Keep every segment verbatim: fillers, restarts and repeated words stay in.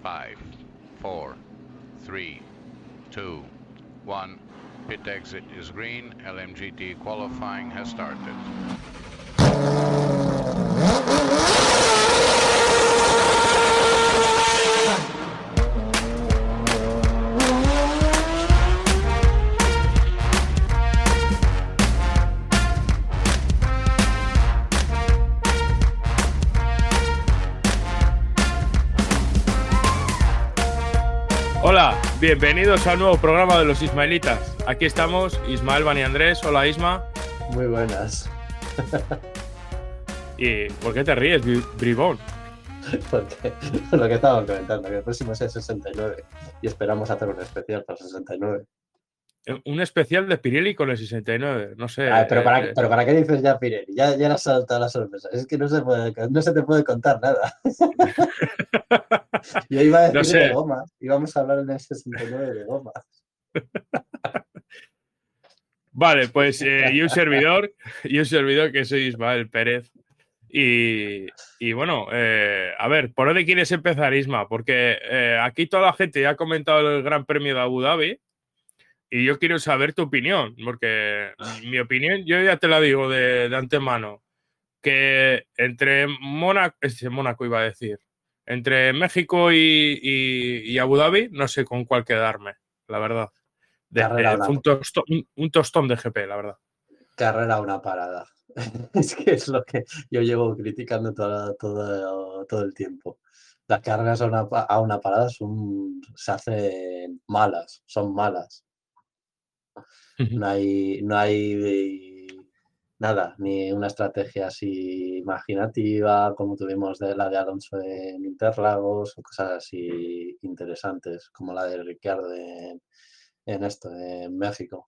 Five, four, three, two, one. Pit exit is green. L M G T qualifying has started. Hola, bienvenidos al nuevo programa de los Ismaelitas. Aquí estamos, Ismael, Bani Andrés. Hola, Isma. Muy buenas. ¿Y por qué te ríes, bribón? Porque lo que estábamos comentando, que el próximo es el sesenta y nueve y esperamos hacer un especial para el sesenta y nueve. Un especial de Pirelli con el sesenta y nueve, no sé. Ah, pero, eh, para, eh. pero ¿para qué dices ya Pirelli? Ya, ya le has saltado la sorpresa. Es que no se, puede, no se te puede contar nada. Yo iba a decir No sé. de gomas. Íbamos a hablar en el sesenta y nueve de gomas. Vale, pues eh, y un servidor, y un servidor que soy Ismael Pérez. Y, y bueno, eh, a ver, ¿por dónde quieres empezar, Isma? Porque eh, aquí toda la gente ya ha comentado el Gran Premio de Abu Dhabi y yo quiero saber tu opinión, porque mi opinión, yo ya te la digo de, de antemano, que entre Mónaco, este, Mónaco iba a decir, entre México y, y, y Abu Dhabi, no sé con cuál quedarme, la verdad. De, Carrera eh, una, fue un tostón, un, un tostón de G P, la verdad. carrera una parada. Es que es lo que yo llevo criticando todo, todo, todo el tiempo. Las carreras a una, a una parada son, se hacen malas, son malas. No hay, no hay nada, ni una estrategia así imaginativa como tuvimos de la de Alonso en Interlagos o cosas así interesantes como la de Ricciardo en, en esto, en México.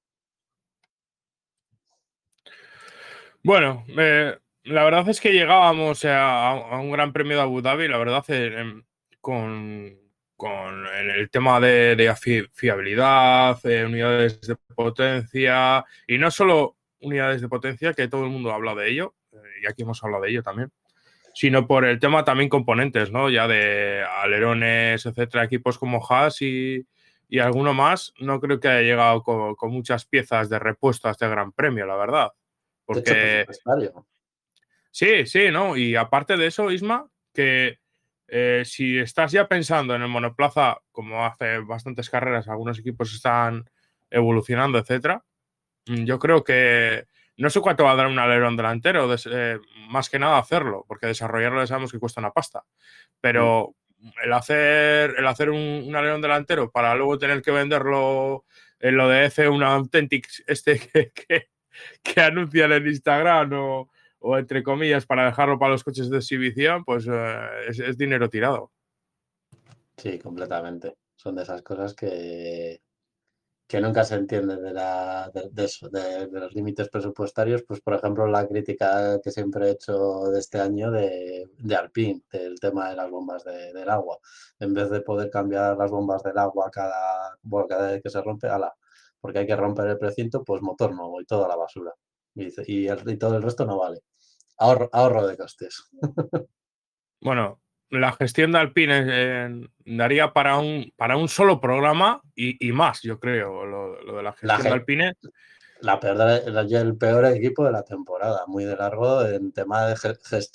Bueno, eh, la verdad es que llegábamos a, a un Gran Premio de Abu Dhabi, la verdad, eh, con, con el tema de, de fi- fiabilidad, eh, unidades de potencia, y no solo unidades de potencia, que todo el mundo habla de ello, eh, y aquí hemos hablado de ello también, sino por el tema también componentes, ¿no? Ya de alerones, etcétera, equipos como Haas y, y alguno más, no creo que haya llegado con, con muchas piezas de repuesto a este Gran Premio, la verdad. Techo Porque presupuestario. sí, sí, ¿no? Y aparte de eso, Isma, que eh, si estás ya pensando en el monoplaza, como hace bastantes carreras, algunos equipos están evolucionando, etcétera, yo creo que no sé cuánto va a dar un alerón delantero, des, eh, más que nada hacerlo, porque desarrollarlo ya sabemos que cuesta una pasta. Pero el hacer, el hacer un, un alerón delantero para luego tener que venderlo en lo de F uno Authentics este que, que, que anuncian en Instagram o, o entre comillas para dejarlo para los coches de exhibición, pues eh, es, es dinero tirado. Sí, completamente. Son de esas cosas que, que nunca se entienden de, la, de, de eso, de, de los límites presupuestarios. Pues, por ejemplo, la crítica que siempre he hecho de este año de, de Alpine, del tema de las bombas de, del agua. En vez de poder cambiar las bombas del agua cada, bueno, cada vez que se rompe, ala, porque hay que romper el precinto, pues motor nuevo y toda la basura. Y, y, el, y todo el resto no vale. Ahorro, ahorro de costes. Bueno, la gestión de Alpine eh, daría para un, para un solo programa y, y más, yo creo, lo, lo de la gestión La, de Alpine. La peor de, el peor equipo de la temporada, muy de largo en tema de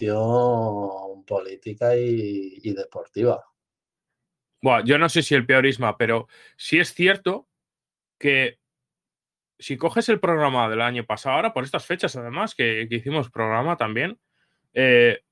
gestión política y, y deportiva. Bueno, yo no sé si el peor Isma, pero sí es cierto que si coges el programa del año pasado, ahora por estas fechas además, que, que hicimos programa también, eh,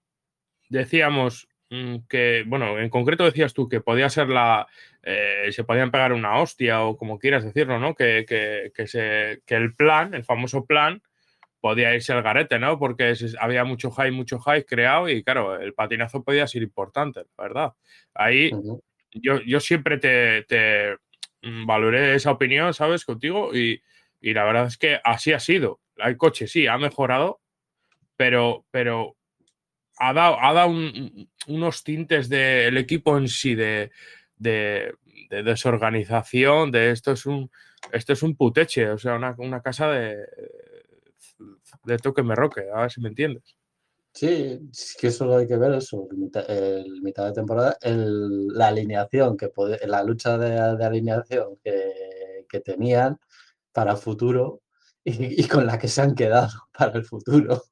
decíamos mmm, que, bueno, en concreto decías tú que podía ser la, eh, se podían pegar una hostia o como quieras decirlo, ¿no? Que, que, que, se, que el plan, el famoso plan, podía irse al garete, ¿no? Porque había mucho hype, mucho hype creado y claro, el patinazo podía ser importante, la verdad. Ahí Uh-huh. yo, yo siempre te, te valoré esa opinión, ¿sabes? Contigo y, y la verdad es que así ha sido. El coche sí, ha mejorado, pero, pero ha dado, ha dado un, unos tintes del equipo en sí, de, de, de desorganización, de esto es un, esto es un puteche, o sea, una, una casa de, de toque me roque, a ver si me entiendes. Sí, es que eso hay que ver, eso, el mitad, el mitad de temporada, el, la alineación, que puede, la lucha de, de alineación que, que tenían para el futuro y, y con la que se han quedado para el futuro.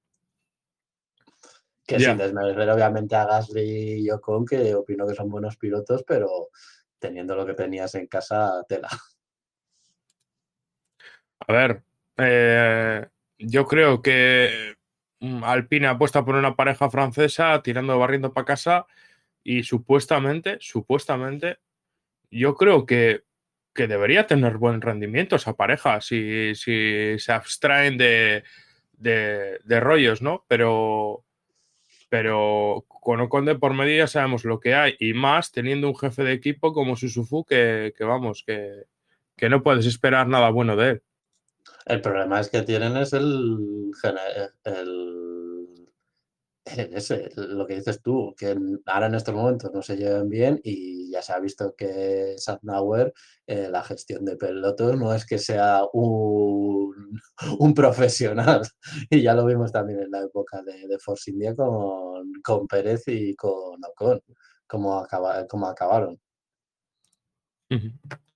Que sin Ya. desmerecer obviamente a Gasly y Ocon, que opino que son buenos pilotos, pero teniendo lo que tenías en casa, tela. A ver, eh, yo creo que mm, Alpine apuesta por una pareja francesa tirando barriendo para casa y supuestamente, supuestamente, yo creo que, que debería tener buen rendimiento esa pareja si, si se abstraen de, de, de rollos, ¿no? Pero, pero con Ocon de por medio ya sabemos lo que hay y más teniendo un jefe de equipo como Suzufu que, que vamos, que, que no puedes esperar nada bueno de él. El problema es que tienen es el, gene- el ese, lo que dices tú, que en- ahora en estos momentos no se llevan bien y ya se ha visto que Safnauer, eh, la gestión de pilotos no es que sea un, un profesional. Y ya lo vimos también en la época de, de Force India con, con Pérez y con Ocon, cómo, acaba, cómo acabaron. Ujú.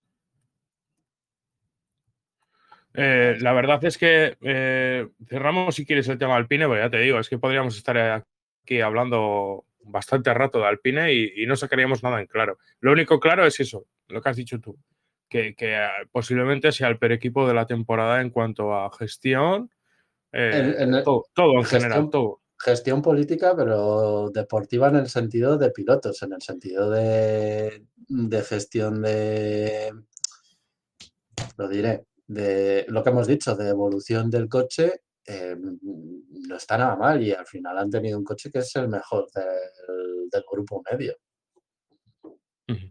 Eh, la verdad es que eh, cerramos si quieres el tema Alpine, pero ya te digo, es que podríamos estar aquí hablando bastante rato de Alpine y, y no sacaríamos nada en claro. Lo único claro es eso, lo que has dicho tú, que, que eh, posiblemente sea el peor equipo de la temporada en cuanto a gestión, En, eh, en- todo, todo en general, gestión, todo. gestión política, pero deportiva en el sentido de pilotos, en el sentido de, de gestión de, lo diré, de lo que hemos dicho, de evolución del coche, eh, no está nada mal y al final han tenido un coche que es el mejor del, del grupo medio. Ujú.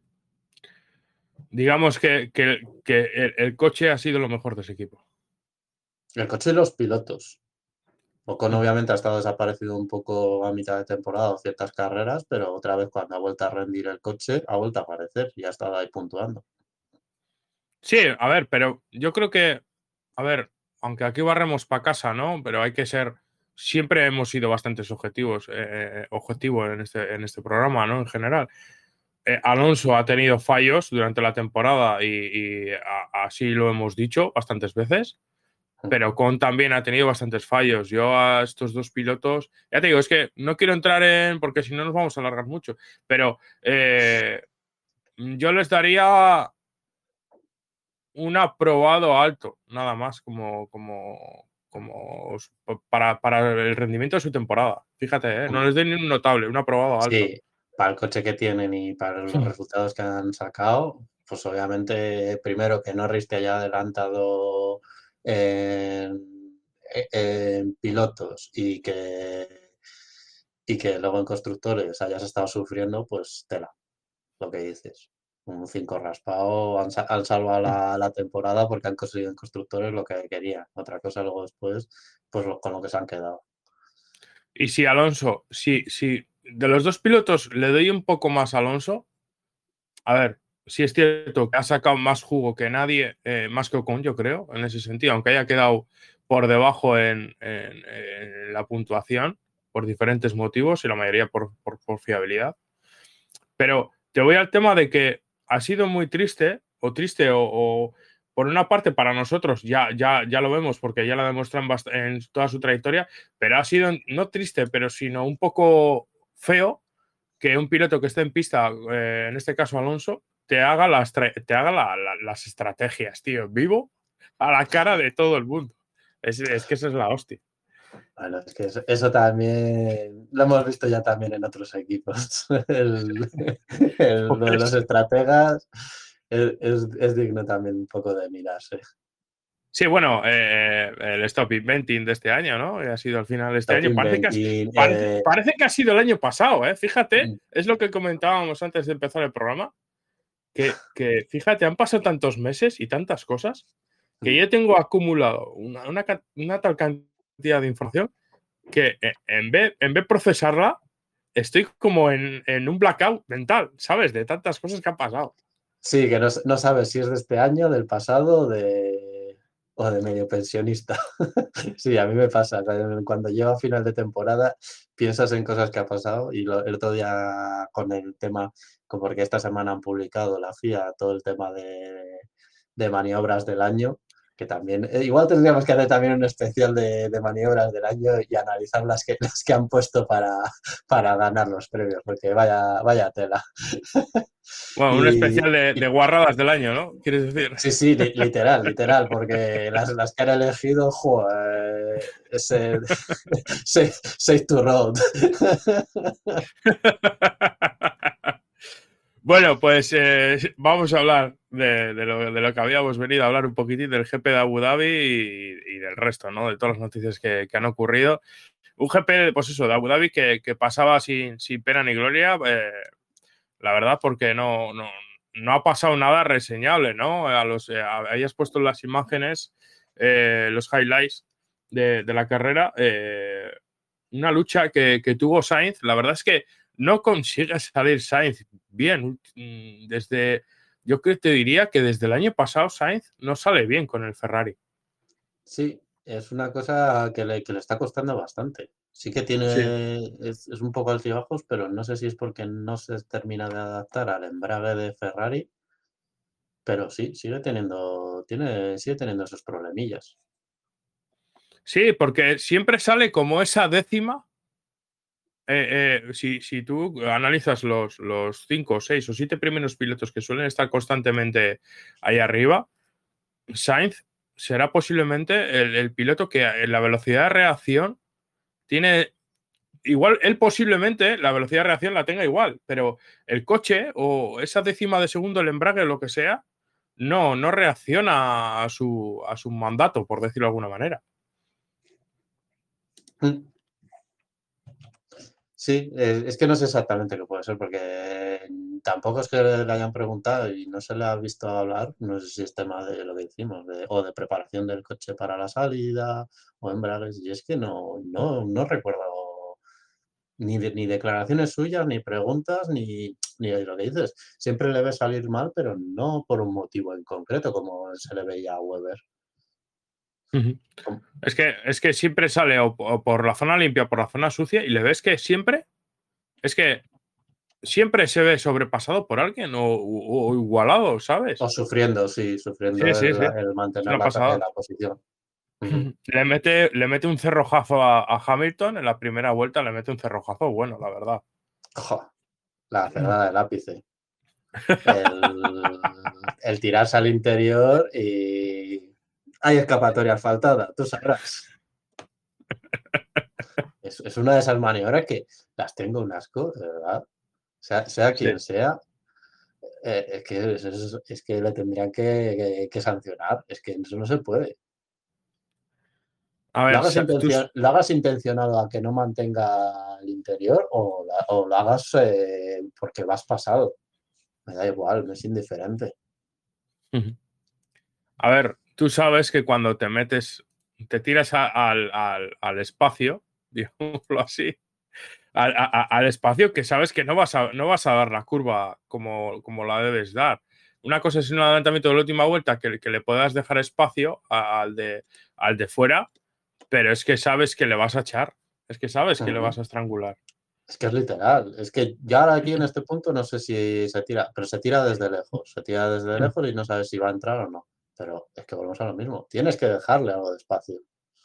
Digamos que, que- que el, el coche ha sido lo mejor de ese equipo. El coche y los pilotos. Ocon Ujú. obviamente ha estado desaparecido un poco a mitad de temporada o ciertas carreras, pero otra vez cuando ha vuelto a rendir el coche, ha vuelto a aparecer y ha estado ahí puntuando. Sí, a ver, pero yo creo que, a ver, aunque aquí barremos para casa, ¿no? Pero hay que ser, siempre hemos sido bastantes objetivos, eh, objetivos en este, en este programa, ¿no? En general. Eh, Alonso ha tenido fallos durante la temporada y, y a- así lo hemos dicho bastantes veces, pero Con también ha tenido bastantes fallos. Yo a estos dos pilotos, ya te digo, es que no quiero entrar en, porque si no nos vamos a alargar mucho, pero eh, yo les daría un aprobado alto, nada más, como, como, como para, para el rendimiento de su temporada. Fíjate, ¿eh? No les doy ni un notable, un aprobado alto. Sí, para el coche que tienen y para los resultados que han sacado, pues obviamente primero que Norris te haya adelantado en, en pilotos y que, y que luego en constructores hayas estado sufriendo, pues tela, lo que dices. Un cinco raspado, han, sa- han salvado la, la temporada porque han conseguido en constructores lo que querían. Otra cosa luego después, pues lo- con lo que se han quedado. Y si Alonso, si, si de los dos pilotos le doy un poco más a Alonso, a ver, si es cierto que ha sacado más jugo que nadie, eh, más que Ocon, yo creo, en ese sentido, aunque haya quedado por debajo en, en- en la puntuación por diferentes motivos y la mayoría por, por, por fiabilidad. Pero te voy al tema de que ha sido muy triste, o triste, o, o por una parte para nosotros, ya, ya, ya lo vemos porque ya lo demuestran bast- en toda su trayectoria, pero ha sido no triste, pero sino un poco feo que un piloto que esté en pista, eh, en este caso Alonso, te haga las, tra- te haga la- la- las estrategias, tío, vivo a la cara de todo el mundo. Es, es que esa es la hostia. Bueno, es que eso, eso también lo hemos visto ya también en otros equipos. El- el- Por lo de los eso. estrategas es, es- es digno también un poco de mirarse. Sí, bueno, eh, el Stop Inventing de este año, ¿no? Ha sido al final de este Top año. Parece que, has- Inventing, parece, eh, parece que ha sido el año pasado, ¿eh? Fíjate, es lo que comentábamos antes de empezar el programa, que, que fíjate, han pasado tantos meses y tantas cosas que yo tengo acumulado una, una, ca- una tal cantidad de información que eh, en vez, en vez de procesarla, estoy como en, en un blackout mental, ¿sabes? De tantas cosas que han pasado. sí, que no, no sabes si es de este año, del pasado, de, o de medio pensionista. Sí, a mí me pasa. Cuando llego a final de temporada, piensas en cosas que ha pasado y lo, el otro día con el tema, como porque esta semana han publicado la F I A todo el tema de, de maniobras del año, que también, eh, igual tendríamos que hacer también un especial de, de maniobras del año y analizar las que, las que han puesto para, para ganar los premios, porque vaya, vaya tela. Bueno, un Y, especial de, y de guarradas del año, ¿no? ¿Quieres decir? sí, sí, li- literal, literal, porque las, las que han elegido, joder, ese Safe Safe to Road. Bueno, pues eh, vamos a hablar de, de, lo, de lo que habíamos venido a hablar un poquitín del G P de Abu Dhabi y, y del resto, ¿no? De todas las noticias que, que han ocurrido. Un G P, pues eso, de Abu Dhabi que, que pasaba sin, sin pena ni gloria, eh, la verdad, porque no, no, no ha pasado nada reseñable, ¿no? A los, eh, hayas puesto las imágenes, eh, los highlights de, de la carrera, eh, una lucha que, que tuvo Sainz, la verdad es que no consigue salir Sainz bien. Desde, yo creo que te diría que desde el año pasado Sainz no sale bien con el Ferrari. Sí, es una cosa que le, que le está costando bastante. Sí que Sí. tiene, es, es un poco altibajos, pero no sé si es porque no se termina de adaptar al embrague de Ferrari, pero sí, sigue teniendo, tiene, sigue teniendo esos problemillas. Sí, porque siempre sale como esa décima. Eh, eh, si, si tú analizas los, los cinco, seis o siete primeros pilotos que suelen estar constantemente ahí arriba, Sainz será posiblemente el, el piloto que en la velocidad de reacción tiene igual, él posiblemente la velocidad de reacción la tenga igual, pero el coche o esa décima de segundo, el embrague o lo que sea, no, no reacciona a su, a su mandato, por decirlo de alguna manera. Sí, eh, es que no sé exactamente qué puede ser, porque tampoco es que le hayan preguntado y no se le ha visto hablar, no sé si es tema de lo que hicimos, de, o de preparación del coche para la salida, o embragues, y es que no, no, no recuerdo ni, de- ni declaraciones suyas, ni preguntas, ni, ni de lo que dices. Siempre le ve salir mal, pero no por un motivo en concreto, como se le veía a Weber. Uh-huh. Com- Es que, es que siempre sale o, o por la zona limpia o por la zona sucia y le ves que siempre, es que siempre se ve sobrepasado por alguien o, o- o igualado, ¿sabes? O sufriendo, sí, Sí, sufriendo sí, el, sí. el Es mantener una la, pasada. la posición. Ujú. Le mete, le mete un cerrojazo a, a Hamilton en la primera vuelta, le mete un cerrojazo bueno, la verdad. Jo, la cerrada del ápice. El, el tirarse al interior y hay escapatoria asfaltada, tú sabrás. Es, es una de esas maniobras que las tengo un asco, de verdad. Sea, sea Sí. quien sea, eh, es, que, es, es- es que le tendrían que, que- que sancionar. Es que eso no se puede. A Lo ver, hagas, sa- tú, intencion- lo hagas intencionado a que no mantenga el interior o, la- o lo hagas eh, porque vas pasado. Me da igual, me es indiferente. a ver, tú sabes que cuando te metes, te tiras a- al, al- al espacio, digámoslo así, al, a- a- al espacio que sabes que no vas a, no vas a dar la curva como, como la debes dar. Una cosa es un adelantamiento de la última vuelta que, que le puedas dejar espacio a- al de, al de fuera, pero es que sabes que le vas a echar, es que sabes que le vas Ujú. a estrangular. Es que es literal. Es que ya ahora aquí en este punto no sé si se tira, pero se tira desde lejos. Se tira desde lejos y no sabes si va a entrar o no. Pero es que volvemos a lo mismo. Tienes que dejarle algo de espacio.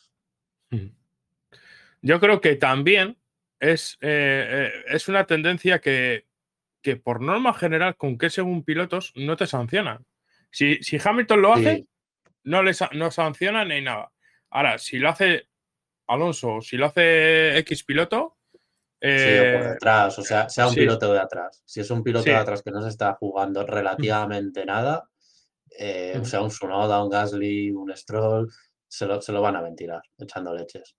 Yo creo que también es, eh, eh, es una tendencia que, que por norma general, con que según pilotos no te sancionan. Si, si Hamilton lo hace, Sí, no le sa- no sancionan ni nada. Ahora, si lo hace Alonso, si lo hace X piloto, sí, o por eh, detrás, o sea, sea un sí, piloto de atrás. Si es un piloto de sí. atrás que no se está jugando relativamente nada, eh, o sea, un Tsunoda, un Gasly, un Stroll, se lo, se lo van a ventilar echando leches.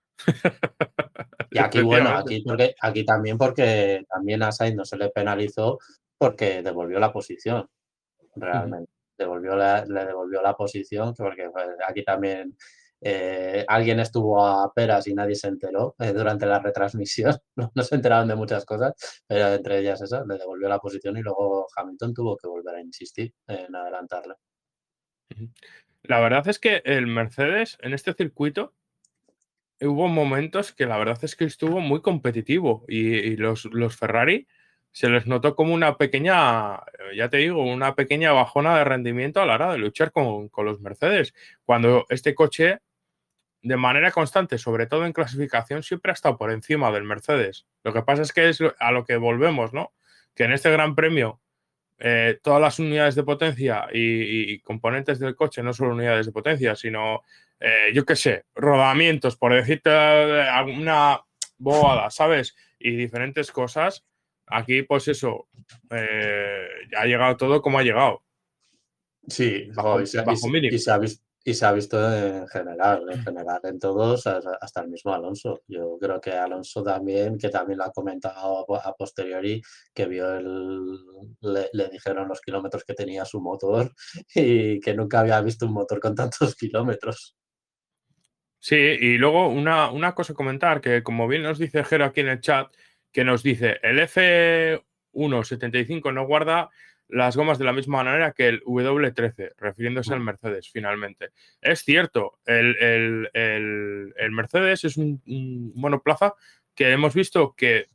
Y aquí, bueno, Efectivamente. aquí, porque, aquí también porque también a Sainz no se le penalizó porque devolvió la posición, realmente. Devolvió la, le devolvió la posición, porque pues, aquí también eh, alguien estuvo a peras y nadie se enteró eh, durante la retransmisión. No, no se enteraron de muchas cosas, pero entre ellas esa, le devolvió la posición y luego Hamilton tuvo que volver a insistir en adelantarle. La verdad es que el Mercedes en este circuito hubo momentos que la verdad es que estuvo muy competitivo y, y los, los Ferrari se les notó como una pequeña, ya te digo, una pequeña bajona de rendimiento a la hora de luchar con, con los Mercedes, cuando este coche de manera constante, sobre todo en clasificación, siempre ha estado por encima del Mercedes. Lo que pasa es que es a lo que volvemos, ¿no? Que en este Gran Premio eh, todas las unidades de potencia y, y, componentes del coche, no solo unidades de potencia, sino, eh, yo qué sé, rodamientos, por decirte alguna bobada, ¿sabes? Y diferentes cosas. Aquí, pues eso, eh, ha llegado todo como ha llegado. Sí, jo, y, Bajo, se, y, bajo se, y, mínimo. se ha visto, y se ha visto en general, en general en todos, hasta el mismo Alonso. Yo creo que Alonso también, que también lo ha comentado a posteriori, que vio el, le, le dijeron los kilómetros que tenía su motor y que nunca había visto un motor con tantos kilómetros. Sí, y luego una, una cosa a comentar, que como bien nos dice Jero aquí en el chat, que nos dice, el F uno setenta y cinco no guarda las gomas de la misma manera que el W trece, refiriéndose al Mercedes, finalmente. Es cierto, el, el, el, el Mercedes es un, un monoplaza que hemos visto que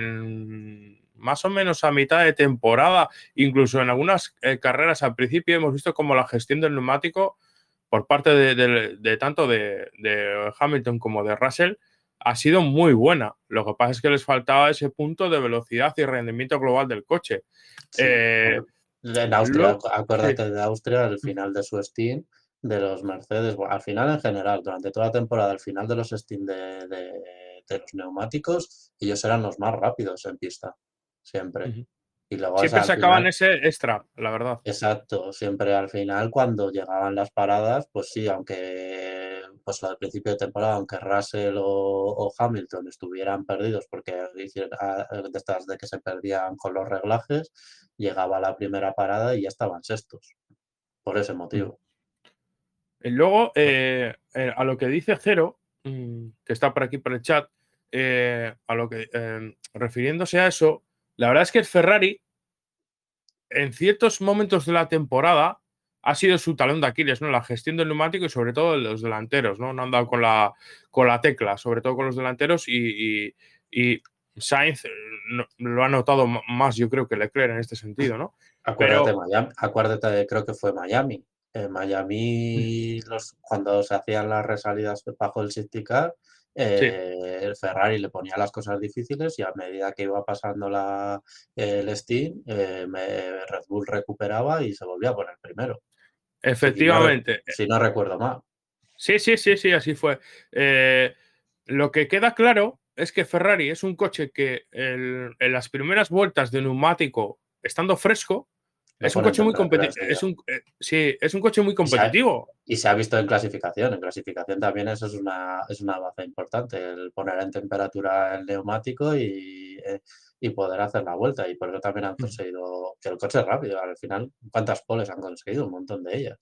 en más o menos a mitad de temporada, incluso en algunas eh, carreras al principio, hemos visto como la gestión del neumático por parte de, de, de tanto de, de Hamilton como de Russell ha sido muy buena. Lo que pasa es que les faltaba ese punto de velocidad y rendimiento global del coche. Sí, Eh, en Austria, lo, acuérdate sí. de Austria, el final de su Steam, de los Mercedes, bueno, al final en general, durante toda la temporada, al final de los Steam de, de, de los neumáticos, ellos eran los más rápidos en pista, siempre. Uh-huh. Y luego, o sea, Siempre al sacaban final, ese extra, la verdad. exacto, siempre al final, cuando llegaban las paradas, pues sí, aunque, pues al principio de temporada, aunque Russell o, o Hamilton estuvieran perdidos porque hicieron ah, de estas de que se perdían con los reglajes, llegaba la primera parada y ya estaban sextos, por ese Uh-huh. motivo. Y luego, eh, eh, a lo que dice Jero, mmm, que está por aquí por el chat, eh, a lo que, eh, refiriéndose a eso, la verdad es que el Ferrari, en ciertos momentos de la temporada, ha sido su talón de Aquiles, ¿no? La gestión del neumático y sobre todo los delanteros, ¿no? No han dado con la, con la tecla, sobre todo con los delanteros y, y, y Sainz no, lo ha notado más, yo creo, que Leclerc en este sentido, ¿no? Acuérdate, Pero... Miami, acuérdate, creo que fue Miami. En Miami, los, cuando se hacían las resalidas bajo el safety car, Sí, eh, el Ferrari le ponía las cosas difíciles y a medida que iba pasando la, el Steam, eh, me- Red Bull recuperaba y se volvía a poner primero. Si no, rec- efectivamente. si no recuerdo mal. Sí, sí, sí, sí, así fue. Eh, lo que queda claro es que Ferrari es un coche que el, en las primeras vueltas de neumático, estando fresco, Lo es un ponen coche muy tempranero competitivo. Es enseguida. un, eh, sí, es un coche muy Y se, ha, competitivo. y se ha visto en clasificación. En clasificación también eso es una, es una baza importante, el poner en temperatura el neumático y, eh, y poder hacer la vuelta. Y por eso también han conseguido que el coche es rápido. Al final, ¿cuántas poles han conseguido? Un montón de ellas.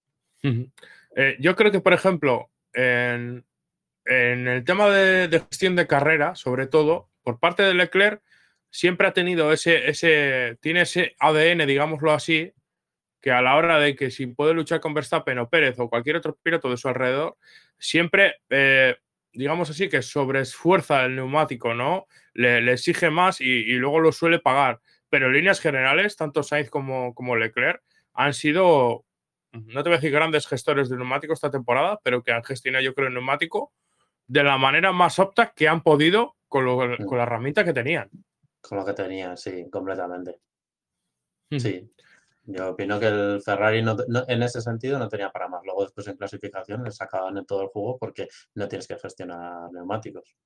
Eh, yo creo que, por ejemplo, en, en el tema de, de gestión de carrera, sobre todo, por parte de Leclerc, siempre ha tenido ese, ese, tiene ese A D N, digámoslo así, que a la hora de que si puede luchar con Verstappen o Pérez o cualquier otro piloto de su alrededor, siempre, eh, digamos así, que sobreesfuerza el neumático, ¿no? Le, le exige más y, y, luego lo suele pagar. Pero en líneas generales, tanto Sainz como, como Leclerc han sido, no te voy a decir grandes gestores de neumático esta temporada, pero que han gestionado, yo creo, el neumático de la manera más opta que han podido con, lo, con la herramienta que tenían. Con lo que tenían, sí, completamente. Sí. Yo opino que el Ferrari no, no, en ese sentido no tenía para más. Luego después en clasificación les sacaban en todo el juego porque no tienes que gestionar neumáticos.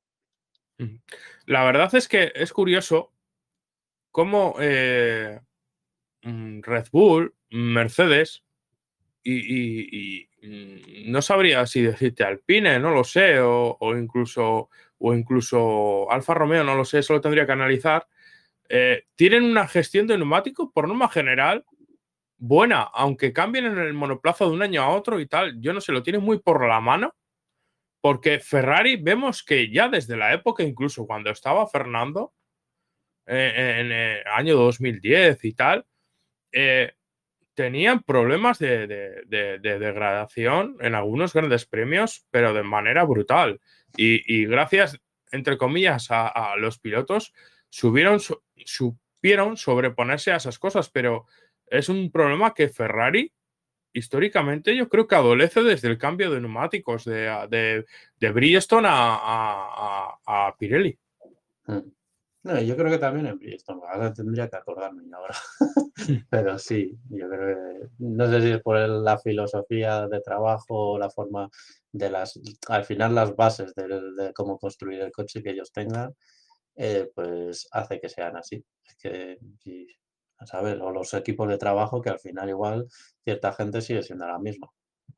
La verdad es que es curioso cómo eh, Red Bull, Mercedes y, y, y, no sabría si decirte Alpine, no lo sé, o, o incluso o incluso Alfa Romeo, no lo sé, eso lo tendría que analizar. Eh, tienen una gestión de neumáticos por norma general buena, aunque cambien en el monoplaza de un año a otro y tal, yo no sé, lo tienen muy por la mano, porque Ferrari vemos que ya desde la época, incluso cuando estaba Fernando, eh, en el año dos mil diez y tal, eh, tenían problemas de, de, de, de degradación en algunos grandes premios, pero de manera brutal. Y, y gracias, entre comillas, a, a los pilotos, subieron, su, supieron sobreponerse a esas cosas, pero es un problema que Ferrari, históricamente, yo creo que adolece desde el cambio de neumáticos de, de, de Bridgestone a, a, a, a Pirelli. Mm. No, yo creo que también en Bridgestone, ahora tendría que acordarme ahora. Pero sí, yo creo que no sé si es por el- la filosofía de trabajo o la forma de las, al final las bases del- de, cómo construir el coche que ellos tengan, eh, pues hace que sean así. Es que, sí, ¿sabes? O los equipos de trabajo que al final igual cierta gente sigue siendo la misma.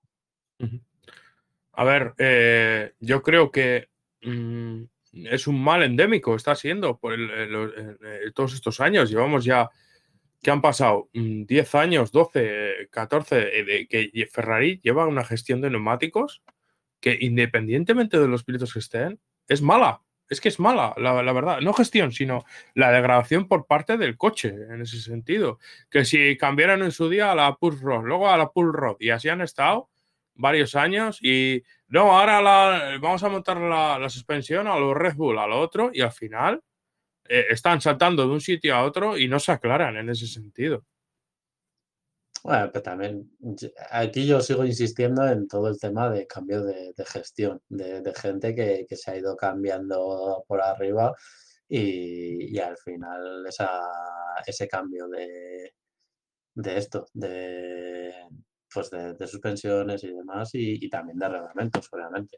A ver, eh, yo creo que mm, es un mal endémico, está siendo por el- el- el- el- todos estos años. Llevamos ya, ¿qué han pasado? Mm, diez años, doce, catorce, eh, de que Ferrari lleva una gestión de neumáticos que independientemente de los pilotos que estén, es mala. Es que es mala, la, la verdad. No gestión, sino la degradación por parte del coche, en ese sentido. Que si cambiaron en su día a la Push Rod, luego a la Pull Rod, y así han estado varios años, y no, ahora la, vamos a montar la, la suspensión a los Red Bull, a lo otro, y al final eh, están saltando de un sitio a otro y no se aclaran en ese sentido. Bueno, pero también yo- aquí yo sigo insistiendo en todo el tema de cambio de, de gestión, de, de gente que, que se ha ido cambiando por arriba y, y al final esa, ese cambio de, de esto, de, pues de, de suspensiones y demás y, y también de reglamentos, obviamente.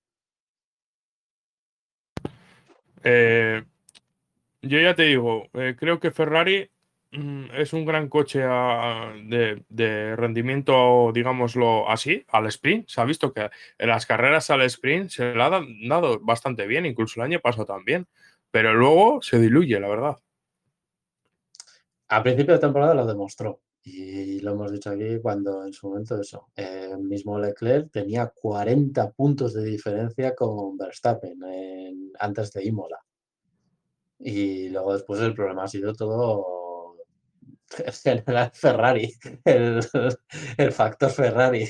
Eh, Yo ya te digo, eh, creo que Ferrari mm, es un gran coche a- de, de rendimiento, digámoslo así, al sprint. Se ha visto que en las carreras al sprint se le ha da- dado bastante bien, incluso el año pasado también, pero luego se diluye, la verdad. A principio de temporada lo demostró y lo hemos dicho aquí cuando en su momento eso, eh, mismo Leclerc tenía cuarenta puntos de diferencia con Verstappen en- antes de Imola. Y luego después el problema ha sido todo en general Ferrari, el, el factor Ferrari.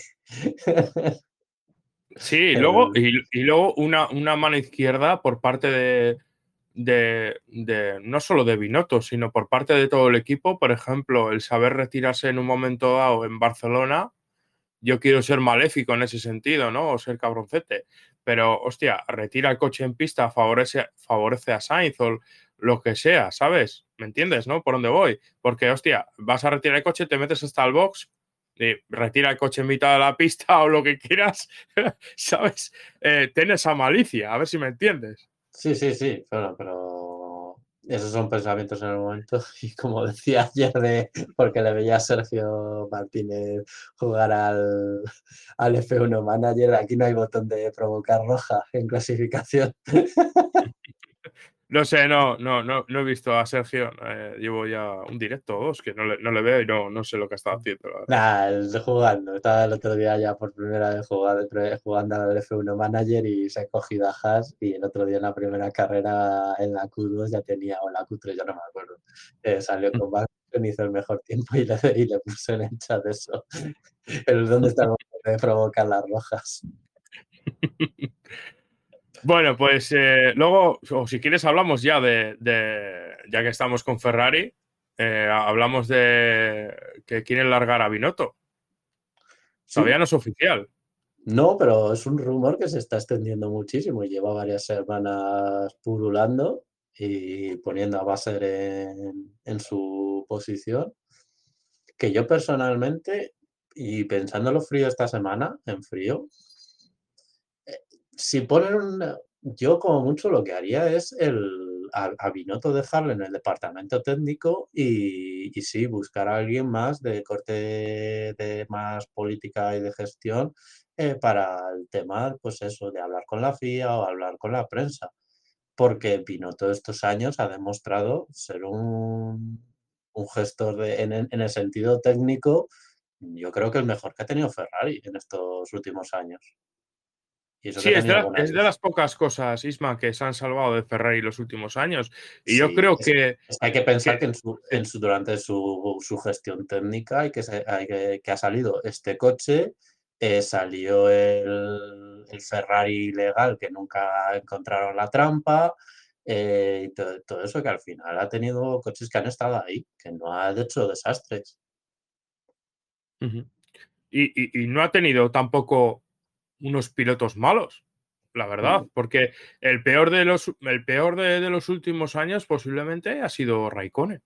Sí, luego, El- y, y luego una, una mano izquierda por parte de, de, de- no solo de Binotto, sino por parte de todo el equipo. Por ejemplo, el saber retirarse en un momento dado en Barcelona. Yo quiero ser maléfico en ese sentido, ¿no? O ser cabroncete. Pero, hostia, retira el coche en pista, favorece, favorece a Sainz o lo que sea, ¿sabes? ¿Me entiendes, no? ¿Por dónde voy? Porque, hostia, vas a retirar el coche, te metes hasta el box, y retira el coche en mitad de la pista o lo que quieras, ¿sabes? Eh, ten esa malicia, a ver si me entiendes. Sí, sí, sí, pero, pero esos son pensamientos en el momento. Y como decía ayer, de, porque le veía a Sergio Martínez jugar al, al F uno Manager, aquí no hay botón de provocar roja en clasificación. No sé, no, no, no, no he visto a Sergio. Eh, llevo ya un directo o dos que no le, no le veo y no, no sé lo que está haciendo, la verdad. Nada, el- jugando. Estaba el otro día ya por primera vez jugando, jugando al F uno Manager y se ha cogido a Haas y el otro día en la primera carrera en la Q dos ya tenía, o en la Q tres, ya no me acuerdo, eh, salió con Magnussen, hizo el mejor tiempo y le, y le puse en el chat eso. El dónde está el momento de provocar las rojas. Bueno, pues eh, luego, o si quieres, hablamos ya de, de- ya que estamos con Ferrari, eh, hablamos de que quieren largar a Binotto. Sí, Todavía no es oficial. no, pero es un rumor que se está extendiendo muchísimo y lleva varias semanas pululando y poniendo a Basser en, en su posición. Que yo personalmente, y pensándolo frío esta semana, en frío, eh, si ponen un... Yo como mucho lo que haría es el, a, a Binotto dejarlo en el departamento técnico y, y sí, buscar a alguien más de corte de más política y de gestión eh, para el tema, pues eso, de hablar con la F I A o hablar con la prensa. Porque Binotto estos años ha demostrado ser un, un gestor de, en, en el sentido técnico, yo creo que el mejor que ha tenido Ferrari en estos últimos años. Y eso Sí, que es de, tenía la- alguna es de vez. las pocas cosas, Isma, que se han salvado de Ferrari los últimos años. Y yo Sí, creo es, que, es que hay que pensar que que, en su, sí, en su, durante su, su gestión técnica hay que, se- hay que, que ha salido este coche, eh, salió el, el Ferrari legal que nunca encontraron la trampa, eh, y todo, todo eso que al final ha tenido coches que han estado ahí, que no ha hecho desastres. ujú. Y, y- y no ha tenido tampoco unos pilotos malos, la verdad, Mm. porque el peor de los, el peor de, de los últimos años posiblemente ha sido Raikkonen.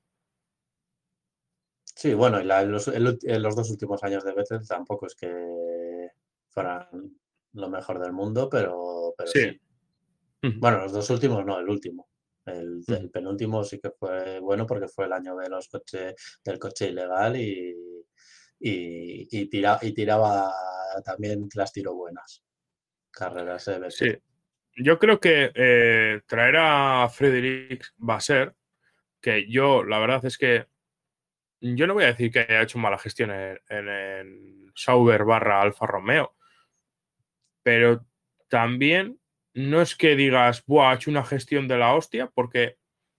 Sí, bueno, y la- los, el ulti- los dos últimos años de Vettel tampoco es que fueran lo mejor del mundo, pero, pero Sí. sí. Ujú, Bueno, los dos últimos no, el último. El, ujú. el penúltimo sí que fue bueno porque fue el año de los coches, del coche ilegal y, y, y, tira- y tiraba también las tiro buenas carreras de Sí. Vettel. Yo creo que eh, traer a Frédéric Vasseur, que yo la verdad es que yo no voy a decir que haya hecho mala gestión en, en, en Sauber barra Alfa Romeo, pero también no es que digas, buah, ha hecho una gestión de la hostia, porque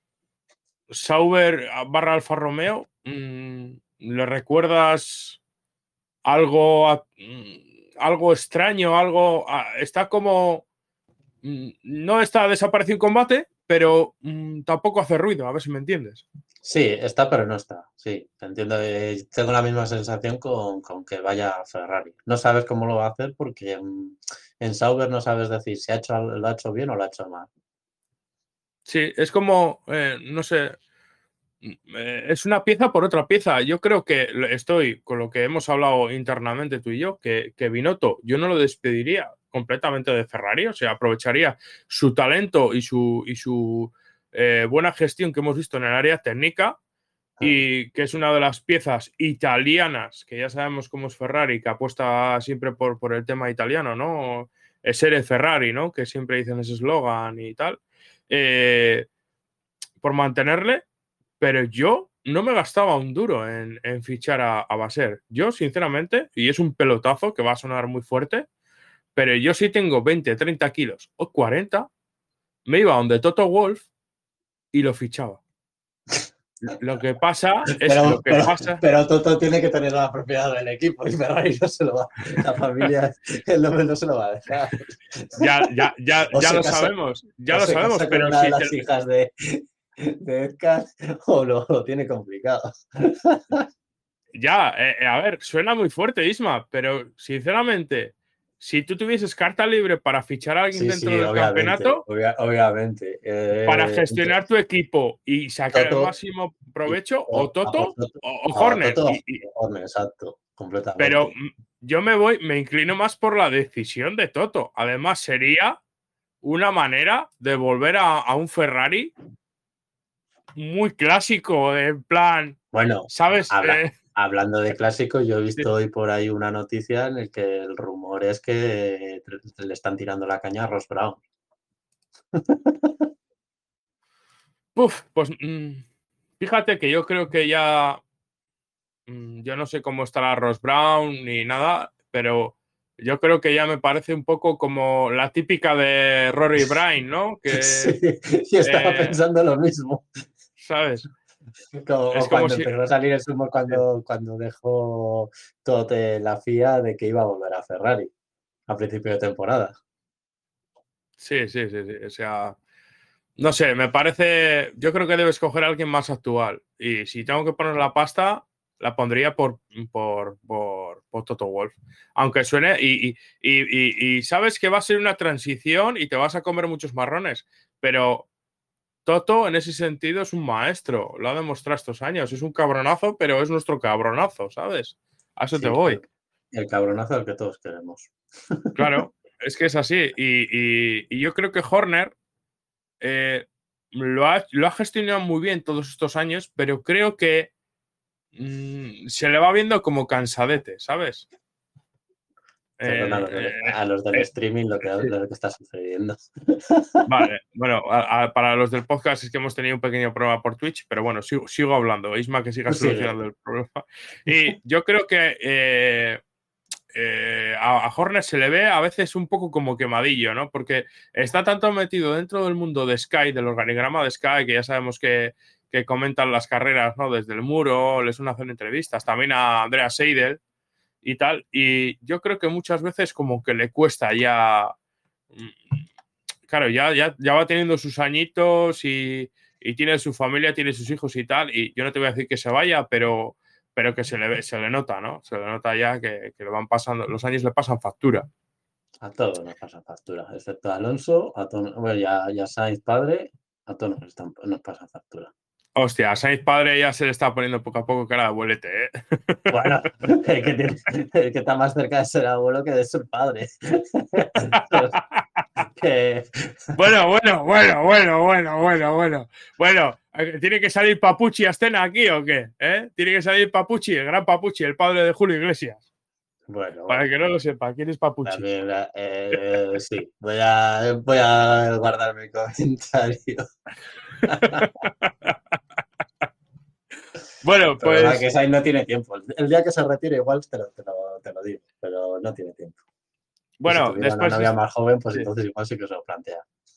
Sauber barra Alfa Romeo, mmm, ¿le recuerdas algo, a, mmm, algo extraño, algo... A, está como... Mmm, no está desaparecido en combate, pero mmm, tampoco hace ruido, a ver si me entiendes. Sí, está, pero no está. Sí, entiendo. eh, Tengo la misma sensación con, con que vaya a Ferrari. No sabes cómo lo va a hacer porque en, en Sauber no sabes decir si ha hecho, lo ha hecho bien o lo ha hecho mal. Sí, es como, eh, no sé, eh, es una pieza por otra pieza. Yo creo que estoy con lo que hemos hablado internamente tú y yo, que, que Binotto yo no lo despediría completamente de Ferrari, o sea, aprovecharía su talento y su, y su eh, buena gestión que hemos visto en el área técnica Mm. y que es una de las piezas italianas, que ya sabemos cómo es Ferrari, que apuesta siempre por, por el tema italiano, ¿no? Es ser el Ferrari, ¿no? Que siempre dicen ese eslogan y tal. Eh, por mantenerle, pero yo no me gastaba un duro en, en fichar a, a Baser. Yo, sinceramente, y es un pelotazo que va a sonar muy fuerte, pero yo si tengo veinte, treinta kilos o cuarenta, me iba donde Toto Wolff y lo fichaba. Lo que pasa es lo Pero, que pero, pasa. pero Toto tiene que tener la propiedad del equipo y Ferrari no se lo va, la familia, el nombre no se lo va a dejar. Ya, ya, ya, O ya se lo casa, sabemos, ya o lo se sabemos, casa con pero una de si te, las hijas de, de Edgar o lo, lo tiene complicado. ya, eh, eh, a ver, suena muy fuerte, Isma, pero sinceramente, si tú tuvieses carta libre para fichar a alguien Sí, dentro sí, del obviamente, campeonato, obvia- obviamente. para Eh, entre gestionar tu equipo y sacar el Toto máximo y, provecho, o, o a por Toto Toto, o, o a Horner. Toto, Y, y- a Horner, exacto, pero completamente. mm, yo me voy, me inclino más por la decisión de Toto. Además, sería una manera de volver a, a un Ferrari muy clásico, en plan, Bueno, ¿sabes? habla, Eh, hablando de clásicos, yo he sí. visto hoy por ahí una noticia en el que el rumor es que le están tirando la caña a Ross Brown. Uf, pues mm, fíjate que yo creo que ya, mm, yo no sé cómo estará Ross Brown ni nada, pero yo creo que ya me parece un poco como la típica de Rory Bryan, ¿no? Sí, Que, yo estaba eh, pensando lo mismo. ¿sabes? Como, Es o como cuando si... empezó a salir el rumor cuando, cuando dejó Tote la F I A de que iba a volver a Ferrari a principio de temporada. Sí, sí, sí, sí. O sea, no sé, me parece... Yo creo que debes coger a alguien más actual. Y si tengo que poner la pasta, la pondría por, por, por, por Toto Wolff. Aunque suene... Y, y, y, y sabes que va a ser una transición y te vas a comer muchos marrones. Pero Toto, en ese sentido, es un maestro. Lo ha demostrado estos años. Es un cabronazo, pero es nuestro cabronazo, ¿sabes? A eso te Sí, voy. el, el cabronazo al que todos queremos. Claro, es que es así. Y, y, y yo creo que Horner eh, lo, ha, lo ha gestionado muy bien todos estos años, pero creo que mmm, se le va viendo como cansadete, ¿sabes? Perdona a Eh, los del, eh, a los del eh, streaming lo que, sí. lo que está sucediendo. Vale, bueno, a, a, para los del podcast es que hemos tenido un pequeño problema por Twitch, pero bueno, sigo, sigo hablando. Isma, que siga Sigue. solucionando el problema. Y yo creo que eh, eh, a, a Horner se le ve a veces un poco como quemadillo, ¿no? Porque está tanto metido dentro del mundo de Sky, del organigrama de Sky, que ya sabemos que, que comentan las carreras, ¿no? Desde el muro, les suelen hacer entrevistas, también a Andrea Seidel y tal. Y yo creo que muchas veces como que le cuesta ya... Claro, ya, ya, ya va teniendo sus añitos y, y tiene su familia, tiene sus hijos y tal. Y yo no te voy a decir que se vaya, pero... pero que se le, se le nota, ¿no? Se le nota ya que, que le van pasando, los años le pasan factura. A todos nos pasan factura, excepto a Alonso, a todos, bueno, ya, ya Sainz padre, a todos nos, están, nos pasan factura. Hostia, a Sainz padre ya se le está poniendo poco a poco cara de abuelete, ¿eh? Bueno, el que, tiene, el que está más cerca de ser abuelo que de ser padre. que... Bueno, bueno, bueno, bueno, bueno, bueno, bueno. Bueno, ¿tiene que salir Papucci a escena aquí o qué? ¿Eh? Tiene que salir Papucci, el gran Papucci, el padre de Julio Iglesias. Bueno, Para bueno. el que no lo sepa, ¿quién es Papucci? También, eh, sí, voy a, voy a guardar mi comentario. Bueno, pues... Pero que Sainz no tiene tiempo. El día que se retire igual te lo, te lo, te lo digo, pero no tiene tiempo. Bueno, y si tuviera después... una novia más joven, pues sí. entonces igual sí que se lo plantea.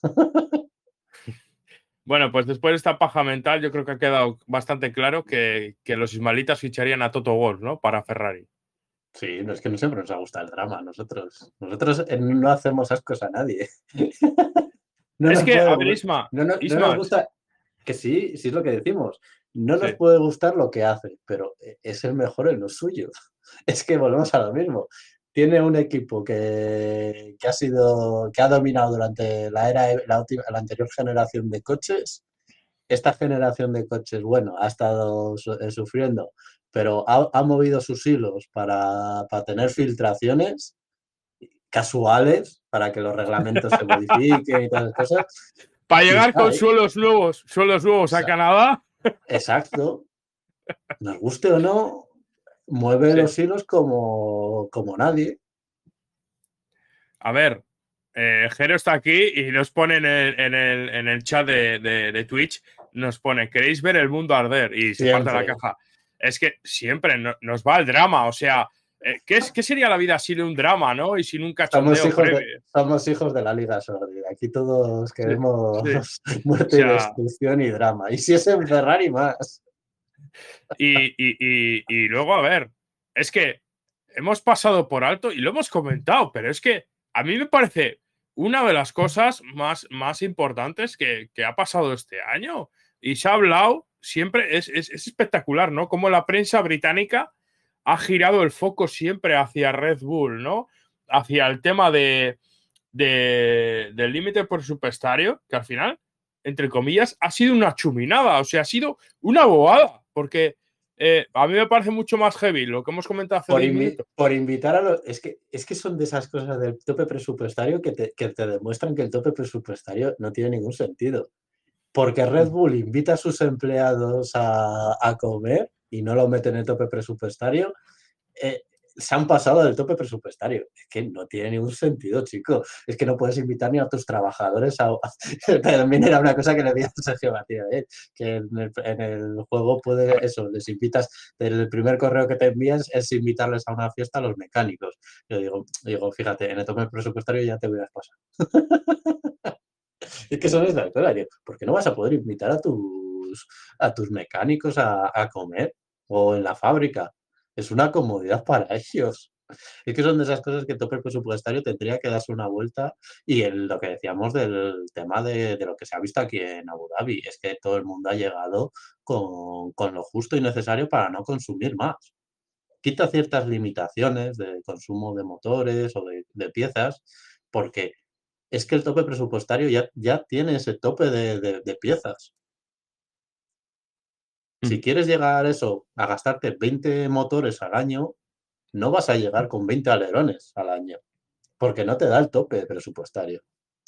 Bueno, pues después de esta paja mental, yo creo que ha quedado bastante claro que, que los ismaelitas ficharían a Toto Wolff, ¿no? Para Ferrari. Sí, no es que no siempre nos ha gustado el drama. Nosotros, nosotros no hacemos ascos a nadie. No es nos que, puede, a ver, Isma, no, no, Isma, no nos gusta. Que sí, sí es lo que decimos. No nos sí. puede gustar lo que hace, pero es el mejor en lo suyo. Es que volvemos a lo mismo. Tiene un equipo que, que ha sido, que ha dominado durante la era, la, última, la anterior generación de coches. Esta generación de coches, bueno, ha estado sufriendo, pero ha, ha movido sus hilos para, para tener filtraciones casuales, para que los reglamentos se modifiquen y todas esas cosas. Para llegar con suelos nuevos, suelos nuevos a Canadá. Exacto. Nos guste o no, mueve sí. los hilos como, como nadie. A ver, eh, Jero está aquí y nos pone en el, en el, en el chat de, de, de Twitch, nos pone, ¿queréis ver el mundo arder? Y se parte la caja. Es que siempre no, nos va el drama, o sea, eh, ¿qué, es, ¿qué sería la vida sin un drama, no? Y sin un cachondeo somos hijos previo. De, somos hijos de la Liga Sordida. Aquí todos queremos sí, sí. muerte, o sea, y destrucción y drama. Y si es en Ferrari, más. Y, y, y, y luego, a ver, es que hemos pasado por alto y lo hemos comentado, pero es que a mí me parece una de las cosas más, más importantes que, que ha pasado este año. Y se ha hablado, siempre es, es, es espectacular, ¿no? Como la prensa británica ha girado el foco siempre hacia Red Bull, ¿no? Hacia el tema de, de, del límite presupuestario, que al final, entre comillas, ha sido una chuminada, o sea, ha sido una bobada, porque eh, a mí me parece mucho más heavy lo que hemos comentado hace por, diez invi minutos. por invitar a los... Es que, es que son de esas cosas del tope presupuestario que te, que te demuestran que el tope presupuestario no tiene ningún sentido. Porque Red Bull invita a sus empleados a, a comer y no lo meten en el tope presupuestario. Eh, se han pasado del tope presupuestario. Es que no tiene ningún sentido, chico. Es que no puedes invitar ni a tus trabajadores a... También era una cosa que le decía a Sergio Matías, ¿eh? Que en el, en el juego puede... Eso, les invitas... El primer correo que te envías es invitarles a una fiesta a los mecánicos. Yo digo, digo fíjate, en el tope presupuestario ya te hubieras pasado. Es que son estas cosas, tío. ¿Por qué no vas a poder invitar a tus, a tus mecánicos a, a comer? O en la fábrica. Es una comodidad para ellos. Es que son de esas cosas que el tope presupuestario tendría que darse una vuelta. Y en lo que decíamos del tema de, de lo que se ha visto aquí en Abu Dhabi, es que todo el mundo ha llegado con, con lo justo y necesario para no consumir más. Quita ciertas limitaciones de consumo de motores o de, de piezas, porque es que el tope presupuestario ya, ya tiene ese tope de, de, de piezas. Si quieres llegar a eso, a gastarte veinte motores al año, no vas a llegar con veinte alerones al año, porque no te da el tope presupuestario.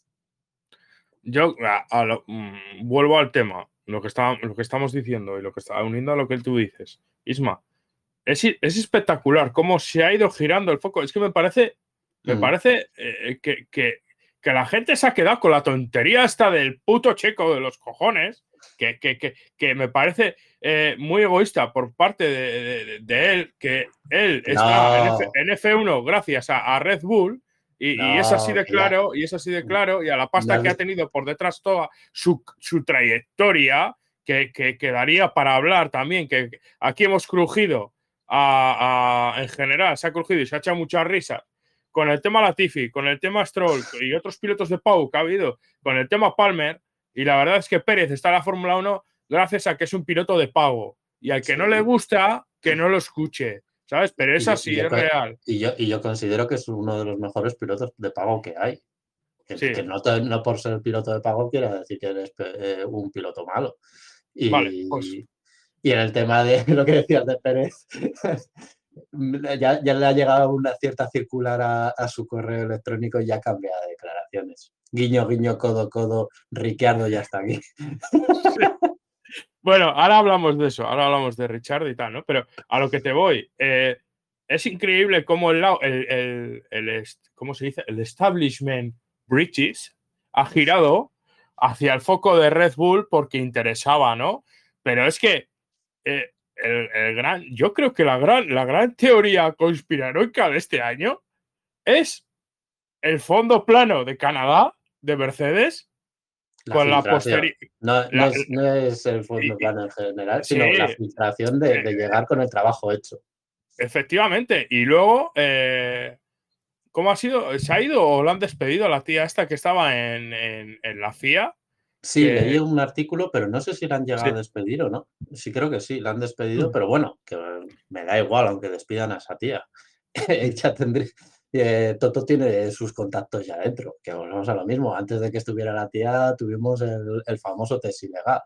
Yo a, a lo, mmm, vuelvo al tema, lo que, está, lo que estamos diciendo y lo que está uniendo a lo que tú dices. Isma, es, es espectacular cómo se ha ido girando el foco. Es que me parece, me mm. parece eh, que, que, que la gente se ha quedado con la tontería esta del puto Checo de los cojones. que, que, que, que me parece eh, muy egoísta por parte de, de, de él, que él No. está en, F, en F uno gracias a, a Red Bull. Y, No, y es así de que ya- claro, y es así de claro, y a la pasta no que has- ha tenido por detrás toda su, su trayectoria, que, que, que daría para hablar también, que aquí hemos crujido a, a- en general, se ha crujido y se ha echado muchas risas con el tema Latifi, con el tema Stroll y otros pilotos de Pau que ha habido, con el tema Palmer, y la verdad es que Pérez está en la Fórmula uno gracias a que es un piloto de pago, y al que Sí. no le gusta, que no lo escuche, ¿sabes? Pero Y es yo- así, y yo es co- real. Y yo, y yo considero que es uno de los mejores pilotos de pago que hay. Que, Sí. que no, te- no por ser piloto de pago quiere decir que eres eh, un piloto malo. Y, Vale, pues y en el tema de lo que decías de Pérez, ya, ya le ha llegado una cierta circular a, a su correo electrónico y ya cambia de declaraciones. Guiño, guiño, codo, codo, Ricciardo ya está aquí. sí. Bueno, ahora hablamos de eso, ahora hablamos de Richard y tal, ¿no? Pero a lo que te voy, eh, es increíble cómo el, el, el, el, ¿cómo se dice? El establishment British ha girado hacia el foco de Red Bull porque interesaba, ¿no? Pero es que eh, el, el gran, yo creo que la gran, la gran teoría conspiranoica de este año es el fondo plano de Canadá, de Mercedes, La con la filtración. posteridad. No, no, La, es, no es el fondo y- plano en general, sí, sino la filtración de, de llegar con el trabajo hecho. efectivamente. Y luego, eh, ¿cómo ha sido? ¿Se ha ido o lo han despedido a la tía esta que estaba en, en, en la F I A? Sí, Que, leí un artículo, pero no sé si la han llegado sí. a despedir o no. Sí, creo que sí, la han despedido, Mm. pero bueno, que me da igual aunque despidan a esa tía. Ya tendré, eh, Toto tiene sus contactos ya dentro, que volvemos a lo mismo. Antes de que estuviera la tía, tuvimos el, el famoso test ilegal.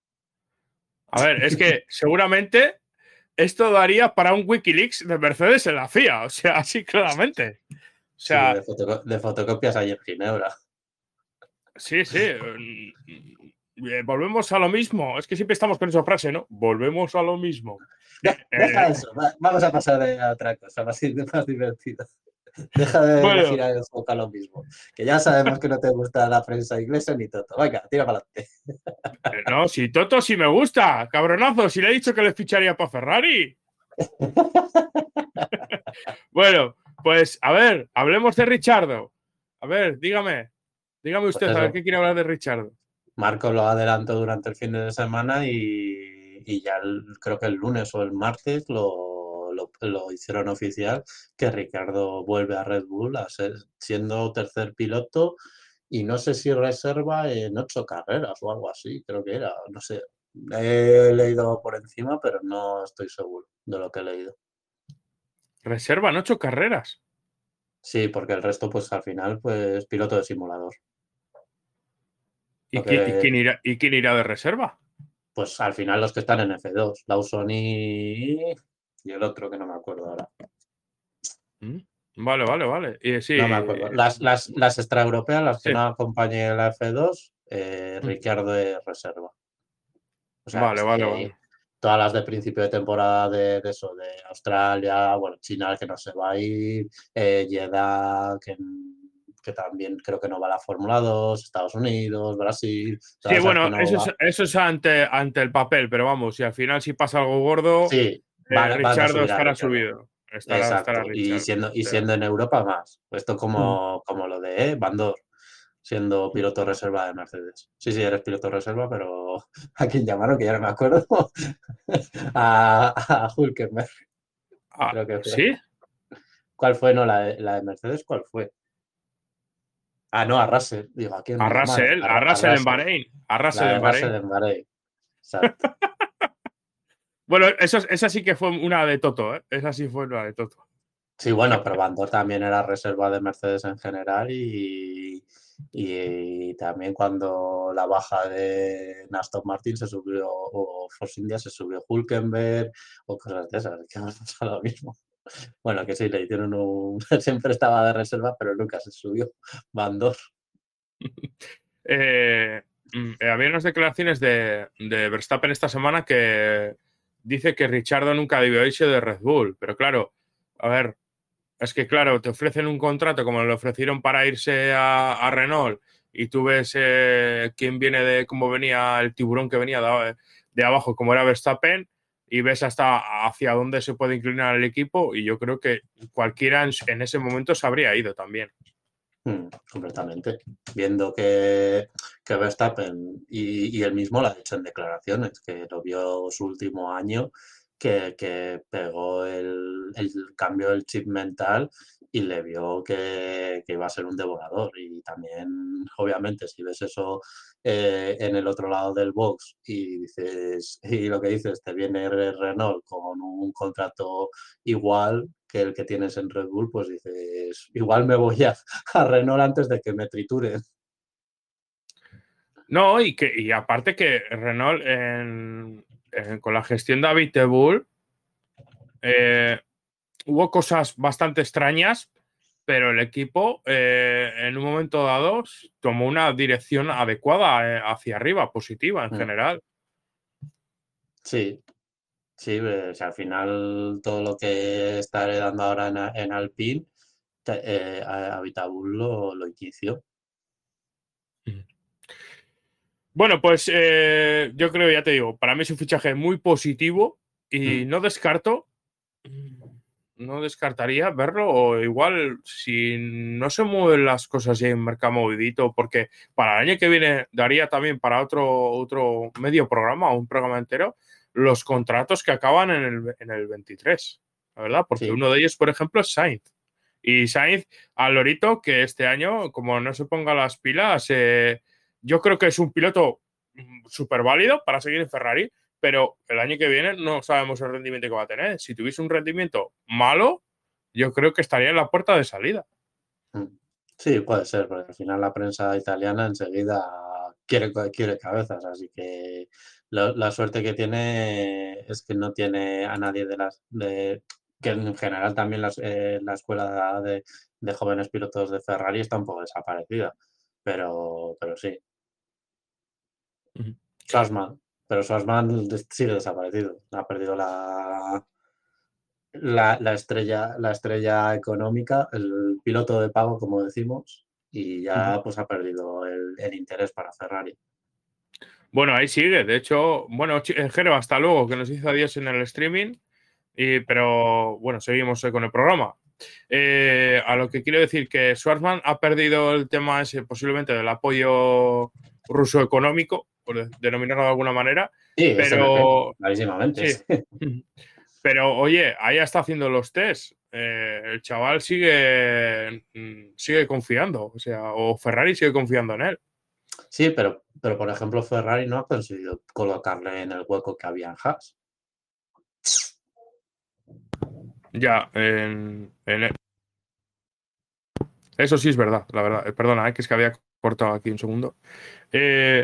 A ver, es que seguramente esto daría para un Wikileaks de Mercedes en la F I A, o sea, así claramente. O Sí, sea, de, fotoco- de fotocopias ahí en Ginebra. sí, sí. eh, eh, volvemos a lo mismo. Es que siempre estamos con esa frase, ¿no? Volvemos a lo mismo. De- Eh, deja eh, eso, va- vamos a pasar a otra cosa más, más divertida. Deja de, de bueno, girar el foco a lo mismo. Que ya sabemos que no te gusta la prensa inglesa ni Toto. Venga, tira para adelante. eh, no, si Toto sí me gusta, cabronazo, si le he dicho que le ficharía para Ferrari. Bueno, pues a ver, hablemos de Richardo. A ver, dígame, dígame Pues usted, a ver eso, qué quiere hablar de Richardo. Marco lo adelantó durante el fin de semana y, y ya el- creo que el lunes o el martes lo, lo- lo hicieron oficial que Ricardo vuelve a Red Bull a ser, siendo tercer piloto y no sé si reserva en ocho carreras o algo así, creo que era, no sé. He leído por encima, pero no estoy seguro de lo que he leído. Reservan ocho carreras. Sí, porque el resto, pues al final, pues piloto de simulador. ¿Y, Lo qui- y que, quién irá, ¿Y quién irá de reserva? pues al final los que están en F dos, Lawson y, y el otro que no me acuerdo ahora. Mm, Vale, vale, vale. Y sí, No me acuerdo. Las, las, las extraeuropeas, las que sí. no acompañe la F dos, eh, Mm, Ricciardo de reserva. O sea, Vale, vale, eh, vale. todas las de principio de temporada de, de eso, de Australia, bueno, China que no se va a ir, eh, Jeddah, que, que también creo que no va a la Fórmula dos, Estados Unidos, Brasil, Sí, todas esas que bueno, no eso va. es, eso es ante, ante el papel, pero vamos, si al final si pasa algo gordo, Sí, eh, van, van a Richardo subir a estará Ricciardo. subido. Estará, estará Exacto. Y Richardo. siendo, O y sea, siendo en Europa más. Esto mm, como, como lo de eh, Bandor, siendo mm. piloto reserva de Mercedes. Sí, sí, eres piloto reserva, pero ¿a quién llamaron? Que ya no me acuerdo. a, a Hülkenberg, Ah, creo que fue. ¿sí? ¿Cuál fue? No, la de, la de Mercedes, ¿cuál fue? Ah, no, a Russell. Digo, ¿a quién A llamaron? Russell, A, a Ru- a Russell en Russell. Bahrein. A La Russell de en Russell Bahrein. en Bahrein. Exacto. Bueno, eso, esa sí que fue una de Toto, ¿eh? Esa sí fue una de Toto. Sí, bueno, pero Bandor también era reserva de Mercedes en general y, y también cuando la baja de Aston Martin se subió, o Force India se subió Hülkenberg o cosas de esas, que nos pasa lo mismo. Bueno, que sí, le hicieron un... Siempre estaba de reserva, pero nunca se subió Bandor. Eh, mm, eh, había unas declaraciones de, de Verstappen esta semana que dice que Richardo nunca debió irse de Red Bull, pero claro, a ver, es que claro, te ofrecen un contrato como le ofrecieron para irse a, a Renault y tú ves eh, quién viene de cómo venía el tiburón que venía de, de abajo, como era Verstappen, y ves hasta hacia dónde se puede inclinar el equipo, y yo creo que cualquiera en, en ese momento se habría ido también. Mm, completamente. Viendo que, que Verstappen, y, y él mismo lo ha dicho en declaraciones, que lo vio su último año, que, que pegó el, el cambio del chip mental y le vio que, que iba a ser un devorador. Y también, obviamente, si ves eso eh, en el otro lado del box y dices, y lo que dices, te viene Renault con un contrato igual que el que tienes en Red Bull, pues dices, igual me voy a, a Renault antes de que me trituren. No, y que y aparte que Renault en, en, con la gestión de Abiteboul eh, hubo cosas bastante extrañas, pero el equipo eh, en un momento dado tomó una dirección adecuada eh, hacia arriba, positiva en Mm. general. Sí, sí, pues, al final todo lo que está heredando ahora en, en Alpine, eh, Abiteboul lo, lo inició. Bueno, pues eh, yo creo, ya te digo, para mí es un fichaje muy positivo y Mm. no descarto, no descartaría verlo, o igual si no se mueven las cosas ya en mercado movidito, porque para el año que viene daría también para otro, otro medio programa o un programa entero los contratos que acaban en el, en el veintitrés, la verdad, porque Sí. uno de ellos, por ejemplo, es Sainz. Y Sainz, al lorito, que este año, como no se ponga las pilas, eh, yo creo que es un piloto súper válido para seguir en Ferrari, pero el año que viene no sabemos el rendimiento que va a tener. Si tuviese un rendimiento malo, yo creo que estaría en la puerta de salida. Sí, puede ser, porque al final la prensa italiana enseguida quiere, quiere cabezas, así que la, la suerte que tiene es que no tiene a nadie de las... De, que en general también las, eh, la escuela de, de jóvenes pilotos de Ferrari está un poco desaparecida, pero, pero sí. Uh-huh. Schwarzman, pero Schwarzman sigue desaparecido, ha perdido la, la, la, estrella, la estrella económica, el piloto de pago, como decimos, y ya Uh-huh. pues ha perdido el, el interés para Ferrari. Bueno, ahí sigue. De hecho, bueno, Jero, hasta luego, que nos dice adiós en el streaming. Y, pero bueno, seguimos con el programa. Eh, a lo que quiero decir que Schwarzman ha perdido el tema ese posiblemente del apoyo ruso económico, por denominarlo de alguna manera. Sí, es M P, Pero clarísimamente. sí. Pero oye, ahí está haciendo los test. Eh, el chaval sigue, sigue confiando. O sea, o Ferrari sigue confiando en él. Sí, pero, pero por ejemplo, Ferrari no ha conseguido colocarle en el hueco que había en Haas. Ya, en, en el... Eso sí es verdad, la verdad. Perdona, eh, que es que había cortado aquí un segundo. Eh,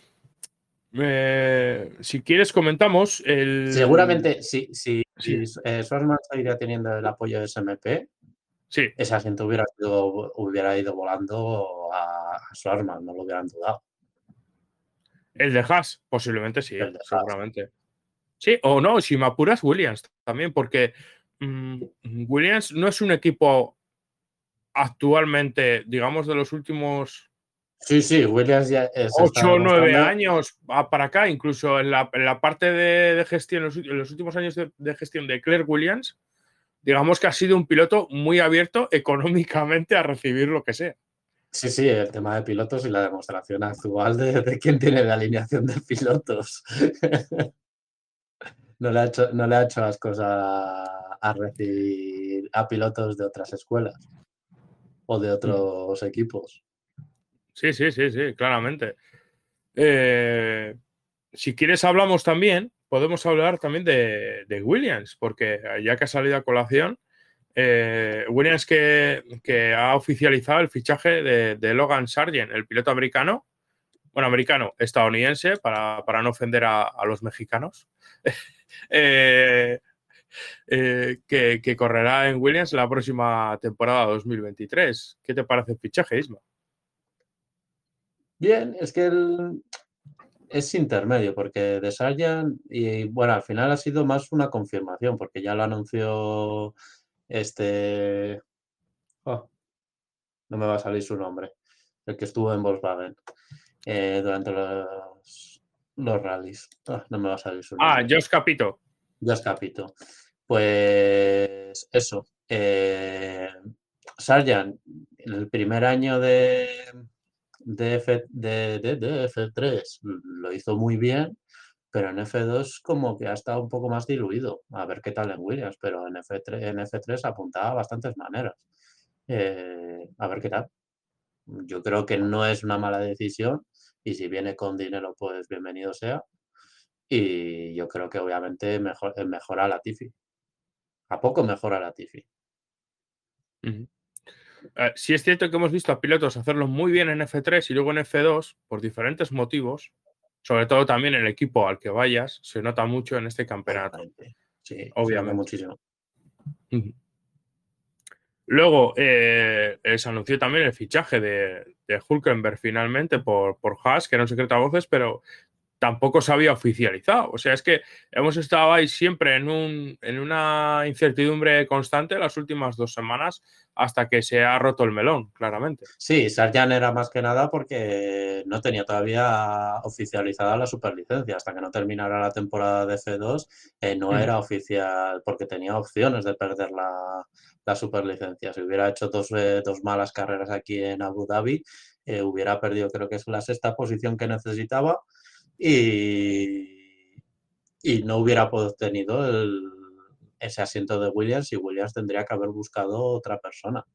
eh, si quieres, comentamos el. Seguramente, si, si, Sí. si eh, Schwarzman seguiría teniendo el apoyo de S M P, Sí. ese asiento hubiera, sido, hubiera ido volando a, a Schwarzman, no lo hubieran dudado. El de Haas, posiblemente sí, El de seguramente. Sí, o no, si me apuras, Williams también, porque mmm, Williams no es un equipo actualmente, digamos, de los últimos Sí, sí, Williams ya eh, se está ocho o nueve demostrando. años para acá, incluso en la, en la parte de, de gestión, en los, en los últimos años de, de gestión de Claire Williams, digamos que ha sido un piloto muy abierto económicamente a recibir lo que sea. Sí, sí, el tema de pilotos y la demostración actual de, de quién tiene la alineación de pilotos. No le ha hecho, no le ha hecho las cosas a, a recibir a pilotos de otras escuelas o de otros mm. equipos. Sí, sí, sí, sí, claramente. Eh, si quieres hablamos también, podemos hablar también de, de Williams, porque ya que ha salido a colación, eh, Williams que, que ha oficializado el fichaje de, de Logan Sargent, el piloto americano, bueno, americano, estadounidense, para, para no ofender a, a los mexicanos, eh, eh, que, que correrá en Williams la próxima temporada dos mil veintitrés. ¿Qué te parece el fichaje, Isma? Bien, es que el, es intermedio, porque de Sargent, y bueno, al final ha sido más una confirmación, porque ya lo anunció este... Oh, no me va a salir su nombre. el que estuvo en Volkswagen eh, durante los, los rallies. Ah, no me va a salir su nombre. Ah, Josh Capito. Josh Capito. Pues eso. Eh, Sargent, el primer año de, de, F, de, de, de F tres lo hizo muy bien, pero en F dos como que ha estado un poco más diluido. A ver qué tal en Williams, pero en F tres, en F tres apuntaba a bastantes maneras. Eh, a ver qué tal. Yo creo que no es una mala decisión y si viene con dinero, pues bienvenido sea. Y yo creo que obviamente mejor, mejora la Latifi. A poco mejora la Latifi. Uh-huh. Eh, sí es cierto que hemos visto a pilotos hacerlo muy bien en F tres y luego en F dos por diferentes motivos. Sobre todo también el equipo al que vayas se nota mucho en este campeonato. Obviamente. Sí, obviamente. se nota muchísimo. Uh-huh. Luego eh, eh, se anunció también el fichaje de, de Hülkenberg finalmente por, por Haas, que era un secreto a voces, pero tampoco se había oficializado. O sea, es que hemos estado ahí siempre en, un, en una incertidumbre constante las últimas dos semanas hasta que se ha roto el melón, claramente. Sí, Sargent era más que nada porque no tenía todavía oficializada la superlicencia. Hasta que no terminara la temporada de F dos, eh, no Mm. era oficial porque tenía opciones de perder la, la superlicencia. Si hubiera hecho dos, eh, dos malas carreras aquí en Abu Dhabi, eh, hubiera perdido, creo que es la sexta posición que necesitaba y, y no hubiera obtenido el, ese asiento de Williams y Williams tendría que haber buscado otra persona.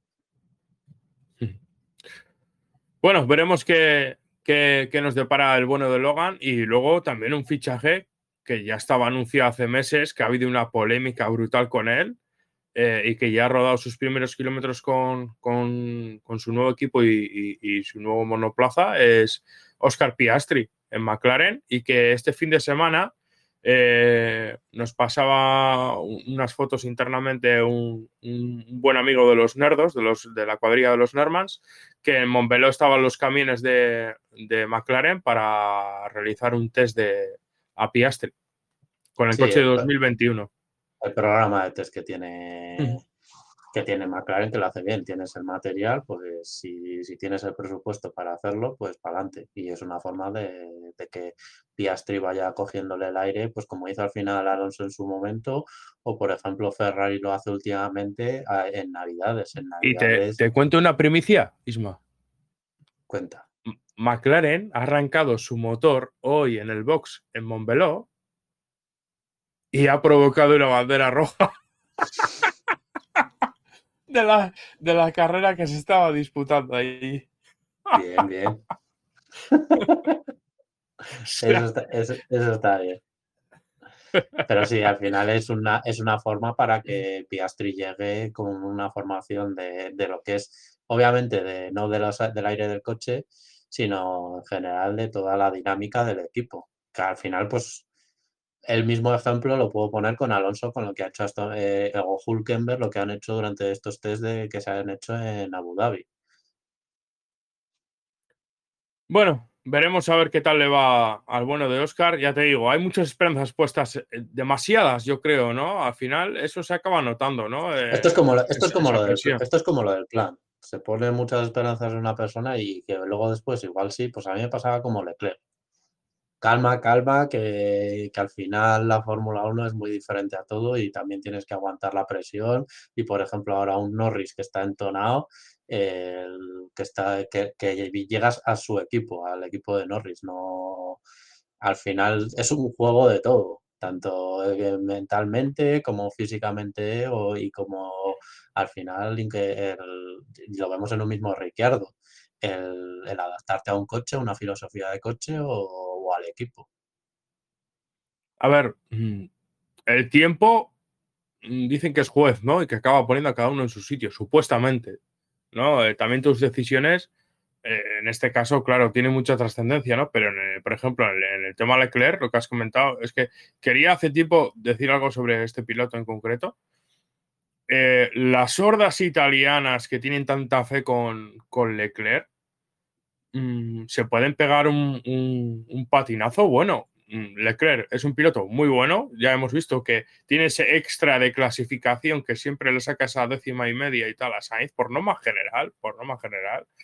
Bueno, veremos qué, qué, qué nos depara el bueno de Logan y luego también un fichaje que ya estaba anunciado hace meses, que ha habido una polémica brutal con él eh, y que ya ha rodado sus primeros kilómetros con, con, con su nuevo equipo y, y, y su nuevo monoplaza, es Oscar Piastri en McLaren y que este fin de semana eh, nos pasaba unas fotos internamente un, un buen amigo de los nerdos, de, los, de la cuadrilla de los Nermans, que en Montmeló estaban los camiones de, de McLaren para realizar un test de a Piastri con el Sí, coche de el, dos mil veintiuno. El programa de test que tiene, Uh-huh. que tiene McLaren, que lo hace bien. Tienes el material, pues si, si tienes el presupuesto para hacerlo, pues para adelante. Y es una forma de, de que Piastri vaya cogiéndole el aire, pues como hizo al final Alonso en su momento, o por ejemplo Ferrari lo hace últimamente en Navidades. En Y te, Navidades, te cuento una primicia, Isma. cuenta. McLaren ha arrancado su motor hoy en el box en Montmeló y ha provocado una bandera roja de la, de la carrera que se estaba disputando ahí. Bien, bien. Eso está, eso, eso está bien. Pero sí, al final es una, es una forma para que Piastri llegue con una formación de, de lo que es, obviamente, de, no de los, del aire del coche, sino en general de toda la dinámica del equipo. Que al final, pues, el mismo ejemplo lo puedo poner con Alonso, con lo que ha hecho hasta, eh, o Hülkenberg, lo que han hecho durante estos test de, que se han hecho en Abu Dhabi. Bueno, veremos a ver qué tal le va al bueno de Oscar. Ya te digo, hay muchas esperanzas puestas, demasiadas, yo creo, ¿no? Al final eso se acaba notando, ¿no? Eh, Esto es como, lo, esto es como esa lo del, presión. esto es como lo del plan. Se pone muchas esperanzas en una persona y que luego después igual sí, pues a mí me pasaba como Leclerc. Calma, calma, que, que al final la Fórmula uno es muy diferente a todo y también tienes que aguantar la presión. Y por ejemplo, ahora un Norris que está entonado, eh, que, está, que, que llegas a su equipo, al equipo de Norris. No, al final es un juego de todo, tanto eh, mentalmente como físicamente o, y como al final el, lo vemos en un mismo Ricciardo. El, el adaptarte a un coche, a una filosofía de coche o, o al equipo. A ver, el tiempo dicen que es juez, ¿no? Y que acaba poniendo a cada uno en su sitio, supuestamente, ¿no? Eh, también tus decisiones, eh, en este caso, claro, tienen mucha trascendencia, ¿no? Pero, en el, por ejemplo, en el, en el tema Leclerc, lo que has comentado, es que quería hace tiempo decir algo sobre este piloto en concreto. Eh, las hordas italianas que tienen tanta fe con, con Leclerc mmm, se pueden pegar un, un, un patinazo bueno. Leclerc es un piloto muy bueno, ya hemos visto que tiene ese extra de clasificación que siempre le saca esa décima y media y tal a Sainz por norma general, por norma general.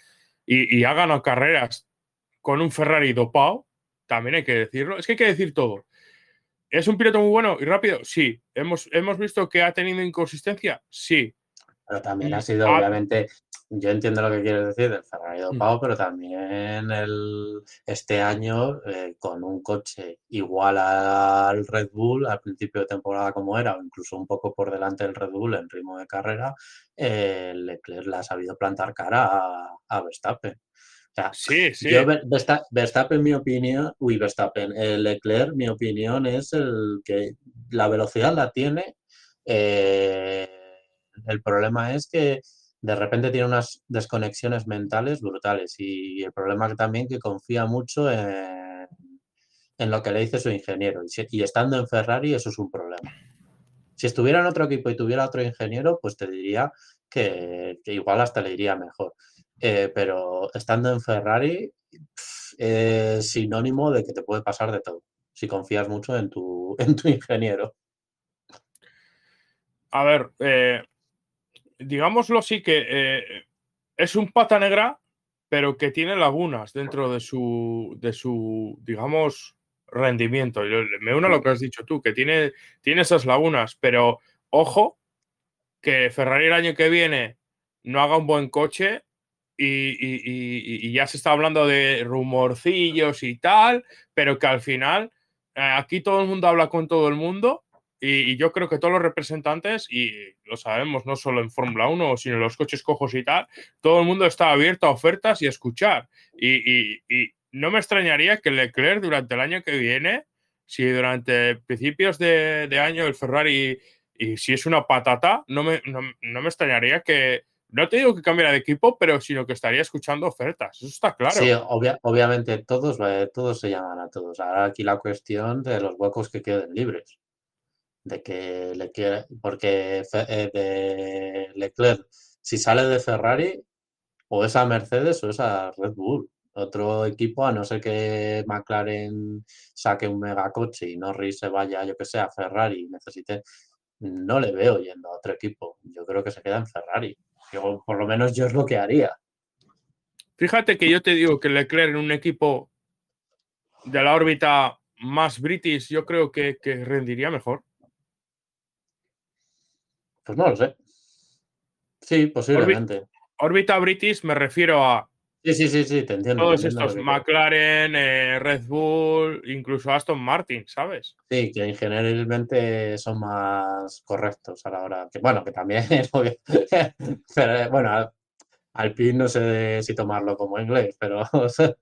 y, y ha ganado carreras con un Ferrari dopado, también hay que decirlo. Es que hay que decir todo. ¿Es un piloto muy bueno y rápido? Sí. ¿Hemos, hemos visto que ha tenido inconsistencia? Sí. Pero también Mm, ha sido, ha- obviamente, yo entiendo lo que quieres decir del Ferrari mm. dopado, pero también el, este año, eh, con un coche igual al Red Bull al principio de temporada como era, o incluso un poco por delante del Red Bull en ritmo de carrera, eh, Leclerc le ha sabido plantar cara a, a Verstappen. O sea, Sí, yo sí. Ver- Versta- Verstappen, mi opinión, uy, Verstappen, eh, Leclerc, mi opinión es el que la velocidad la tiene. eh, el problema es que de repente tiene unas desconexiones mentales brutales y el problema que también que confía mucho en, en lo que le dice su ingeniero y, si- y estando en Ferrari eso es un problema. Si estuviera en otro equipo y tuviera otro ingeniero, pues te diría que, que igual hasta le iría mejor. Eh, pero estando en Ferrari pf, es sinónimo de que te puede pasar de todo si confías mucho en tu, en tu ingeniero. A ver, eh, digámoslo sí que eh, es un pata negra, pero que tiene lagunas dentro de su, de su, digamos, rendimiento. Yo- me uno a lo que has dicho tú, que tiene, tiene esas lagunas, pero ojo, que Ferrari el año que viene no haga un buen coche y, y- y- y ya se está hablando de rumorcillos y tal, pero que al final eh, aquí todo el mundo habla con todo el mundo y, y yo creo que todos los representantes, y lo sabemos no solo en Fórmula uno, sino en los coches cojos y tal, todo el mundo está abierto a ofertas y a escuchar. Y, y- y no me extrañaría que Leclerc durante el año que viene, si durante principios de, de año el Ferrari y si es una patata, no me, no, no me extrañaría que, no te digo que cambiara de equipo, pero sino que estaría escuchando ofertas. Eso está Sí, claro. obvia- obviamente todos, eh, todos se llaman a todos. Ahora aquí la cuestión de los huecos que queden libres. De que le quiere, porque Fe- eh, de Leclerc, si sale de Ferrari, o es a Mercedes o es a Red Bull. Otro equipo, a no ser que McLaren saque un megacoche y Norris se vaya, yo que sé, a Ferrari y necesite, no le veo yendo a otro equipo. Yo creo que se queda en Ferrari. Yo, por lo menos yo es lo que haría. Fíjate que yo te digo que Leclerc en un equipo de la órbita más British, yo creo que, que rendiría mejor. Pues no lo sé. Sí, Orbi- posiblemente. órbita British me refiero a Sí, sí, sí, sí, te entiendo, te todos entiendo lo estos que quieres. McLaren, eh, Red Bull, incluso Aston Martin, ¿sabes? Sí, que generalmente son más correctos a la hora. Que, bueno, que también, obvio, pero eh, bueno, al- Alpine no sé si tomarlo como inglés, pero o sea,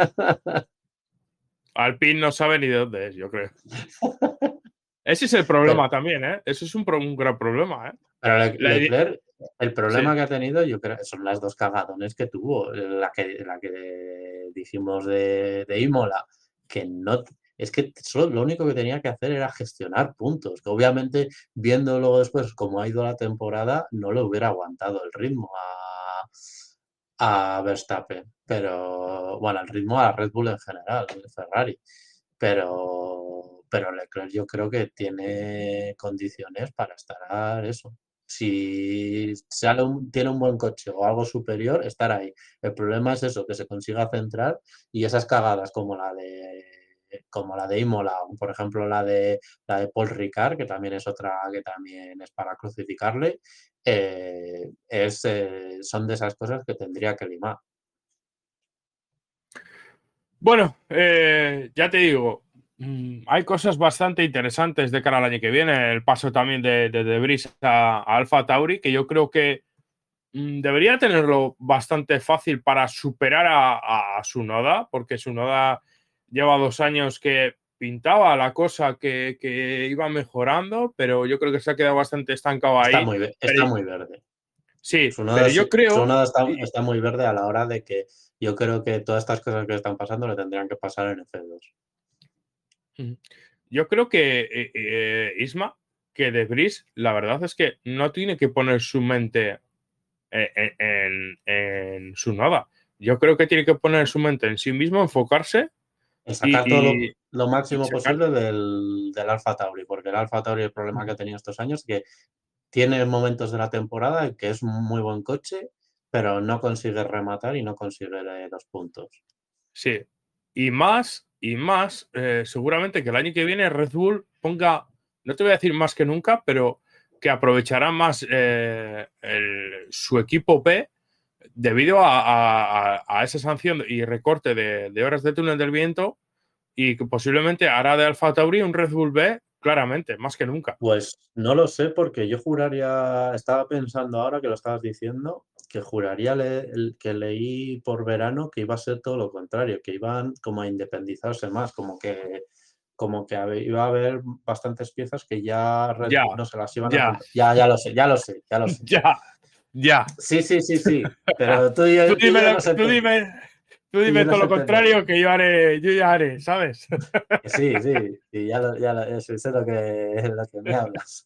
Alpine no sabe ni de dónde es, yo creo. Ese es el pero, problema también, ¿eh? Eso es un, pro- un gran problema, ¿eh? pero Le- La ide- Leclerc, el problema sí. que ha tenido, yo creo, son las dos cagadones que tuvo. La que, la que dijimos de, de Imola, que no, es que solo lo único que tenía que hacer era gestionar puntos, que obviamente viéndolo después cómo ha ido la temporada, no le hubiera aguantado el ritmo a, a Verstappen, pero bueno, el ritmo a Red Bull en general, el Ferrari, pero, pero Leclerc yo creo que tiene condiciones para estar eso. Si sale un- tiene un buen coche o algo superior, estar ahí. El problema es eso, que se consiga centrar y esas cagadas como la de como la de Imola, o por ejemplo la de la de Paul Ricard, que también es otra que también es para crucificarle, eh, es, eh, son de esas cosas que tendría que limar. Bueno, eh, ya te digo, mm, hay cosas bastante interesantes de cara al año que viene. El paso también de, de, de Brice a, a Alfa Tauri, que yo creo que mm, debería tenerlo bastante fácil para superar a, a Tsunoda, porque Tsunoda lleva dos años que pintaba la cosa que, que iba mejorando, pero yo creo que se ha quedado bastante estancado Está ahí. muy, ve- está Pero muy verde. sí, Tsunoda, pero yo sí- creo, Tsunoda está, y- está muy verde a la hora de que yo creo que todas estas cosas que están pasando le tendrían que pasar en F dos. yo creo que eh, eh, Isma, que De Vries, la verdad es que no tiene que poner su mente en, en, en su nada. Yo creo que tiene que poner su mente en sí mismo, enfocarse En sacar todo y, lo, y, lo y máximo sacar. posible del, del Alfa Tauri, porque el Alfa Tauri, el problema que ha tenido estos años es que tiene momentos de la temporada en que es un muy buen coche pero no consigue rematar y no consigue los puntos. Sí, y más, y más, eh, seguramente que el año que viene Red Bull ponga, no te voy a decir más que nunca, pero que aprovechará más eh, el, su equipo P debido a, a, a, esa sanción y recorte de, de horas de túnel del viento, y que posiblemente hará de Alfa Tauri un Red Bull B claramente, más que nunca. Pues no lo sé, porque yo juraría, estaba pensando ahora que lo estabas diciendo, que juraría le, que leí por verano que iba a ser todo lo contrario, que iban como a independizarse más, como que como que iba a haber bastantes piezas que ya Red ya, Bull no se las iban ya. a comprar. Ya, ya lo sé, ya lo sé, ya lo sé. Ya, ya. Sí, sí, sí, sí. Pero tú y yo, tú tú y dime, yo lo, nos tú dime, tú dime todo lo contrario que yo haré, yo ya haré, ¿sabes? Sí, sí, sí, ya lo, ya lo, sé lo que, lo que me hablas.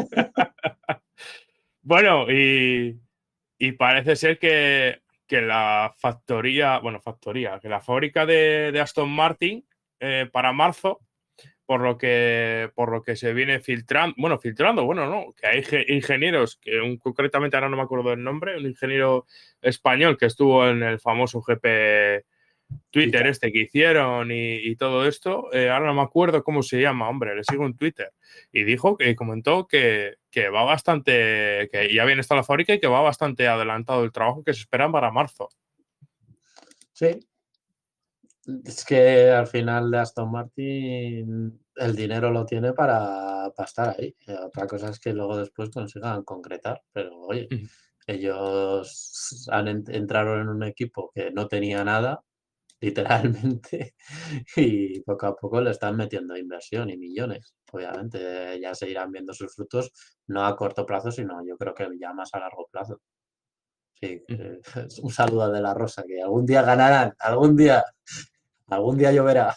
Bueno, y, y parece ser que, que la factoría, bueno, factoría, que la fábrica de, de Aston Martin eh, para marzo, por lo que por lo que se viene filtrando, bueno, filtrando, bueno, no, que hay ingenieros, que un, concretamente ahora no me acuerdo del nombre, un ingeniero español que estuvo en el famoso G P Twitter este que hicieron y, y todo esto, eh, ahora no me acuerdo cómo se llama, hombre, le sigo en Twitter, y dijo que comentó que, que va bastante, que ya bien está la fábrica y que va bastante adelantado el trabajo que se espera para marzo. Sí. Es que al final de Aston Martin el dinero lo tiene para, para estar ahí. Otra cosa es que luego después consigan concretar, pero oye, uh-huh. ellos han ent entraron en un equipo que no tenía nada, literalmente, y poco a poco le están metiendo inversión y millones. Obviamente ya se irán viendo sus frutos, no a corto plazo, sino yo creo que ya más a largo plazo. Sí, uh-huh. Un saludo a De La Rosa, que algún día ganarán, algún día. Algún día lloverá.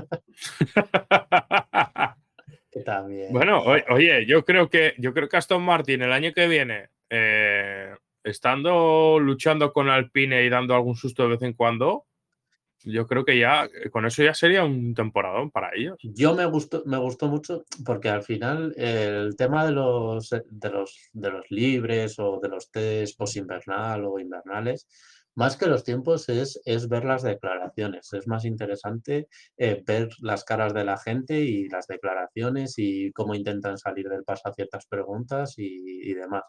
Que también. Bueno, oye, yo creo que yo creo que Aston Martin el año que viene, eh, estando luchando con Alpine y dando algún susto de vez en cuando, yo creo que ya con eso ya sería un temporadón para ellos. Yo me gustó, me gustó mucho porque al final el tema de los de los de los libres o de los test post-invernal o invernales, más que los tiempos es, es ver las declaraciones. Es más interesante eh, ver las caras de la gente y las declaraciones y cómo intentan salir del paso a ciertas preguntas y, y demás.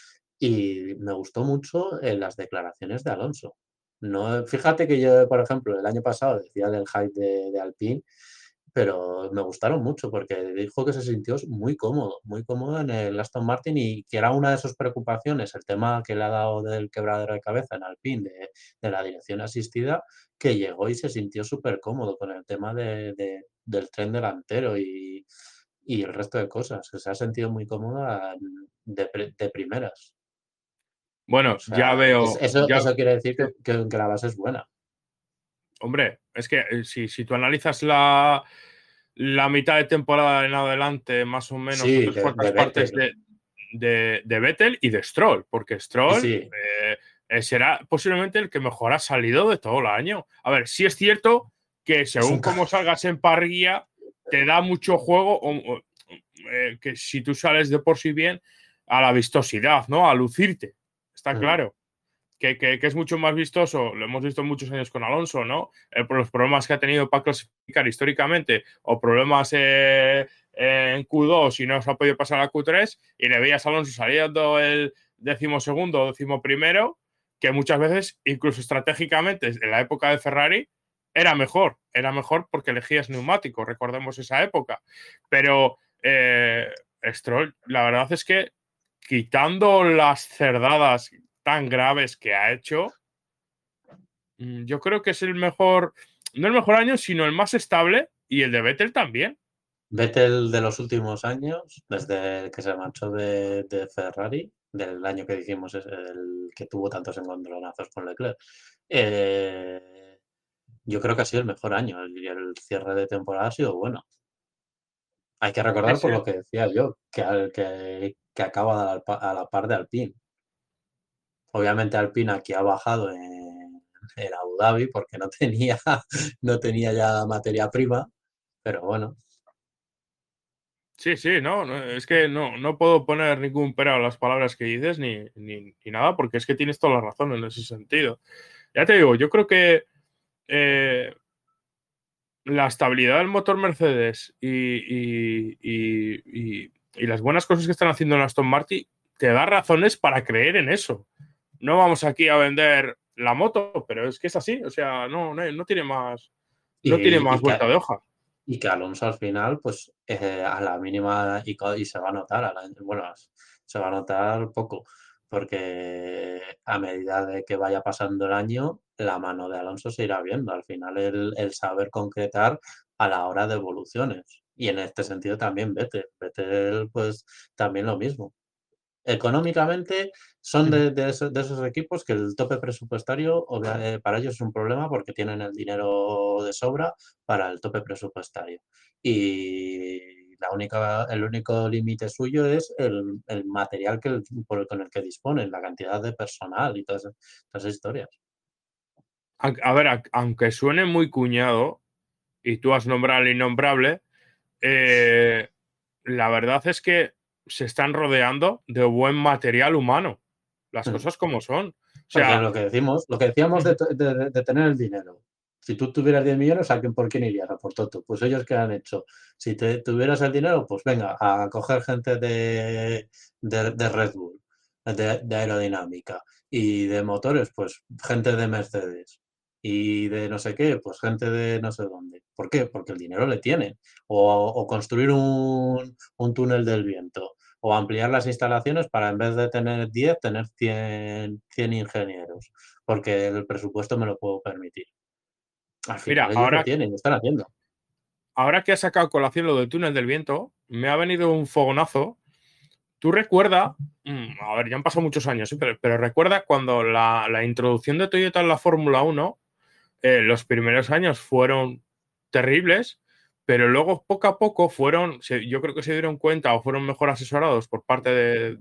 Y me gustó mucho eh, las declaraciones de Alonso. No, fíjate que yo, por ejemplo, el año pasado decía del hype de, de Alpine, pero me gustaron mucho porque dijo que se sintió muy cómodo, muy cómodo en el Aston Martin y que era una de sus preocupaciones, el tema que le ha dado del quebradero de cabeza en Alpine, de, de la dirección asistida, que llegó y se sintió súper cómodo con el tema de, de, del tren delantero y, y el resto de cosas. Se ha sentido muy cómoda de, de primeras. Bueno, o sea, ya veo... Eso, ya... eso quiere decir que, que, que la base es buena. Hombre, es que si, si tú analizas la, la mitad de temporada en adelante, más o menos, sí, o tres cuartas partes de, de, de Vettel y de Stroll, porque Stroll sí. eh, será posiblemente el que mejor ha salido de todo el año. A ver, sí es cierto que según cómo salgas en parrilla, te da mucho juego, o, o, eh, que si tú sales de por sí bien, a la vistosidad, ¿no? A lucirte, está mm. claro. Que, que, que es mucho más vistoso, lo hemos visto muchos años con Alonso, ¿no? Eh, por los problemas que ha tenido para clasificar históricamente o problemas eh, en Q dos y no se ha podido pasar a Q tres y le veías a Alonso saliendo el decimosegundo o decimoprimero, que muchas veces, incluso estratégicamente, en la época de Ferrari, era mejor, era mejor porque elegías neumáticos, recordemos esa época. Pero eh, Stroll, la verdad es que quitando las cerdadas tan graves que ha hecho, yo creo que es el mejor, no el mejor año, sino el más estable, y el de Vettel también. Vettel de los últimos años, desde que se marchó de, de Ferrari, del año que dijimos es el que tuvo tantos encontronazos con Leclerc, eh, yo creo que ha sido el mejor año y el cierre de temporada ha sido bueno. Hay que recordar, por lo que decía yo, que, que, que acaba a la, a la par de Alpine. Obviamente Alpine aquí ha bajado en, en Abu Dhabi porque no tenía, no tenía ya materia prima, pero bueno. Sí, sí, no, no, es que no, no puedo poner ningún pero a las palabras que dices ni, ni, ni nada, porque es que tienes toda la razón en ese sentido. Ya te digo, yo creo que eh, la estabilidad del motor Mercedes y, y, y, y, y las buenas cosas que están haciendo en Aston Martin te da razones para creer en eso. No vamos aquí a vender la moto, pero es que es así, o sea, no, no, no tiene más, no tiene Y, más y que, vuelta de hoja. y que Alonso al final, pues eh, a la mínima, y, co- y se va a notar, a la- bueno, se va a notar poco, porque a medida de que vaya pasando el año, la mano de Alonso se irá viendo. Al final, el, el saber concretar a la hora de evoluciones. Y en este sentido también Vettel. Vettel, pues también lo mismo. Económicamente son de, de esos, de esos equipos que el tope presupuestario obvia- eh, para ellos es un problema porque tienen el dinero de sobra para el tope presupuestario. Y la única, el único límite suyo es el, el material que el- por el- con el que disponen, la cantidad de personal y todas, todas esas historias. A, a ver, a- aunque suene muy cuñado, y tú has nombrado al innombrable, eh, la verdad es que se están rodeando de buen material humano. Las cosas como son. O Porque sea, lo que decimos, lo que decíamos de, de- de tener el dinero. Si tú tuvieras diez millones, ¿a quién, por quién irías? A por Toto. Pues ellos qué han hecho. Si te, tuvieras el dinero, pues venga, a coger gente de, de, de Red Bull, de, de aerodinámica. Y de motores, pues gente de Mercedes. Y de no sé qué, pues gente de no sé dónde. ¿Por qué? Porque el dinero le tienen. O, o construir un, un túnel del viento o ampliar las instalaciones para en vez de tener diez, tener cien, cien ingenieros, porque el presupuesto me lo puedo permitir. Al mira, final ellos lo ahora, tienen, lo están haciendo. ahora que has sacado a colación lo del túnel del viento, me ha venido un fogonazo. ¿Tú recuerdas? mm, A ver, ya han pasado muchos años, ¿sí? pero, pero recuerda cuando la, la introducción de Toyota en la Fórmula uno, eh, los primeros años fueron terribles, pero luego poco a poco fueron, se- yo creo que se dieron cuenta o fueron mejor asesorados por parte de,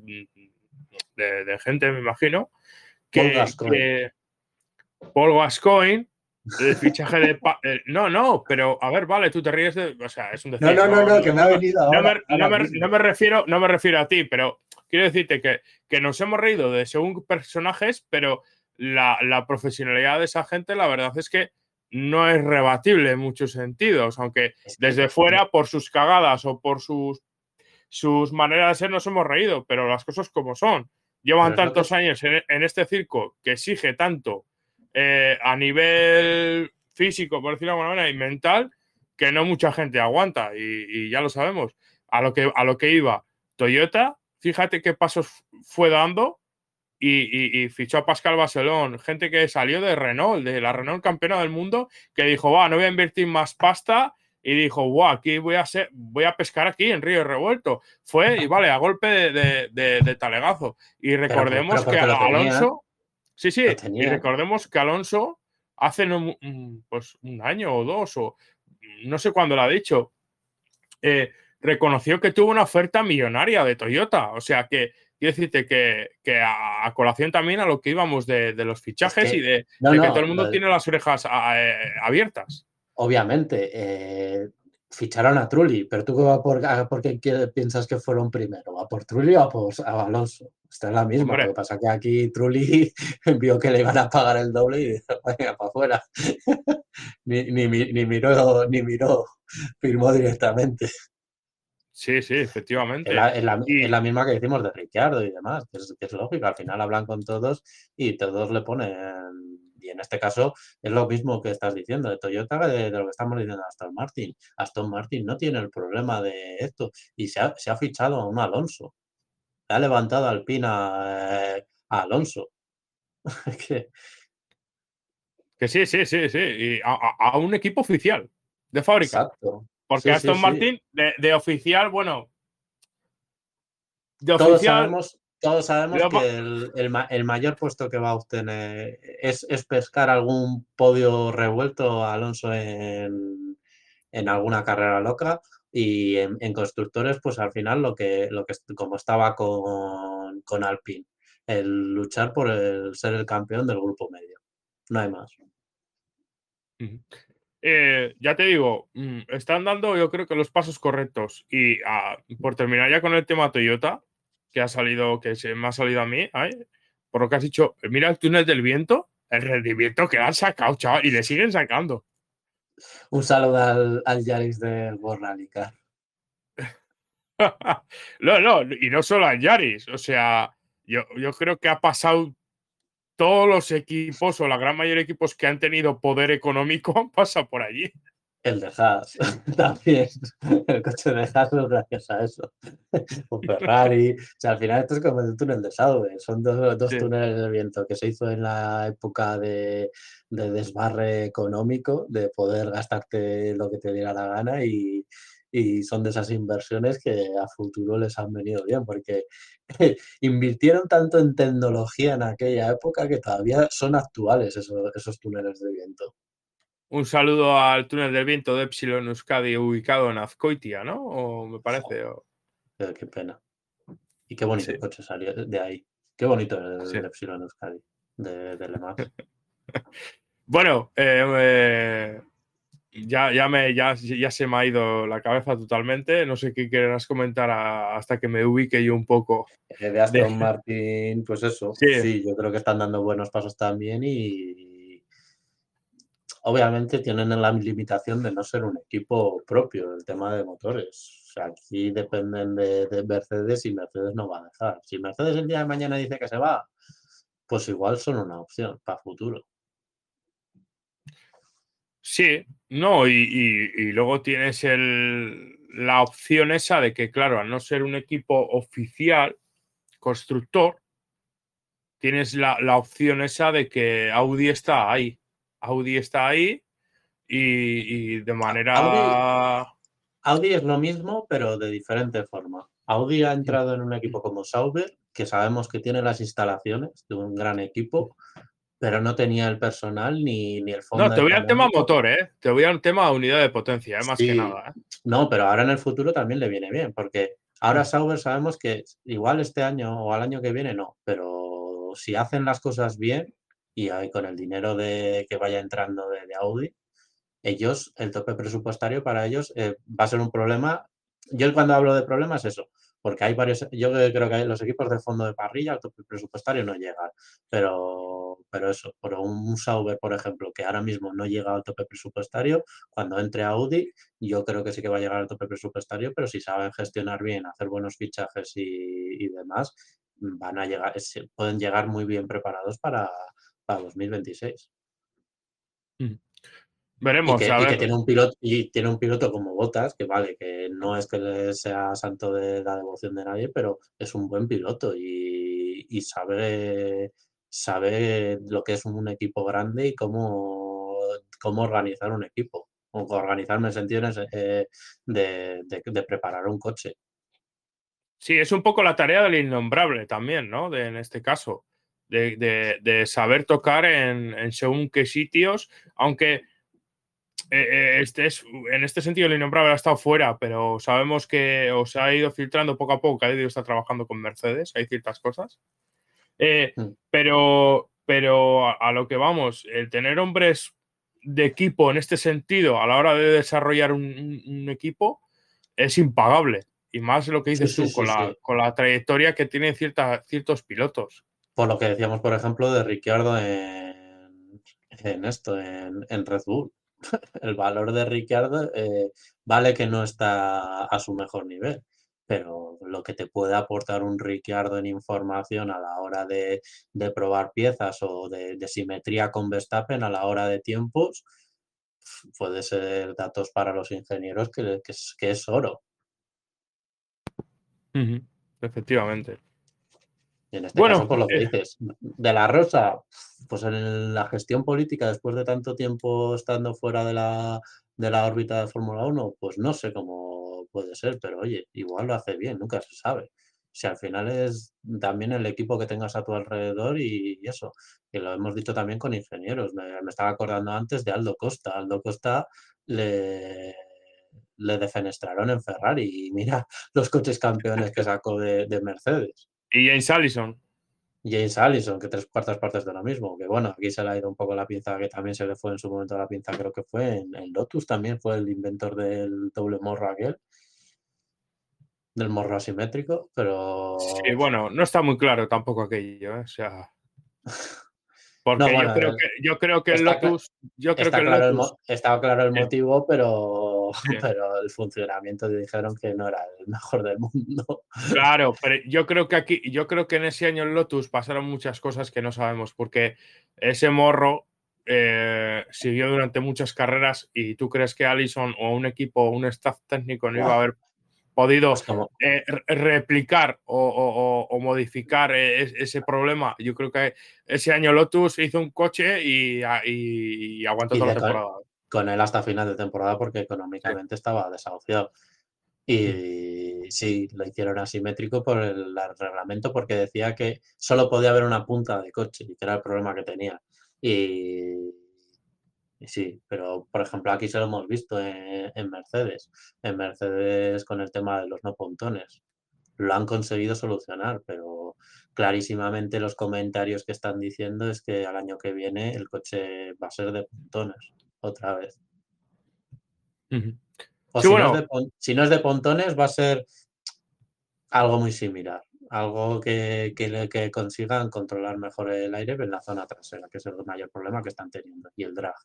de- de gente, me imagino, Paul que, Gascoigne. que Paul Gascoigne, el fichaje de... Pa- eh, no, no, pero a ver, vale, tú te ríes de... O sea, es un No, decir, no, no, no, no, no, que me ha no, me, venido no, ahora, me, no ahora me- no mismo. me refiero, no me refiero a ti, pero quiero decirte que, que nos hemos reído de según personajes, pero la, la profesionalidad de esa gente, la verdad es que no es rebatible en muchos sentidos, aunque Es que, desde fuera, por sus cagadas o por sus, sus maneras de ser, nos hemos reído, pero las cosas como son. Llevan pero es lo que tantos es, años en, en este circo que exige tanto eh, a nivel físico, por decirlo de alguna manera, y mental, que no mucha gente aguanta, y, y ya lo sabemos. A lo, que, a lo que iba Toyota, fíjate qué pasos fue dando y, y, y fichó a Pascal Baselón, gente que salió de Renault, de la Renault campeona del mundo, que dijo, va, no voy a invertir más pasta, y dijo, guau, aquí voy a ser, voy a pescar aquí en Río Revuelto. Fue, y vale, a golpe de, de, de, de talegazo. Y pero, por- pero recordemos que porque lo tenían, Alonso, sí, lo sí, y tenían. recordemos que Alonso hace no, pues, un año o dos, o no sé cuándo lo ha dicho, eh, reconoció que tuvo una oferta millonaria de Toyota. O sea que, quiero decirte que, que a, a, colación también a lo que íbamos de, de los Es fichajes y que, de, no, de, que todo no, el mundo lo, tiene las orejas a, a, abiertas. obviamente, eh, ficharon a Trulli, pero tú va por, a por quién quiere- piensas que fueron primero, ¿a por Trulli o a por a Alonso? Esta es la misma, lo Hombre, que pasa que aquí Trulli vio que le iban a pagar el doble y dijo, venga, para afuera. Ni, ni, mi- ni miró, ni miró, firmó directamente. sí, sí, Es efectivamente. la, es la- es Y la misma que decimos de Ricciardo y demás, que es, que es lógico, al final hablan con todos y todos le ponen, y en este caso es lo mismo que estás diciendo de Toyota de, de lo que estamos diciendo de Aston Martin. Aston Martin no tiene el problema de esto y se ha, se ha fichado a un Alonso, se ha levantado Alpine a, eh, a Alonso. Es que, que sí, sí, sí, sí. Y a, a, a un equipo oficial de fábrica. exacto, Porque sí, sí, Aston sí. Martin, de, de oficial, bueno, de Todos oficial. sabemos, todos sabemos De, que el, el ma- el mayor puesto que va a obtener es, es pescar algún podio revuelto a Alonso en, en alguna carrera loca y en, en constructores, pues al final lo que, lo que como estaba con, con Alpine, el luchar por el ser el campeón del grupo medio. No hay más. Eh, ya te digo, mm, están dando yo creo que los pasos correctos. Y ah, por terminar ya con el tema Toyota, que ha salido, que se me ha salido a mí, ay, por lo que has dicho, mira el túnel del viento, el rendimiento que han sacado, chaval, y le siguen sacando. Un saludo al, al Yaris del World Rally Car. No, no, y no solo a Yaris, o sea, yo, yo creo que ha pasado todos los equipos o la gran mayoría de equipos que han tenido poder económico han pasado por allí. El de Haas también. El coche de Haas es gracias a eso. Un Ferrari. O sea, al final esto es como el túnel de Sauber. Son dos, dos Sí. túneles de viento que se hizo en la época de, de desbarre económico, de poder gastarte lo que te diera la gana y, y son de esas inversiones que a futuro les han venido bien porque invirtieron tanto en tecnología en aquella época que todavía son actuales esos, esos túneles de viento. Un saludo al túnel del viento de Epsilon Euskadi ubicado en Azkoitia, ¿no? O me parece. O... Pero qué pena. Y qué bonito Sí, el coche salió de ahí. Qué bonito sí. el Epsilon Euskadi de, de Le Mans. Bueno, eh, eh, ya, ya, me, ya, ya se me ha ido la cabeza totalmente. No sé qué querrás comentar a- hasta que me ubique yo un poco. Eh, de De... Aston Martin, pues eso, Sí, sí, yo creo que están dando buenos pasos también y obviamente tienen la limitación de no ser un equipo propio, el tema de motores. O sea, aquí dependen de, de Mercedes y Mercedes no va a dejar. Si Mercedes el día de mañana dice que se va, pues igual son una opción para futuro. sí, no, y, y- y luego tienes el, la opción esa de que, claro, al no ser un equipo oficial, constructor, tienes la, la opción esa de que Audi está ahí. Audi está ahí y, y de Audi, manera... Audi es lo mismo, pero de diferente forma. Audi ha entrado en un equipo como Sauber, que sabemos que tiene las instalaciones de un gran equipo, pero no tenía el personal ni, ni el No, fondo te voy al tema económico. motor, ¿eh? Te voy al tema unidad de potencia, ¿eh? Más que Sí, nada, ¿eh? no, pero ahora en el futuro también le viene bien, porque ahora Sauber sabemos que igual este año o al año que viene no, pero si hacen las cosas bien y ahí con el dinero de que vaya entrando de, de Audi, ellos, el tope presupuestario para ellos eh, va a ser un problema. Yo cuando hablo de problemas es eso, porque hay varios, yo creo que hay los equipos de fondo de parrilla, el tope presupuestario no llegan, pero, pero eso, por un Sauber, por ejemplo, que ahora mismo no llega al tope presupuestario, cuando entre Audi, yo creo que sí que va a llegar al tope presupuestario, pero si saben gestionar bien, hacer buenos fichajes y, y demás, van a llegar, pueden llegar muy bien preparados para, para dos mil veintiséis. Mm. Y Veremos, que, a y que ver. tiene un piloto, y tiene un piloto como Bottas, que vale, que no es que le sea santo de la devoción de nadie, pero es un buen piloto y, y sabe, sabe lo que es un equipo grande y cómo, cómo organizar un equipo. O organizarme en sentido eh, de, de, de preparar un coche. Sí, es un poco la tarea del innombrable también, ¿no? De, en este caso, de, de- de saber tocar en, en según qué sitios, aunque eh, eh, este es, en este sentido el innombrable ha estado fuera, pero sabemos que os ha ido filtrando poco a poco, que ha ido está trabajando con Mercedes, hay ciertas cosas. Eh, Mm. pero, pero a, a lo que vamos, el tener hombres de equipo en este sentido a la hora de desarrollar un, un- un equipo es impagable. Y más lo que Sí, dices sí, tú, sí, con la, sí. con la trayectoria que tienen cierta- ciertos pilotos. Por lo que decíamos, por ejemplo, de Ricciardo en, en esto, en, en Red Bull. El valor de Ricciardo eh, vale que no está a su mejor nivel, pero lo que te puede aportar un Ricciardo en información a la hora de, de probar piezas o de, de simetría con Verstappen a la hora de tiempos, puede ser datos para los ingenieros que, que es, que es oro. Ujú, efectivamente. Y en este caso, Bueno, por lo que eh, dices, de la Rosa, pues en la gestión política, después de tanto tiempo estando fuera de la, de la órbita de Fórmula Uno, pues no sé cómo puede ser, pero oye, igual lo hace bien, nunca se sabe. Si al final es también el equipo que tengas a tu alrededor y, y eso, que lo hemos dicho también con ingenieros. Me, me estaba acordando antes de Aldo Costa. Aldo Costa le, le defenestraron en Ferrari y mira los coches campeones que sacó de, de Mercedes. y James Allison. James Allison, que tres cuartas partes de lo mismo. Que bueno, aquí se le ha ido un poco la pinza, que también se le fue en su momento la pinza, creo que fue en, en Lotus también, fue el inventor del doble morro aquel, del morro asimétrico, Sí, pero bueno, no está muy claro tampoco aquello, ¿eh? O sea, no, porque yo bueno, creo el- que, yo creo que el está, cla- Lotus, yo creo que está el claro el, Lotus, mo- está claro el sí, motivo, pero, sí. pero el funcionamiento dijeron que no era el mejor del mundo. Claro, pero yo creo que aquí, yo creo que en ese año en Lotus pasaron muchas cosas que no sabemos, porque ese morro eh, siguió durante muchas carreras y tú crees que Allison o un equipo o un staff técnico no iba a Buah, haber podido pues como, eh, re- replicar o, o- o- o modificar eh, es- ese problema. Yo creo que ese año Lotus hizo un coche y, a- y- y aguantó y toda de, la con, temporada. con él hasta final de temporada porque Sí. económicamente estaba desahuciado. Mm. Y sí, lo hicieron asimétrico por el, el reglamento porque decía que solo podía haber una punta de coche y que era el problema que tenía. Y, y sí, pero por ejemplo aquí se lo hemos visto en, en Mercedes. En Mercedes con el tema de los no pontones. Lo han conseguido solucionar, pero clarísimamente los comentarios que están diciendo es que al año que viene el coche va a ser de pontones, otra vez. Ujú. O Sí, si no es bueno, de, pon- si no es de pontones, va a ser algo muy similar. Algo que, que, le- que consigan controlar mejor el aire en la zona trasera, que es el mayor problema que están teniendo, y el drag.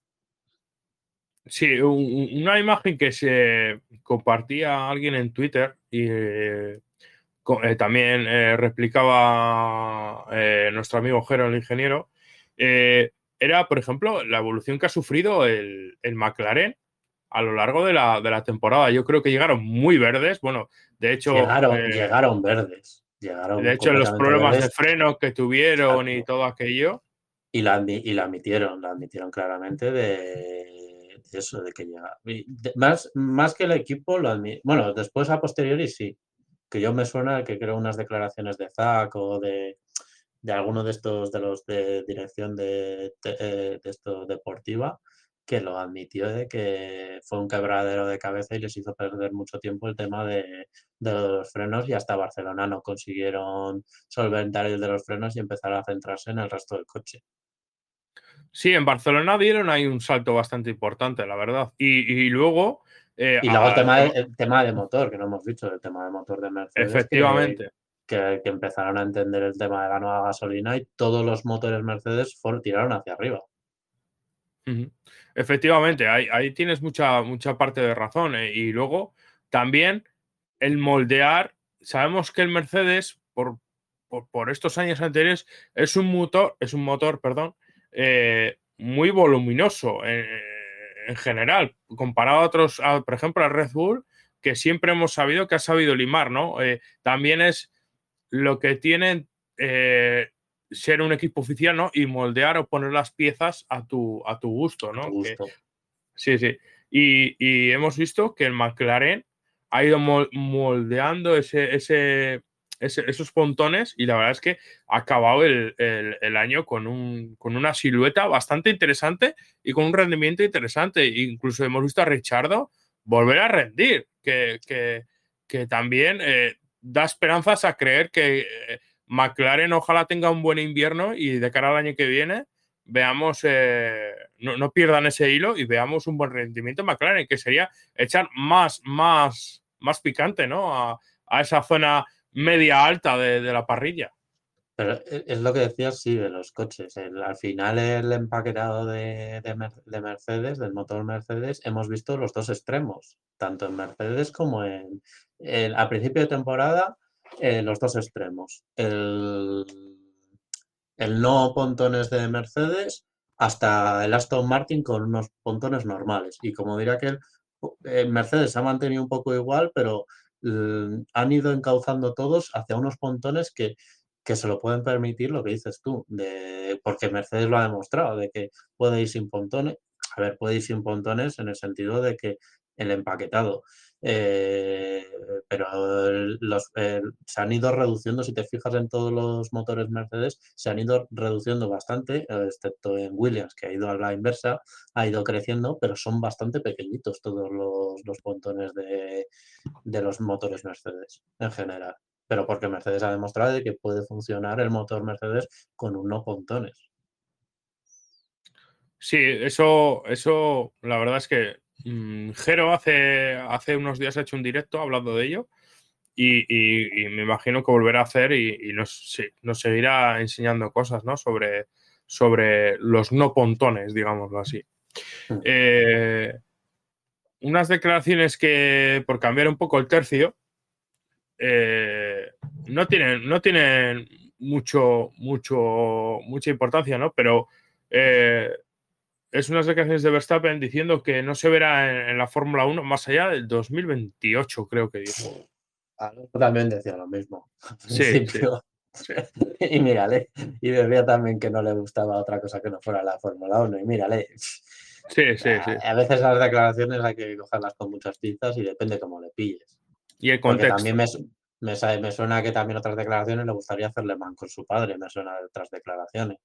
sí, un- una imagen que se compartía alguien en Twitter y eh, co- eh, también eh, replicaba eh, nuestro amigo Jero, el ingeniero, eh, era, por ejemplo, la evolución que ha sufrido el, el McLaren a lo largo de la, de la temporada. Yo creo que llegaron muy verdes. Bueno, de hecho, Llegaron, eh, llegaron verdes, de llegaron hecho, los completamente problemas de verdes, freno que tuvieron y exacto. todo aquello. Y la, admi- y la admitieron, la admitieron claramente de, de eso, de que llega. y de- más, más que el equipo, lo admi- bueno, después a posteriori sí, que yo me suena que creo unas declaraciones de Zak o de, de alguno de estos de los de dirección de, de, eh, de esto deportiva que lo admitió de que fue un quebradero de cabeza y les hizo perder mucho tiempo el tema de, de los frenos y hasta Barcelona no consiguieron solventar el de los frenos y empezar a centrarse en el resto del coche. Sí, en Barcelona dieron ahí un salto bastante importante, la verdad. Y, y luego, eh, Y luego el al tema de, tema, el tema de motor, que no hemos dicho, el tema de motor de Mercedes, que, efectivamente. que, que empezaron a entender el tema de la nueva gasolina y todos los motores Mercedes fueron, tiraron hacia arriba. Ujú. Efectivamente, ahí, ahí tienes mucha, mucha parte de razón. eh. Y luego también el moldear, sabemos que el Mercedes, por, por, por estos años anteriores, es un motor, es un motor, perdón, eh, muy voluminoso en, en general, comparado a otros, a, por ejemplo, a Red Bull, que siempre hemos sabido que ha sabido limar, ¿no? Eh, también es lo que tienen eh, ser un equipo oficial, ¿no? Y moldear o poner las piezas a tu, a tu gusto, A tu ¿no? Que, gusto. sí, sí. Y, y hemos visto que el McLaren ha ido mol- moldeando ese, ese, ese- esos pontones y la verdad es que ha acabado el, el- el año con, un, con una silueta bastante interesante y con un rendimiento interesante. Incluso hemos visto a Richardo volver a rendir, que, que, que también eh, da esperanzas a creer que eh, McLaren ojalá tenga un buen invierno y de cara al año que viene veamos, eh, no, no, pierdan ese hilo y veamos un buen rendimiento en McLaren, que sería echar más, más, más picante, ¿no? A, a esa zona media alta de, de la parrilla. Pero e- es lo que decías, sí, de los coches. El- al final, el empaquetado de, de Mer- de Mercedes, del motor Mercedes, hemos visto los dos extremos, tanto en Mercedes como en, en- a principio de temporada, eh, los dos extremos. El, el no pontones de Mercedes hasta el Aston Martin con unos pontones normales. Y como diría que Mercedes se ha mantenido un poco igual, pero mm, han ido encauzando todos hacia unos pontones que, que se lo pueden permitir, lo que dices tú, de, porque Mercedes lo ha demostrado, de que puede ir sin pontones. A ver, puede ir sin pontones en el sentido de que el empaquetado. Eh, pero el- los, el- se han ido reduciendo, si te fijas en todos los motores Mercedes, se han ido reduciendo bastante, eh, excepto en Williams, que ha ido a la inversa, ha ido creciendo, pero son bastante pequeñitos todos los, los pontones de, de los motores Mercedes en general. pero porque Mercedes ha demostrado de que puede funcionar el motor Mercedes con un no pontones. Sí, eso, eso, la verdad es que mmm, Jero hace, hace unos días ha hecho un directo hablando de ello y, y, y me imagino que volverá a hacer y, y nos, sí, nos seguirá enseñando cosas, ¿no? sobre, sobre los no pontones, digámoslo así. Mm. Eh, unas declaraciones que, por cambiar un poco el tercio, eh, no tienen, no tienen mucho, mucho, mucha importancia, ¿no? Pero eh, es unas declaraciones de Verstappen diciendo que no se verá en, en la Fórmula uno más allá del dos mil veintiocho, creo que dijo. Alonso también decía lo mismo al Sí, sí, principio. sí. Y mírale, y decía también que no le gustaba otra cosa que no fuera la Fórmula uno. Y mírale, Sí, sí, sí. a, a veces las declaraciones hay que cogerlas con muchas pinzas y depende cómo le pilles. Y el Porque contexto. también me, me, sa- me suena que también otras declaraciones le gustaría hacerle man con su padre, me suena de otras declaraciones.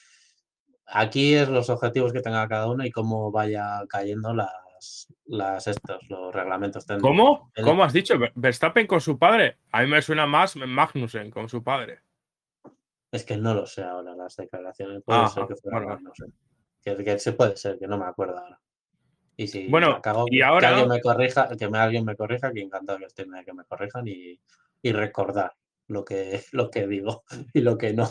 Aquí es los objetivos que tenga cada uno y cómo vaya cayendo las, las estos, los reglamentos técnicos. ¿Cómo? El- ¿Cómo has dicho? ¿Verstappen con su padre? A mí me suena más Magnussen con su padre. Es que no lo sé ahora las declaraciones, puede ser Ajá, que fuera bueno. más, no sé. Que, que se puede ser, que no me acuerdo ahora. Y si la Bueno, cago, y que, que alguien ahora, me corrija, que me, alguien me corrija, que encantado que esté, que me corrijan y, y recordar lo que, lo que digo y lo que no.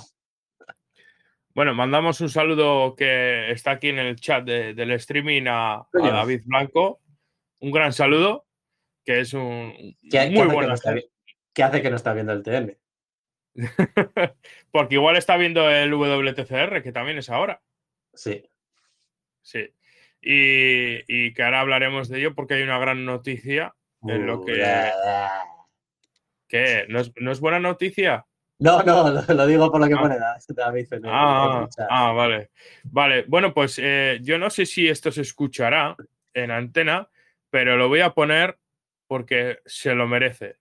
bueno, mandamos un saludo que está aquí en el chat de, del streaming a, a Coño, David Blanco. Un gran saludo, que es un ¿qué, qué muy hace que no buena está, gente. vi- qué hace que no está viendo el T N? Porque igual está viendo el W T C R, que también es ahora. Sí. Sí. Y, y que ahora hablaremos de ello porque hay una gran noticia en lo Uh, que... da, da. ¿Qué? ¿No es, no es buena noticia? No, no, lo, lo digo por lo que Ah, pone David en el, en el ah, chat. ah, vale. Vale, bueno, pues eh, yo no sé si esto se escuchará en antena, pero lo voy a poner porque se lo merece.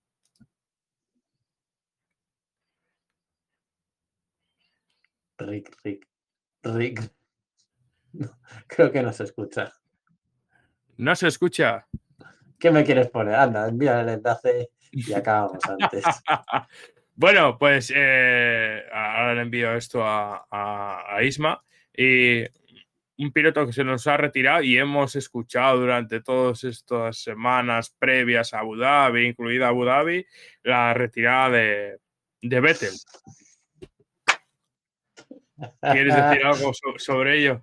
Rick, Rick, Rick. No, creo que no se escucha. ¿No se escucha? ¿Qué me quieres poner? Anda, envía el enlace y acabamos antes. Bueno, pues eh, ahora le envío esto a, a, a Isma y un piloto que se nos ha retirado y hemos escuchado durante todas estas semanas previas a Abu Dhabi, incluida Abu Dhabi, la retirada de, de Vettel. ¿Quieres decir algo so- sobre ello?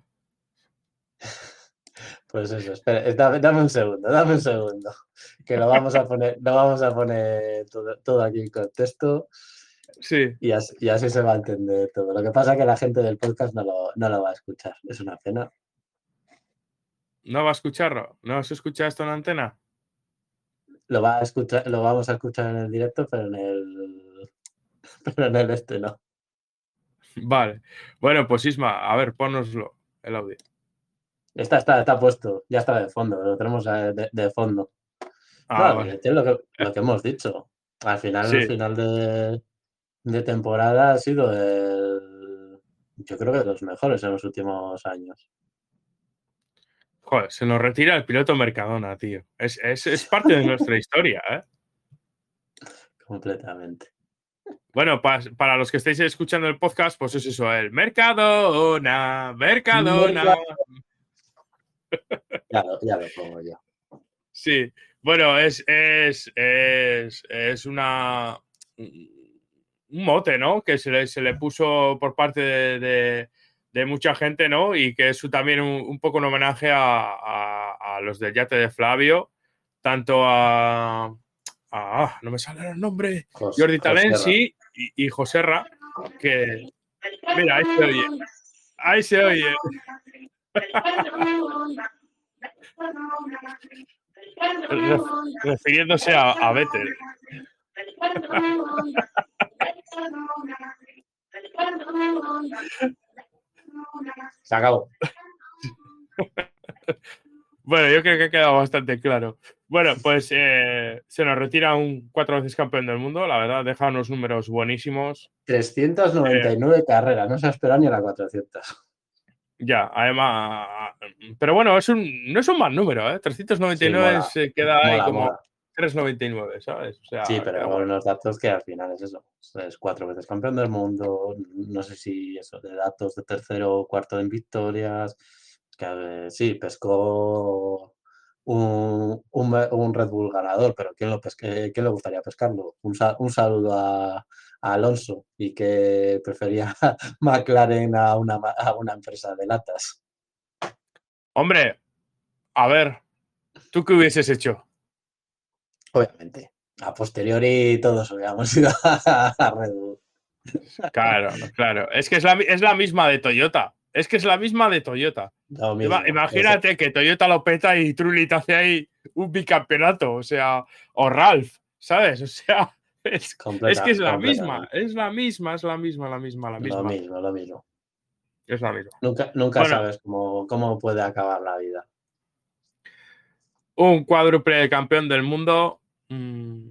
Pues eso, espera, dame, dame un segundo, dame un segundo. Que lo vamos a poner, lo vamos a poner todo, todo aquí en contexto Sí. y así, y así se va a entender todo. Lo que pasa es que la gente del podcast no lo, no lo va a escuchar. Es una pena. ¿No va a escucharlo? ¿No se escucha esto en antena? Lo va a escuchar, lo vamos a escuchar en el directo, pero en el, pero en el este no. Vale. Bueno, pues Isma, a ver, pónoslo, el audio. Está, está, está puesto, ya está de fondo, lo tenemos de, de fondo. Ah, No, vale. es lo que, lo que hemos dicho. Al final, Sí. el final de, de temporada ha sido el, yo creo que de los mejores en los últimos años. Joder, se nos retira el piloto Mercadona, tío. Es, es, es parte de nuestra historia, ¿eh? Completamente. Bueno, pa, para los que estáis escuchando el podcast, pues es eso, el Mercadona, Mercadona. Ya lo, ya lo pongo yo. Sí, bueno, es, es, es, es una un mote, ¿no? Que se le, se le puso por parte de, de, de mucha gente, ¿no? Y que es también un, un poco un homenaje a, a, a los del yate de Flavio, tanto a, a ah, no me sale el nombre, Jos, Jordi Joserra. Talensi y, y Joserra, que mira, ahí se oye, ahí se oye. Refiriéndose a, a Vettel. Se acabó. Bueno, yo creo que ha quedado bastante claro. Bueno, pues eh, se nos retira un cuatro veces campeón del mundo, la verdad, deja unos números buenísimos. trescientas noventa y nueve eh, carreras, no se ha esperado ni a la cuatrocientas. Ya, además. Pero bueno, es un, no es un mal número, ¿eh? trescientos noventa y nueve Sí, se queda mola, ahí como. mola. tres noventa y nueve, ¿sabes? O sea, Sí, queda pero guay. unos datos que al final es eso. Es cuatro veces campeón del mundo. No sé si eso de datos de tercero o cuarto en victorias. Que a ver, sí, pescó un, un, un Red Bull ganador, pero ¿quién, lo pesque, ¿quién le gustaría pescarlo? Un, sa- un saludo a, a Alonso y que prefería McLaren a una, ma- a una empresa de latas. Hombre, a ver, ¿tú qué hubieses hecho? Obviamente. A posteriori todos hubiéramos ido a, a Red Bull. Claro, claro. Es que es la, es la misma de Toyota. Es que es la misma de Toyota. Lo Ima- mismo. Ese- Imagínate que Toyota lo peta y Trulli te hace ahí un bicampeonato, o sea, o Ralph, ¿sabes? O sea, es, es que completa, es la misma, completamente. es la misma, es la misma, la misma, la Lo misma. mismo, lo mismo. Es la misma. Nunca, nunca Bueno, sabes cómo, cómo puede acabar la vida. un cuádruple campeón del mundo. mmm,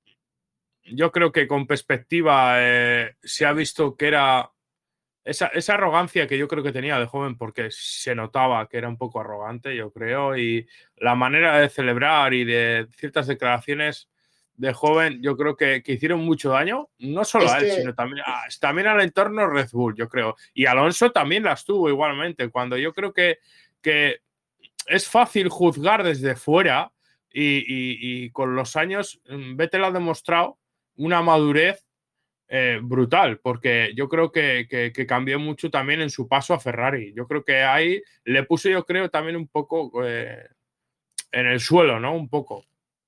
yo creo que con perspectiva eh, se ha visto que era esa, esa arrogancia que yo creo que tenía de joven, porque se notaba que era un poco arrogante, yo creo, y la manera de celebrar y de ciertas declaraciones de joven, yo creo que, que hicieron mucho daño, no solo Es a él, que, sino también, a, también al entorno Red Bull, yo creo. Y Alonso también las tuvo igualmente, cuando yo creo que, que es fácil juzgar desde fuera y, y, y con los años Vettel ha demostrado una madurez eh, brutal, porque yo creo que, que, que, cambió mucho también en su paso a Ferrari. Yo creo que ahí le puse, yo creo, también un poco eh, en el suelo, ¿no? Un poco.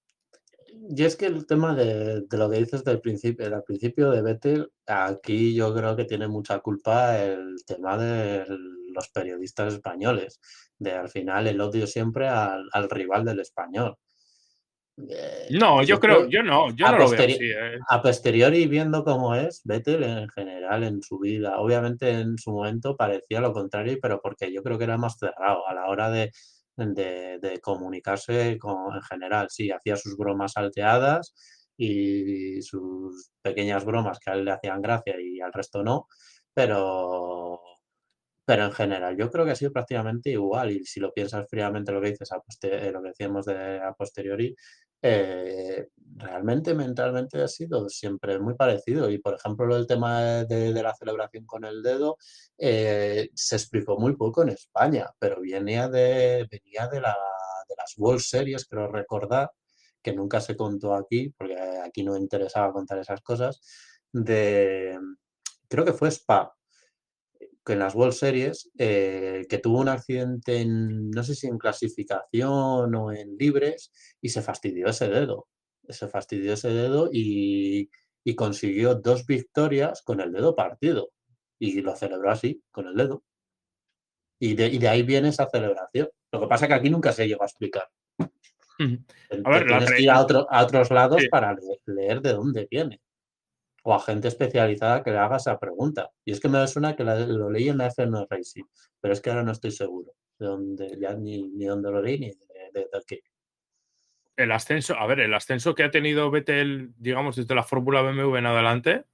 y es que el tema de, de lo que dices del principio, del principio de Vettel, aquí yo creo que tiene mucha culpa el tema de los periodistas españoles, de al final el odio siempre al, al rival del español. Eh, No, yo yo creo, creo, yo no, yo a, no lo veo posteri así. Eh. a posteriori, viendo cómo es Vettel en general en su vida, obviamente en su momento parecía lo contrario, pero porque yo creo que era más cerrado a la hora de, de, de comunicarse con, en general. Sí, hacía sus bromas salteadas y sus pequeñas bromas que a él le hacían gracia y al resto no, pero pero en general, yo creo que ha sido prácticamente igual. Y si lo piensas fríamente, lo que dices, a poste- eh, lo que decíamos de a posteriori, eh, realmente mentalmente ha sido siempre muy parecido. Y por ejemplo, lo del tema de, de la celebración con el dedo, eh, se explicó muy poco en España, pero venía de, venía de, la, de las World Series, creo recordar, que nunca se contó aquí, porque aquí no interesaba contar esas cosas, de, creo que fue Spa que en las World Series, eh, que tuvo un accidente en, no sé si en clasificación o en libres, y se fastidió ese dedo. Se fastidió ese dedo y, y consiguió dos victorias con el dedo partido. Y lo celebró así, con el dedo. Y de, y de ahí viene esa celebración. Lo que pasa es que aquí nunca se llegó a explicar. A Te ver, la tienes que tre... ir a, otro, a otros lados sí. para leer, leer de dónde viene. O a gente especializada que le haga esa pregunta. Y es que me suena que la- lo leí en la F uno Racing, pero es que ahora no estoy seguro de dónde, ya ni, ni dónde lo leí ni de, de, de qué. El ascenso, a ver, el ascenso que ha tenido Vettel, digamos, desde la Fórmula B M W en adelante,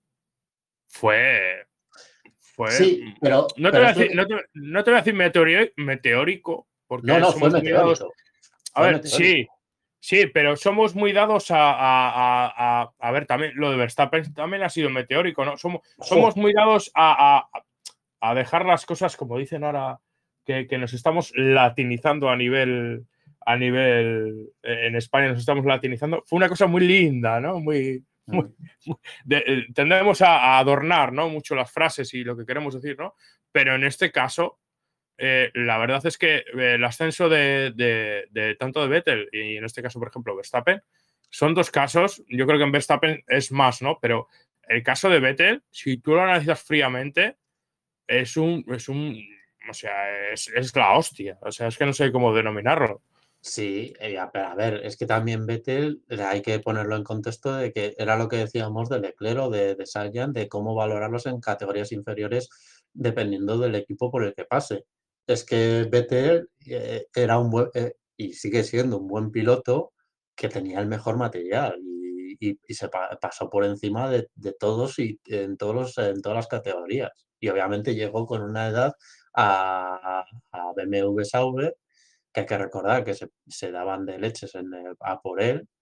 fue. Fue. Sí, pero, No te pero voy a es lo decir, que... no te, no te voy a decir meteori- meteórico, No, porque no, fue somos muy dados. meteórico. A Fue ver, sí, meteórico. sí, pero somos muy dados a, a, a, a, a ver, también lo de Verstappen también ha sido meteórico, ¿no? Somos, somos ¡Jo! muy dados a, a, a dejar las cosas, como dicen ahora, que, que nos estamos latinizando a nivel, a nivel, eh, en España nos estamos latinizando. Fue una cosa muy linda, ¿no? Muy, muy, Mm. muy de, eh, tendemos a, a adornar, ¿no? Mucho las frases y lo que queremos decir, ¿no? Pero en este caso, eh, la verdad es que eh, el ascenso de, de, de tanto de Vettel y en este caso, por ejemplo, Verstappen, son dos casos. Yo creo que en Verstappen es más, ¿no? Pero el caso de Vettel, si tú lo analizas fríamente, es un, es un, o sea, es, es la hostia. O sea, es que no sé cómo denominarlo. Sí, eh, a a ver, es que también Vettel eh, hay que ponerlo en contexto de que era lo que decíamos de Leclerc o de, de Sargent, de cómo valorarlos en categorías inferiores dependiendo del equipo por el que pase. Es que Vettel eh, era un buen, eh, y sigue siendo un buen piloto que tenía el mejor material y, y- y se pa- pasó por encima de, de todos y en todos los- en todas las categorías. Y obviamente llegó con una edad a, a B M W Sauber que hay que recordar que se, se daban de leches en el- a por él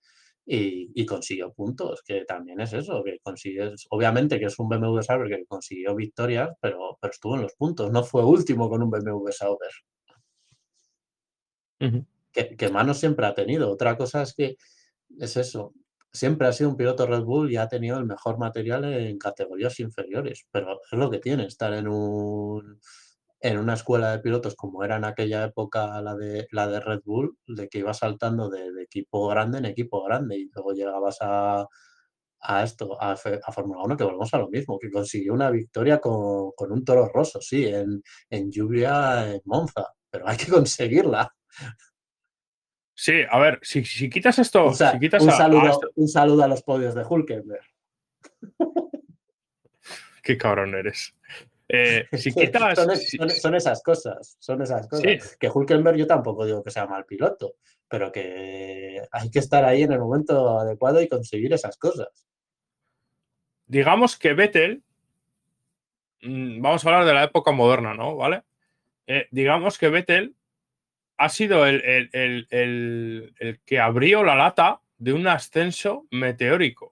y, y consiguió puntos, que también es eso, que consigues, obviamente que es un B M W Sauber que consiguió victorias, pero, pero estuvo en los puntos, no fue último con un B M W Sauber. Uh-huh. Que, que manos siempre ha tenido. Otra cosa es que es eso. Siempre ha sido un piloto Red Bull y ha tenido el mejor material en categorías inferiores, pero es lo que tiene estar en un en una escuela de pilotos como era en aquella época la de la de Red Bull, de que ibas saltando de, de equipo grande en equipo grande y luego llegabas a, a esto, a, a Fórmula uno, que volvemos a lo mismo, que consiguió una victoria con, con un Toro Rosso, sí, en, en lluvia en Monza, pero hay que conseguirla. Sí, a ver, si, si quitas esto, Un, sa si quitas un, a, saludo, a esto... un saludo a los podios de Hülkenberg. Qué cabrón eres. Eh, si quitas... son, es, si, son, son, esas cosas, son esas cosas. Sí. Que Hülkenberg yo tampoco digo que sea mal piloto, pero que hay que estar ahí en el momento adecuado y conseguir esas cosas. Digamos que Vettel, vamos a hablar de la época moderna, ¿no? ¿Vale? Eh, digamos que Vettel ha sido el, el, el, el, el que abrió la lata de un ascenso meteórico.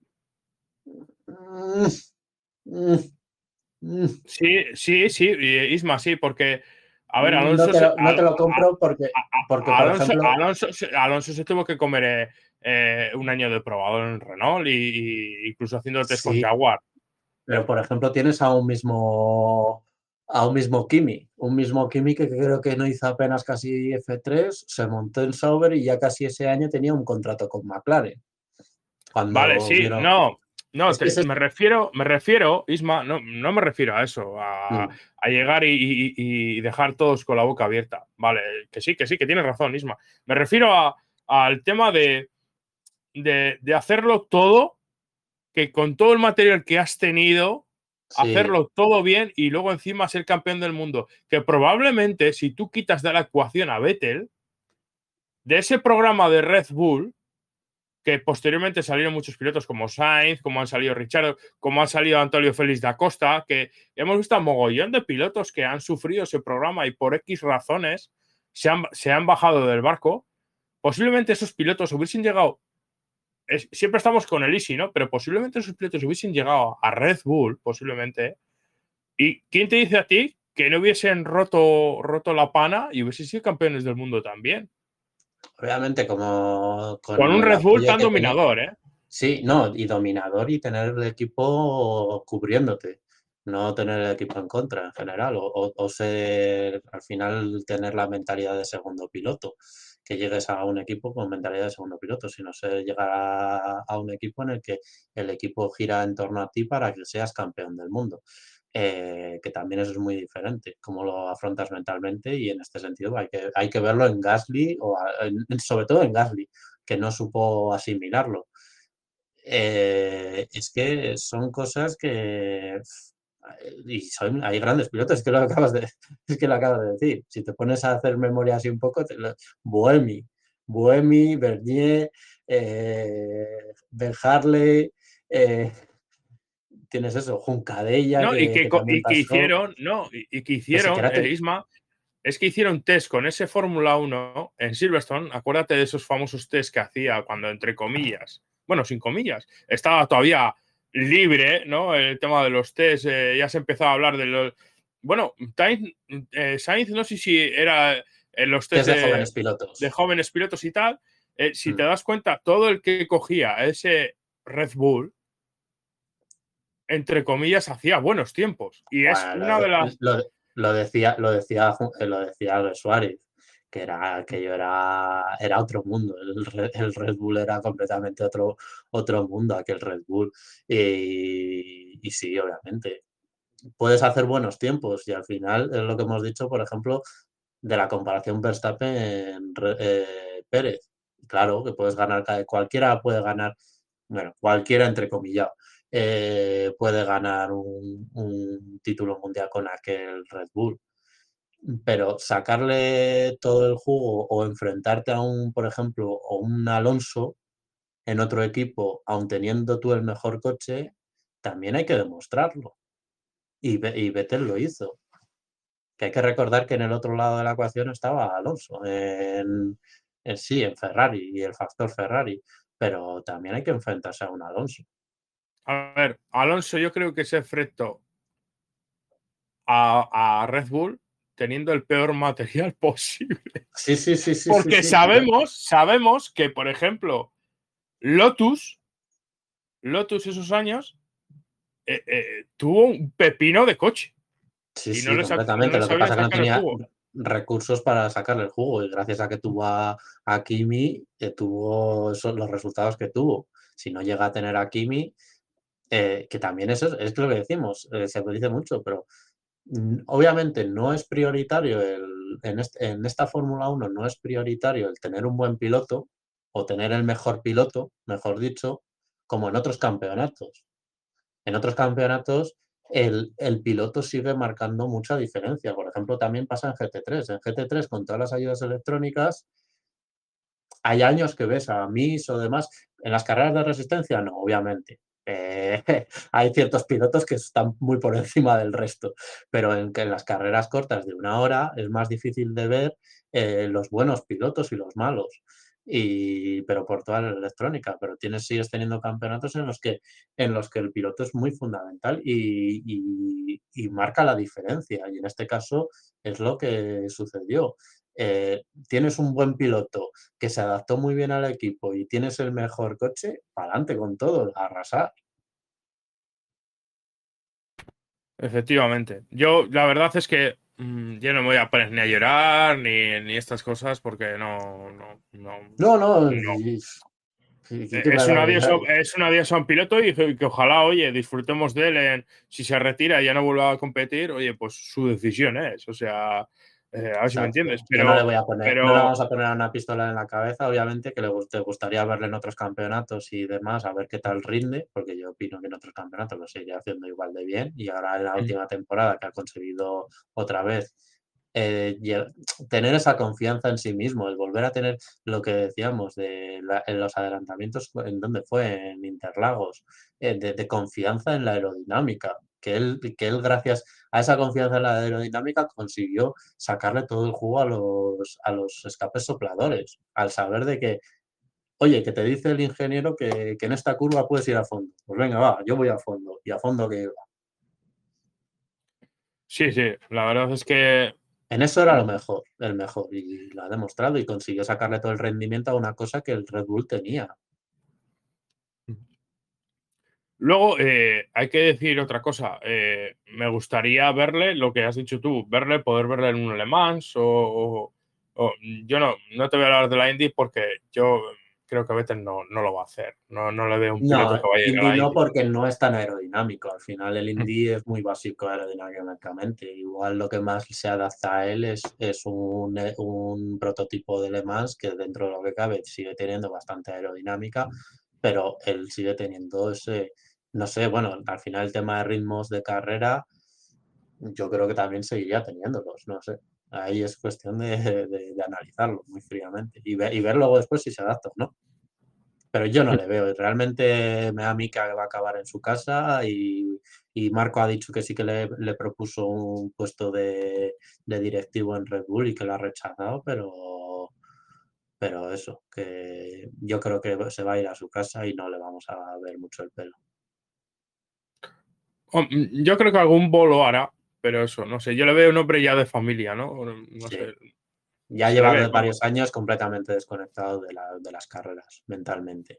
Mm, mm, mm. Sí, sí, sí, Isma, sí, porque, a ver, Alonso... No te lo, no te lo compro porque, porque por Alonso, ejemplo... Alonso, Alonso se tuvo que comer eh, eh, un año de probador en Renault y, y incluso haciendo test Sí, con Jaguar. pero por ejemplo tienes a un mismo a un mismo Kimi, un mismo Kimi que creo que no hizo apenas casi F tres, se montó en Sauber y ya casi ese año tenía un contrato con McLaren. Vale, Cuando sí, vieron... no, no, Es que te, ese... me refiero, me refiero, Isma, no, no me refiero a eso, a, Mm. a llegar y, y, y dejar todos con la boca abierta. Vale, que sí, que sí, que tienes razón, Isma. Me refiero a, al tema de, de, de hacerlo todo, que con todo el material que has tenido, Sí, hacerlo todo bien y luego encima ser campeón del mundo. Que probablemente si tú quitas de la ecuación a Vettel, de ese programa de Red Bull, que posteriormente salieron muchos pilotos como Sainz, como han salido Ricciardo, como ha salido Antonio Félix da Costa, que hemos visto un mogollón de pilotos que han sufrido ese programa y por X razones se han, se han bajado del barco. Posiblemente esos pilotos hubiesen llegado... Es, siempre estamos con el Easy, ¿no? Pero posiblemente esos pilotos hubiesen llegado a Red Bull, posiblemente. ¿Y quién te dice a ti que no hubiesen roto, roto la pana y hubiesen sido campeones del mundo también? obviamente como Con con un el Red Bull apoyo tan que tenía. dominador, ¿eh? Sí, no, y dominador y tener el equipo cubriéndote, no tener el equipo en contra en general, o, o, o ser, al final tener la mentalidad de segundo piloto, que llegues a un equipo con mentalidad de segundo piloto, sino ser llegar a, a un equipo en el que el equipo gira en torno a ti para que seas campeón del mundo. Eh, que también eso es muy diferente, cómo lo afrontas mentalmente y en este sentido hay que, hay que verlo en Gasly, o a, en, sobre todo en Gasly, que no supo asimilarlo. Eh, es que son cosas que... Y son, hay grandes pilotos, es que lo acabas de, es que lo acabas de decir. Si te pones a hacer memoria así un poco, te lo, Buemi, Buemi, Bernier, eh, Ben Harley, eh, tienes eso, Juncadella, No, y que, que, que también y que pasó. hicieron, no, y, y que Que se hicieron, eh, quedaste... Isma, es que hicieron test con ese Fórmula uno en Silverstone. Acuérdate de esos famosos test que hacía cuando, entre comillas, bueno, sin comillas, estaba todavía libre, ¿no? El tema de los test, eh, ya se empezó a hablar de los. Bueno, Sainz, eh, Sainz no sé si era en los Test test de de, jóvenes pilotos. de jóvenes pilotos y tal. Eh, si Mm. te das cuenta, todo el que cogía ese Red Bull, entre comillas, hacía buenos tiempos. Y es Bueno, una de las. lo, lo, decía, lo decía, lo decía Suárez, que era aquello era, era otro mundo. El Red, el Red Bull era completamente otro, otro mundo, aquel Red Bull. Y, y sí, obviamente. Puedes hacer buenos tiempos y al final es lo que hemos dicho, por ejemplo, de la comparación Verstappen-Pérez. Claro, que puedes ganar, cualquiera puede ganar, bueno, cualquiera entre comillas, eh, puede ganar un, un título mundial con aquel Red Bull. Pero sacarle todo el jugo o enfrentarte a un, por ejemplo, o un Alonso en otro equipo, aun teniendo tú el mejor coche, también hay que demostrarlo. Y, y Vettel lo hizo. Que hay que recordar que en el otro lado de la ecuación estaba Alonso, en, en sí, en Ferrari y el factor Ferrari. pero también hay que enfrentarse a un Alonso. A ver, Alonso yo creo que se enfrentó a, a Red Bull teniendo el peor material posible. Sí, sí, sí, sí. Porque sí, sí, sabemos, sí. sabemos que, por ejemplo, Lotus, Lotus esos años, eh, eh, tuvo un pepino de coche. Sí, y sí, no, les, completamente. no Lo que pasa es que no tenía jugo. recursos para sacarle el jugo y gracias a que tuvo a, a Kimi, que tuvo esos, los resultados que tuvo. Si no llega a tener a Kimi, eh, que también eso es, es lo que decimos, eh, se dice mucho, pero mm, obviamente no es prioritario, el, en, este, en esta Fórmula uno no es prioritario el tener un buen piloto o tener el mejor piloto, mejor dicho, como en otros campeonatos. En otros campeonatos el, el, piloto sigue marcando mucha diferencia. Por ejemplo, también pasa en G T tres. En G T tres, con todas las ayudas electrónicas, hay años que ves a Miss o demás. En las carreras de resistencia, no, obviamente. Eh, hay ciertos pilotos que están muy por encima del resto, pero en, en las carreras cortas de una hora es más difícil de ver eh, los buenos pilotos y los malos. Y, pero por toda la electrónica, pero tienes, sigues teniendo campeonatos en los que, en los que el piloto es muy fundamental y, y, y marca la diferencia. Y en este caso es lo que sucedió. Eh, tienes un buen piloto que se adaptó muy bien al equipo y tienes el mejor coche, para adelante con todo, a arrasar. Efectivamente. Yo, la verdad es que mmm, yo no me voy a poner ni a llorar ni, ni estas cosas porque no. No, no. No, no. no. Y, y, y es, un adiós, es un adiós a un piloto y que, que ojalá, oye, disfrutemos de él. En, si se retira y ya no vuelva a competir, oye, pues su decisión es. O sea, eh, a ver si me entiendes. Pero, Yo no le voy a poner, pero... no le vamos a poner una pistola en la cabeza, obviamente, que le te gustaría verle en otros campeonatos y demás, a ver qué tal rinde, porque yo opino que en otros campeonatos lo seguiría haciendo igual de bien. Y ahora en la última temporada que ha conseguido otra vez eh, tener esa confianza en sí mismo, el volver a tener lo que decíamos de la, en los adelantamientos, ¿en dónde fue? En Interlagos, eh, de, de confianza en la aerodinámica. Que él, que él, gracias a esa confianza en la aerodinámica, consiguió sacarle todo el jugo a los, a los escapes sopladores, al saber de que, oye, que te dice el ingeniero que, que en esta curva puedes ir a fondo. Pues venga, va, yo voy a fondo, y a fondo que iba. Sí, sí, la verdad es que... En eso era lo mejor, el mejor, y lo ha demostrado, y consiguió sacarle todo el rendimiento a una cosa que el Red Bull tenía. Luego, eh, hay que decir otra cosa. Eh, me gustaría verle, lo que has dicho tú, verle, poder verle en un Le Mans o, o, o yo no, no te voy a hablar de la Indy porque yo creo que Vettel no, no lo va a hacer. No, no le veo un piloto No, que vaya a ir a Indy la no, Indy. porque no es tan aerodinámico. Al final el Indy es muy básico aerodinámicamente. Igual lo que más se adapta a él es, es un, un prototipo de Le Mans que dentro de lo que cabe sigue teniendo bastante aerodinámica, pero él sigue teniendo ese, no sé, bueno, al final el tema de ritmos de carrera yo creo que también seguiría teniéndolos, no sé. Ahí es cuestión de, de, de analizarlo muy fríamente y ver, y ver luego después si se adapta o no. Pero yo no le veo. Realmente me da a mí que va a acabar en su casa y, y Marco ha dicho que sí que le, le propuso un puesto de, de directivo en Red Bull y que lo ha rechazado, pero, pero eso, que yo creo que se va a ir a su casa y no le vamos a ver mucho el pelo. Yo creo que algún bolo hará, pero eso, no sé. Yo le veo un hombre ya de familia, ¿no? No Sí. sé. Ya Se lleva le ve, varios años completamente desconectado de, la, de las carreras, mentalmente.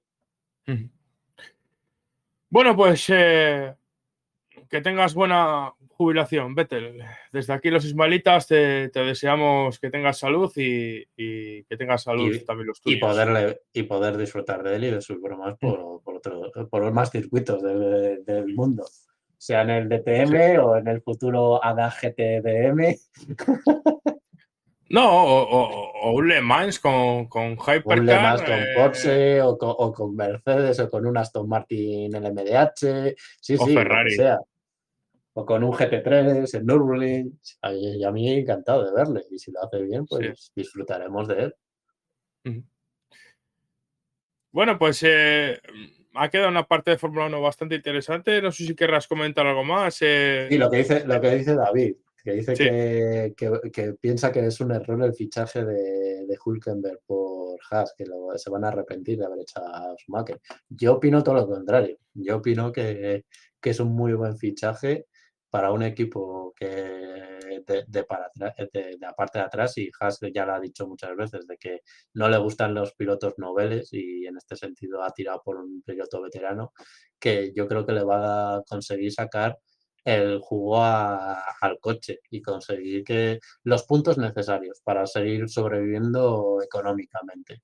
Bueno, pues eh, que tengas buena jubilación, Vettel. Desde aquí los ismaelitas te, te deseamos que tengas salud y, y que tengas salud Y, también los y, tuyos. poderle, y poder disfrutar de él y de sus bromas por, por, otro, por los más circuitos de, de, del mundo. Sea en el D T M sí. o en el futuro A D A G T D M. No, o, o, o un Le Mans con, con Hypercar. Un Le Mans con eh... Porsche o con, o con Mercedes o con un Aston Martin L M D H. Sí, o sí, Ferrari. lo que sea. O con un G T tres en Nürburgring. Y a mí encantado de verle. Y si lo hace bien, pues sí. disfrutaremos de él. Uh-huh. Bueno, pues eh, ha quedado una parte de Fórmula uno bastante interesante. No sé si querrás comentar algo más. Eh... Sí, lo que dice, lo que dice David. que dice Sí. que, que, que piensa que es un error el fichaje de, de Hülkenberg por Haas, que lo, se van a arrepentir de haber echado a Schumacher. Yo opino todo lo contrario. Yo opino que, que es un muy buen fichaje para un equipo que de, de, para, de, de la parte de atrás, y Haas ya lo ha dicho muchas veces, de que no le gustan los pilotos noveles y en este sentido ha tirado por un piloto veterano que yo creo que le va a conseguir sacar el jugo a, al coche y conseguir que los puntos necesarios para seguir sobreviviendo económicamente.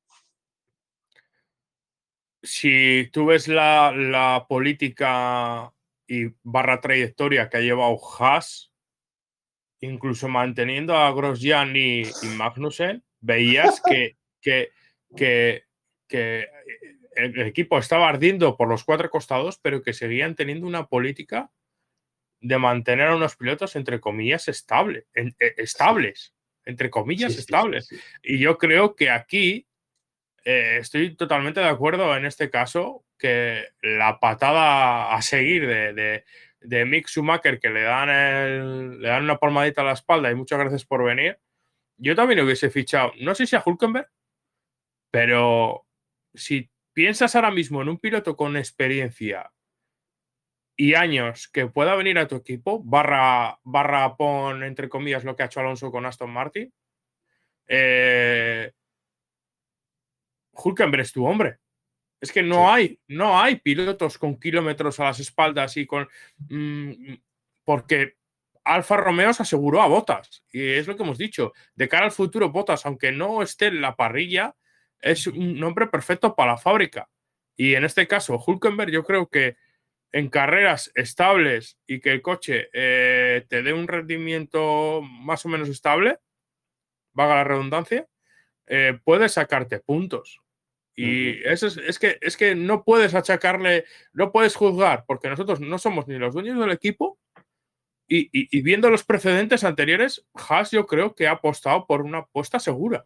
Si tú ves la, la política y barra trayectoria que ha llevado Haas, incluso manteniendo a Grosjean y, y Magnussen, veías que, que, que, que el equipo estaba ardiendo por los cuatro costados, pero que seguían teniendo una política de mantener a unos pilotos, entre comillas, estable, en, eh, estables, entre comillas, Sí, sí, estables. sí, sí. Y yo creo que aquí eh, estoy totalmente de acuerdo en este caso que la patada a seguir de, de, de Mick Schumacher, que le dan, el, le dan una palmadita a la espalda y muchas gracias por venir, yo también hubiese fichado, no sé si a Hülkenberg, pero si piensas ahora mismo en un piloto con experiencia y años que pueda venir a tu equipo, barra, barra pon entre comillas lo que ha hecho Alonso con Aston Martin, eh, Hülkenberg es tu hombre. Es que no Sí. hay, no hay pilotos con kilómetros a las espaldas y con... Mmm, porque Alfa Romeo se aseguró a Bottas. Y es lo que hemos dicho. De cara al futuro, Bottas, aunque no esté en la parrilla, es un nombre perfecto para la fábrica. Y en este caso, Hülkenberg, yo creo que en carreras estables y que el coche eh, te dé un rendimiento más o menos estable, valga la redundancia, eh, puede sacarte puntos. Y Uh-huh. eso es, es, que, es que no puedes achacarle, no puedes juzgar, porque nosotros no somos ni los dueños del equipo. Y, y, y viendo los precedentes anteriores, Haas yo creo que ha apostado por una apuesta segura.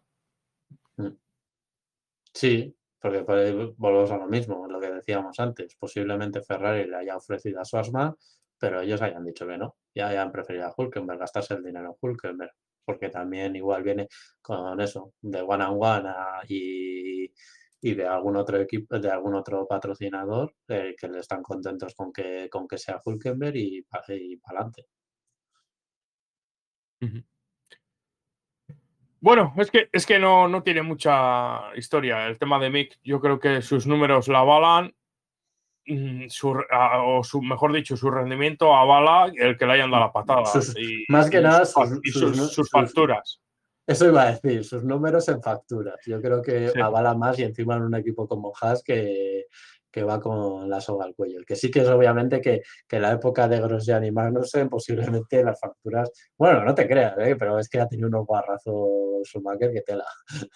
Sí, porque volvemos a lo mismo, lo que decíamos antes. Posiblemente Ferrari le haya ofrecido a Schwarzman, pero ellos hayan dicho que no. Ya hayan preferido a Hülkenberg, gastarse el dinero en Hülkenberg, porque también igual viene con eso, de one and one a, y, y de algún otro equipo, de algún otro patrocinador eh, que le están contentos con que, con que sea Hülkenberg y, y para adelante. Uh-huh. Bueno, es que, es que no, no tiene mucha historia el tema de Mick. Yo creo que sus números la avalan, su, o su, mejor dicho, su rendimiento avala el que le hayan dado la patada. Sus, y, más que y, nada sus, sus, y sus, sus, sus sus, facturas. Eso iba a decir, sus números en facturas. Yo creo que Sí. avala más y encima en un equipo como Haas que, que va con la soga al cuello. El que sí que es obviamente que, que en la época de Grosjean y Magnussen posiblemente las facturas, bueno, no te creas, ¿eh? Pero es que ha tenido unos guarrazos Schumacher que tela.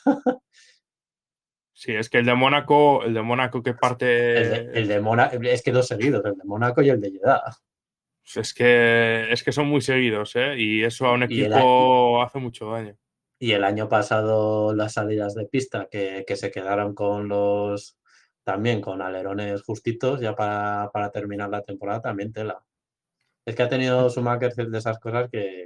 Sí, es que el de Mónaco, el de Mónaco que parte... El de, el de Mónaco, es que dos seguidos, el de Mónaco y el de Jeddah. Es que, es que son muy seguidos, ¿eh? Y eso a un Y el, equipo hace mucho daño. y el año pasado las salidas de pista que, que se quedaron con los... También con alerones justitos ya para, para terminar la temporada, también tela. Es que ha tenido Schumacher de esas cosas que...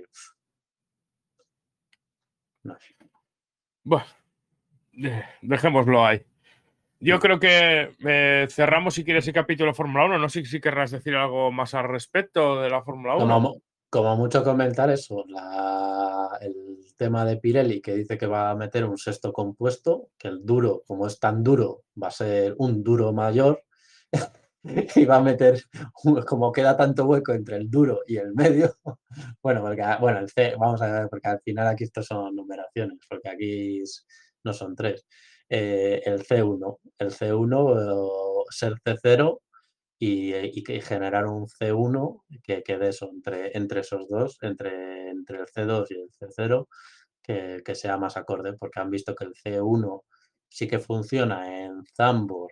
No sé. Bueno, dejémoslo ahí. Yo creo que eh, cerramos, si quieres, el capítulo de Fórmula uno. No sé si querrás decir algo más al respecto de la Fórmula uno. Como, como mucho comentar eso, la, el tema de Pirelli, que dice que va a meter un sexto compuesto, que el duro, como es tan duro, va a ser un duro mayor, y va a meter, como queda tanto hueco entre el duro y el medio, bueno, porque, bueno, el C, vamos a ver, porque al final aquí estos son numeraciones, porque aquí es, no son tres. Eh, el C uno, el C uno, eh, ser C cero y, y que generar un C uno que quede eso entre, entre esos dos, entre, entre el C dos y el C cero, que, que sea más acorde, porque han visto que el C uno sí que funciona en Zandvoort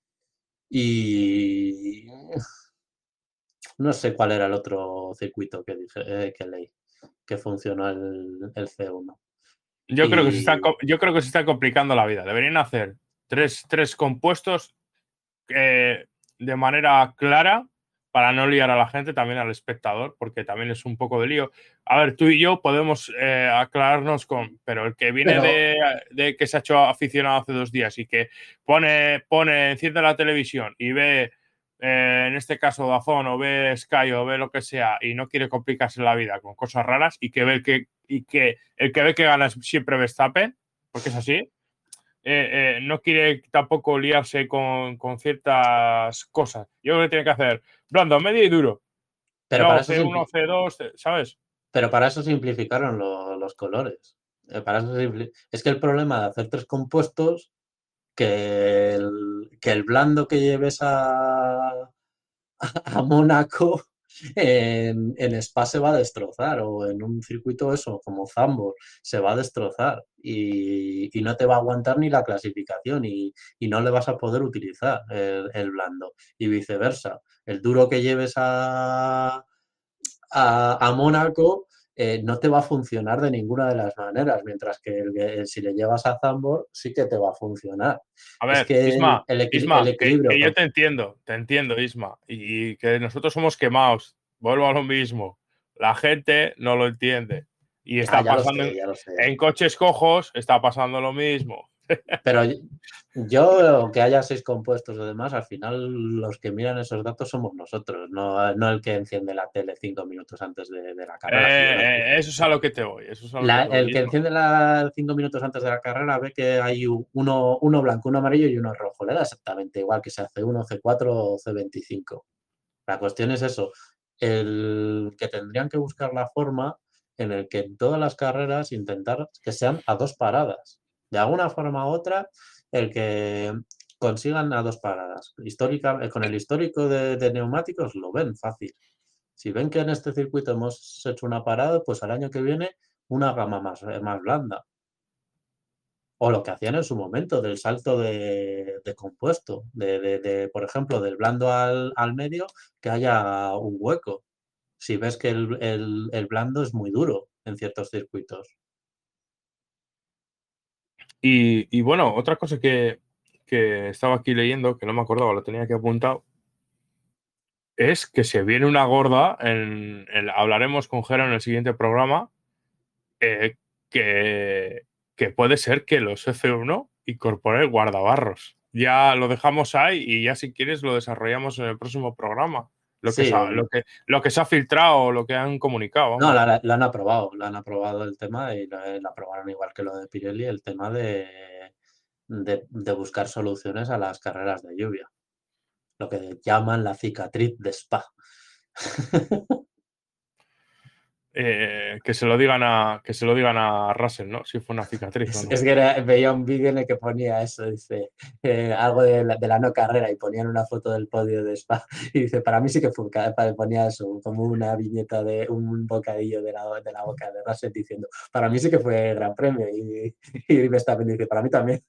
y no sé cuál era el otro circuito que dije, eh, que leí, que funcionó el, el C uno. Yo creo que se está, Y yo creo que se está complicando la vida. Deberían hacer tres, tres compuestos eh, de manera clara para no liar a la gente, también al espectador, porque también es un poco de lío. A ver, tú y yo podemos eh, aclararnos con, pero el que viene Pero- de, de que se ha hecho aficionado hace dos días y que pone, pone, enciende la televisión y ve, eh, en este caso Dazón o ve Sky o ve lo que sea y no quiere complicarse la vida con cosas raras y que ve el que, y que el que ve que gana es siempre Verstappen, porque es así. Eh, eh, no quiere tampoco liarse con, con ciertas cosas. Yo creo que tiene que hacer blando, medio y duro. Pero para No, eso C uno, simpli- C dos, ¿sabes? pero para eso simplificaron lo- los colores. Eh, para eso simpli- es que el problema de hacer tres compuestos, que el, que el blando que lleves a, a Mónaco en, en Spa se va a destrozar, o en un circuito eso, como Zandvoort, se va a destrozar y, y no te va a aguantar ni la clasificación y, y no le vas a poder utilizar el, el blando y viceversa. El duro que lleves a, a, a Mónaco eh, no te va a funcionar de ninguna de las maneras, mientras que el, el, si le llevas a Zandvoort sí que te va a funcionar. A Es ver, que el, Isma, el, equil el Isma, que, equilibrio... que yo te entiendo, te entiendo, Isma, y, y que nosotros somos quemados. Vuelvo a lo mismo. La gente no lo entiende. Y Ah, está ya lo pasando sé, en, ya lo sé. en coches cojos, está pasando lo mismo. Pero yo, que haya seis compuestos o demás, al final los que miran esos datos somos nosotros, no, no el que enciende la tele cinco minutos antes de, de la carrera. Si yo no, Eh, eh, eso es a lo que te voy, eso es a lo que la, te voy, el que Isma. enciende la cinco minutos antes de la carrera ve que hay uno, uno blanco, uno amarillo y uno rojo. Le da exactamente igual que sea C uno, C cuatro o C veinticinco. La cuestión es eso, el que tendrían que buscar la forma en el que en todas las carreras intentar que sean a dos paradas. De alguna forma u otra, el que consigan a dos paradas. Histórica, con el histórico de, de neumáticos lo ven fácil. Si ven que en este circuito hemos hecho una parada, pues al año que viene una gama más, más blanda. O lo que hacían en su momento, del salto de, de compuesto, de, de, de, por ejemplo, del blando al, al medio, que haya un hueco. Si ves que el, el, el blando es muy duro en ciertos circuitos. Y, y bueno, otra cosa que, que estaba aquí leyendo, que no me acordaba, lo tenía que apuntar, es que se viene una gorda, en, en- hablaremos con Jero en el siguiente programa, eh, que, que puede ser que los F uno incorporen guardabarros. Ya lo dejamos ahí y ya si quieres lo desarrollamos en el próximo programa. Lo que, Sí, se ha, lo que, lo que se ha filtrado, lo que han comunicado, no, vamos. la, la han aprobado, la han aprobado el tema y la, la aprobaron igual que lo de Pirelli, el tema de, de, de buscar soluciones a las carreras de lluvia. Lo que llaman la cicatriz de Spa. Eh, que se lo digan a que se lo digan a Russell, ¿no? Si fue una cicatriz o Es, no. es que era- veía un vídeo en el que ponía eso, dice, eh, algo de la, de la no carrera y ponían una foto del podio de Spa y dice, para mí sí que fue, ca- pa- ponía eso, como una viñeta de un bocadillo de la, de la boca de Russell diciendo, para mí sí que fue gran premio y, y Verstappen dice, para mí también.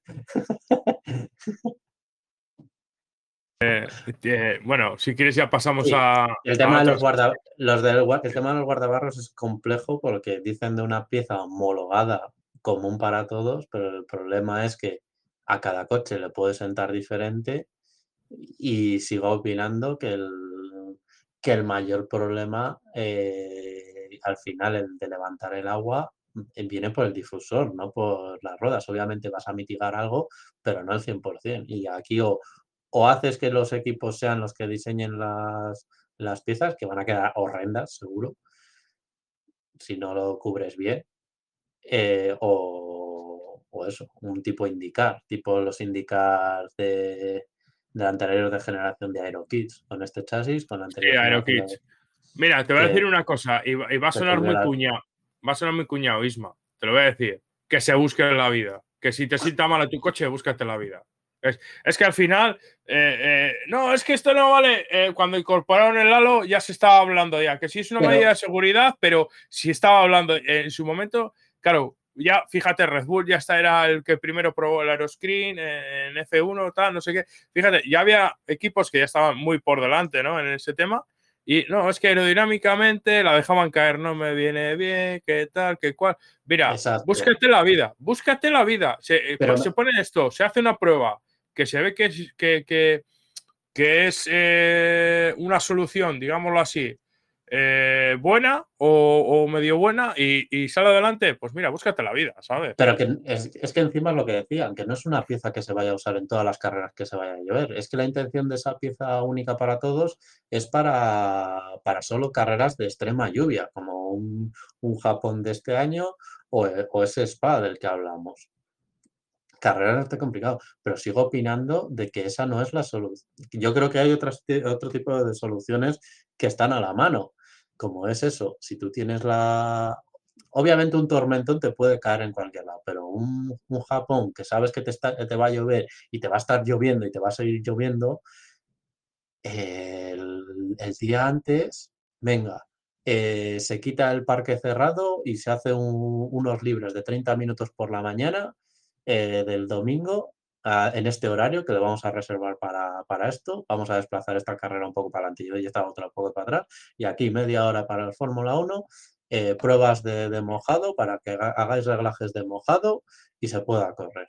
Eh, bueno, si quieres ya pasamos Sí, a, el a tema de los otras. guarda, los del, gua- el tema de los guardabarros es complejo porque dicen de una pieza homologada común para todos, pero el problema es que a cada coche le puede sentar diferente y sigo opinando que el, que el mayor problema eh, al final, el de levantar el agua, eh, viene por el difusor, no por las ruedas. Obviamente vas a mitigar algo, pero no el cien por cien. Y aquí o, o haces que los equipos sean los que diseñen las, las piezas, que van a quedar horrendas, seguro, si no lo cubres bien, eh, o, o eso, un tipo indicar, tipo los indicar de, de la anterior de generación de AeroKits, con este chasis, con la Sí, anterior generación de, AeroKits. Mira, te voy a decir que, una cosa, y va, y va a que sonar muy tuviera... cuñado. Va a sonar muy cuñado, Isma. Te lo voy a decir. Que se busque en la vida. Que si te sienta mal a tu coche, búscate la vida. Es, es que al final, eh, eh, no, es que esto no vale. Eh, cuando incorporaron el halo, ya se estaba hablando ya. Que sí es una Pero, medida de seguridad, pero si estaba hablando eh, en su momento, claro, ya fíjate, Red Bull ya está, era el que primero probó el aeroscreen en F uno, tal, no sé qué. Fíjate, ya había equipos que ya estaban muy por delante, ¿no? En ese tema. Y no, es que aerodinámicamente la dejaban caer, no me viene bien, qué tal, qué cual. Mira, exacto. búscate la vida, búscate la vida. Se, Pero, se pone esto, se hace una prueba que se ve que, que, que, que es eh, una solución, digámoslo así, eh, buena o, o medio buena y, y sale adelante, pues mira, búscate la vida, ¿sabes? Pero que es, es que encima es lo que decían, que no es una pieza que se vaya a usar en todas las carreras que se vaya a llover. Es que la intención de esa pieza única para todos es para, para solo carreras de extrema lluvia, como un, un Japón de este año o, o ese Spa del que hablamos. Carreras está complicado, pero sigo opinando de que esa no es la solución. Yo creo que hay otras, otro tipo de soluciones que están a la mano, como es eso, si tú tienes la... Obviamente un tormentón te puede caer en cualquier lado, pero un, un Japón que sabes que te, está, te va a llover y te va a estar lloviendo y te va a seguir lloviendo, el, el día antes, venga, eh, se quita el parque cerrado y se hace un, unos libres de treinta minutos por la mañana eh, del domingo a, en este horario que lo vamos a reservar para, para esto. Vamos a desplazar esta carrera un poco para adelante y esta otra un poco para atrás. Y aquí media hora para el Fórmula uno, eh, pruebas de, de mojado para que hagáis reglajes de mojado y se pueda correr.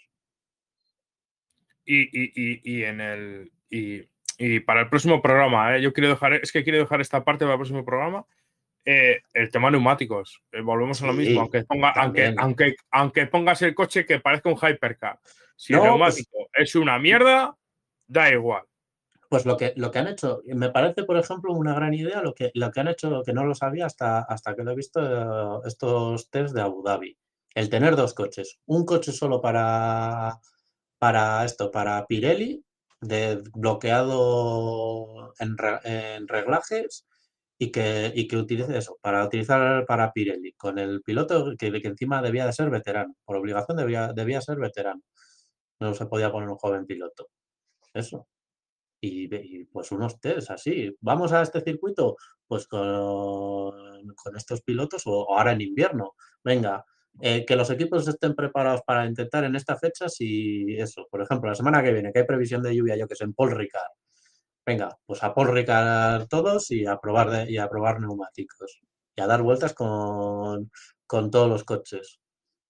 Y, y, y, y en el... Y, y para el próximo programa, ¿eh? Yo quiero dejar, es que quiero dejar esta parte para el próximo programa. Eh, el tema neumáticos. Eh, volvemos Sí, a lo mismo. Aunque, ponga, aunque, aunque, aunque pongas el coche que parezca un hypercar. Si no, el neumático pues, es una mierda, da igual. Pues lo que, lo que han hecho, me parece, por ejemplo, una gran idea lo que, lo que han hecho, que no lo sabía hasta, hasta que lo he visto, eh, estos test de Abu Dhabi. El tener dos coches. Un coche solo para, para esto, para Pirelli, de bloqueado en, en reglajes, y que, y que utilice eso, para utilizar para Pirelli, con el piloto que, que encima debía de ser veterano. Por obligación debía, debía ser veterano. No se podía poner un joven piloto. Eso. Y, y, pues unos test así. ¿Vamos a este circuito? Pues con, con estos pilotos o, o ahora en invierno. Venga, eh, que los equipos estén preparados para intentar en esta fecha si eso, por ejemplo, la semana que viene, que hay previsión de lluvia, yo que sé, en Paul Ricard. Venga, pues a Paul Ricard todos y a probar, de, y a probar neumáticos. Y a dar vueltas con, con todos los coches.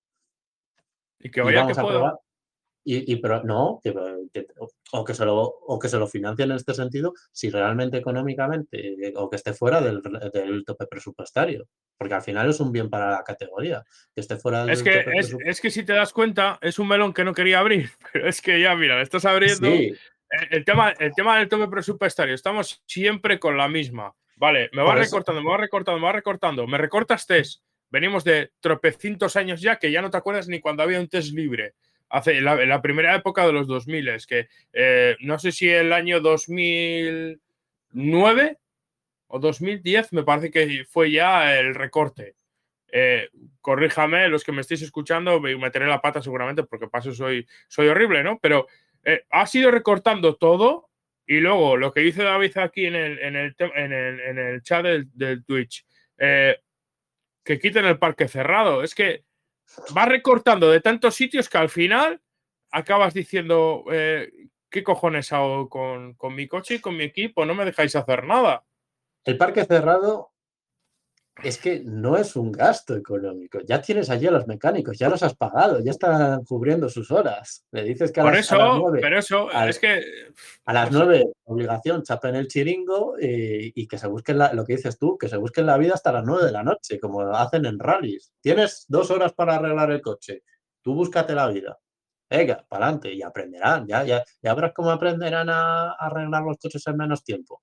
Y que Y vaya vamos que a puedo. probar. Y, y pero no, que, que, o, que se lo, o que se lo financien en este sentido, si realmente económicamente, eh, o que esté fuera del, del tope presupuestario, porque al final es un bien para la categoría, que esté fuera del Es que, tope es, presupuestario. es que si te das cuenta, es un melón que no quería abrir, pero es que ya, mira, le estás abriendo. Sí. El, el, tema, el tema del tope presupuestario, estamos siempre con la misma. Vale, me va recortando, me va recortando, me va recortando, me recortas test. Venimos de tropecientos años ya que ya no te acuerdas ni cuando había un test libre. Hace la, la primera época de los dos mil, es que eh, no sé si el año dos mil nueve o dos mil diez me parece que fue ya el recorte. Eh, corríjame, los que me estéis escuchando, me meteré la pata seguramente porque paso soy, soy horrible, ¿no? Pero eh, ha sido recortando todo y luego lo que dice David aquí en el, en el, en el, en el chat del, del Twitch, eh, que quiten el parque cerrado. Es que va recortando de tantos sitios que al final acabas diciendo, eh, ¿qué cojones hago con, con mi coche y con mi equipo? No me dejáis hacer nada. El parque cerrado es que no es un gasto económico. Ya tienes allí a los mecánicos, ya los has pagado, ya están cubriendo sus horas. Le dices que a Por las, eso, a las nueve, pero eso, a, es que... a las no nueve, sé. obligación, chapen el chiringo y, y que se busquen la, lo que dices tú, que se busquen la vida hasta las nueve de la noche, como hacen en rallies. Tienes dos horas para arreglar el coche. Tú búscate la vida. Venga, para adelante y aprenderán. Ya, ya, ya verás cómo aprenderán a, a arreglar los coches en menos tiempo.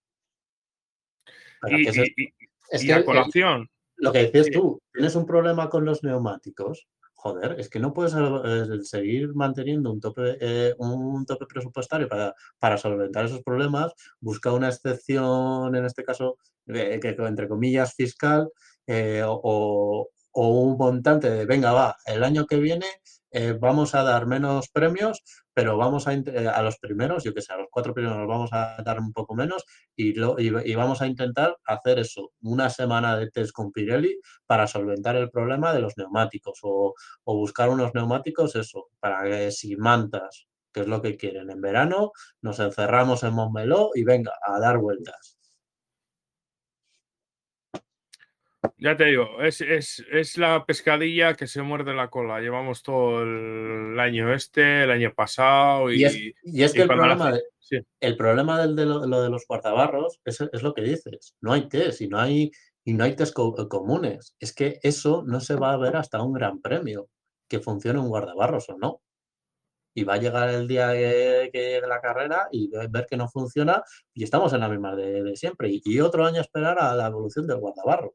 Pero Y, ¿qué es y, esto? y, Es y que a el, el, colación. lo que decías Sí. tú, tienes un problema con los neumáticos. Joder, es que no puedes eh, seguir manteniendo un tope, eh, un tope presupuestario para, para solventar esos problemas. Busca una excepción, en este caso, eh, que entre comillas, fiscal, eh, o, o un montante de, venga, va, el año que viene eh, vamos a dar menos premios, pero vamos a, eh, a los primeros, yo que sé, a los cuatro primeros nos vamos a dar un poco menos y, lo, y, y vamos a intentar hacer eso, una semana de test con Pirelli para solventar el problema de los neumáticos o, o buscar unos neumáticos, eso, para que sin mantas, que es lo que quieren. En verano nos encerramos en Montmeló y venga, a dar vueltas. Ya te digo, es, es, es la pescadilla que se muerde la cola. Llevamos todo el año este, el año pasado Y es, y, y es que y el cuando la problema, hace... de, Sí. el problema del, de lo, lo de los guardabarros es, es lo que dices. No hay test y no hay, y no hay test co- comunes. Es que eso no se va a ver hasta un gran premio, que funcione un guardabarros o no. Y va a llegar el día que, que llegue la carrera y ve- ver que no funciona y estamos en la misma de, de siempre. Y, y otro año esperar a la evolución del guardabarros.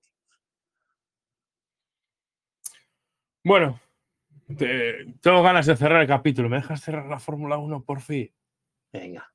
Bueno, te- tengo ganas de cerrar el capítulo. ¿Me dejas cerrar la Fórmula uno por fin? Venga.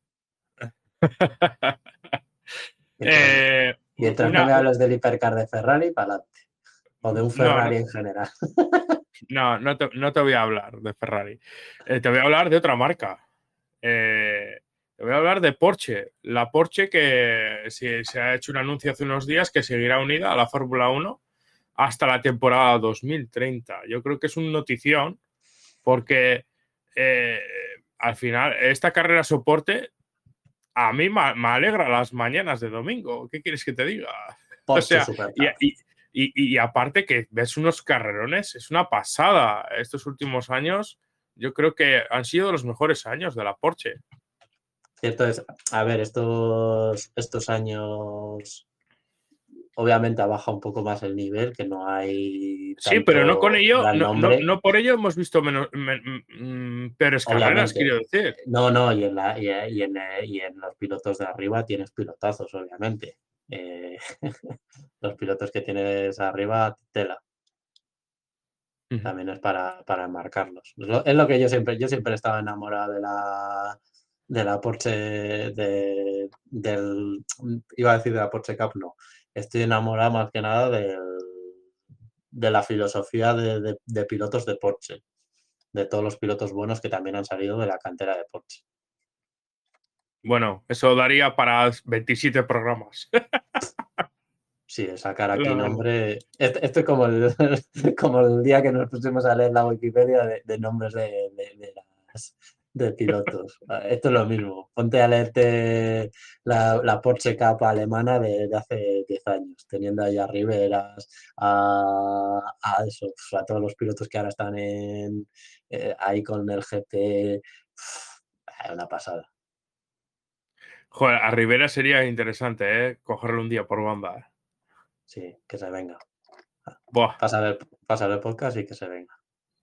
Mientras, Eh, mientras no una, me hables del hipercar de Ferrari, para adelante. O de un no, no, Ferrari en general. no, no te, no te voy a hablar de Ferrari. Eh, te voy a hablar de otra marca. Eh, te voy a hablar de Porsche. La Porsche que se, se ha hecho un anuncio hace unos días que seguirá unida a la Fórmula uno hasta la temporada dos mil treinta. Yo creo que es un notición porque eh, al final esta carrera soporte a mí me, me alegra las mañanas de domingo. ¿Qué quieres que te diga? O Porsche sea, y, Supercar. y, y, y aparte que ves unos carrerones, es una pasada. Estos últimos años yo creo que han sido los mejores años de la Porsche. Cierto es, a ver, estos, estos años obviamente ha bajado un poco más el nivel, que no hay Sí, pero no con tanto ello, gran no, no, nombre, no por ello hemos visto menos, men- mm, peores carreras, obviamente. quiero decir. No, no, y en, la, y, y en, eh, y en los pilotos de arriba tienes pilotazos, obviamente. Eh, los pilotos que tienes arriba, tela, Ujú. también es para, para enmarcarlos. Es lo, es lo que yo siempre, yo siempre estaba enamorado de la, de la Porsche, de, del, iba a decir de la Porsche Cup, no. Estoy enamorado más que nada del, de la filosofía de, de, de pilotos de Porsche, de todos los pilotos buenos que también han salido de la cantera de Porsche. Bueno, eso daría para veintisiete programas. Sí, sacar La aquí verdad. nombre. Esto, esto es como el, como el día que nos pusimos a leer la Wikipedia de, de nombres de, de, de las, de pilotos. Esto es lo mismo. Ponte a leerte la, la Porsche Cup alemana de, de hace diez años, teniendo ahí a Riveras, a, a, eso, a todos los pilotos que ahora están en, eh, ahí con el G T. Es una pasada. Joder, a Rivera sería interesante, ¿eh? Cogerle un día por banda. Sí, que se venga. Buah. Pasar el, pasar el podcast y que se venga.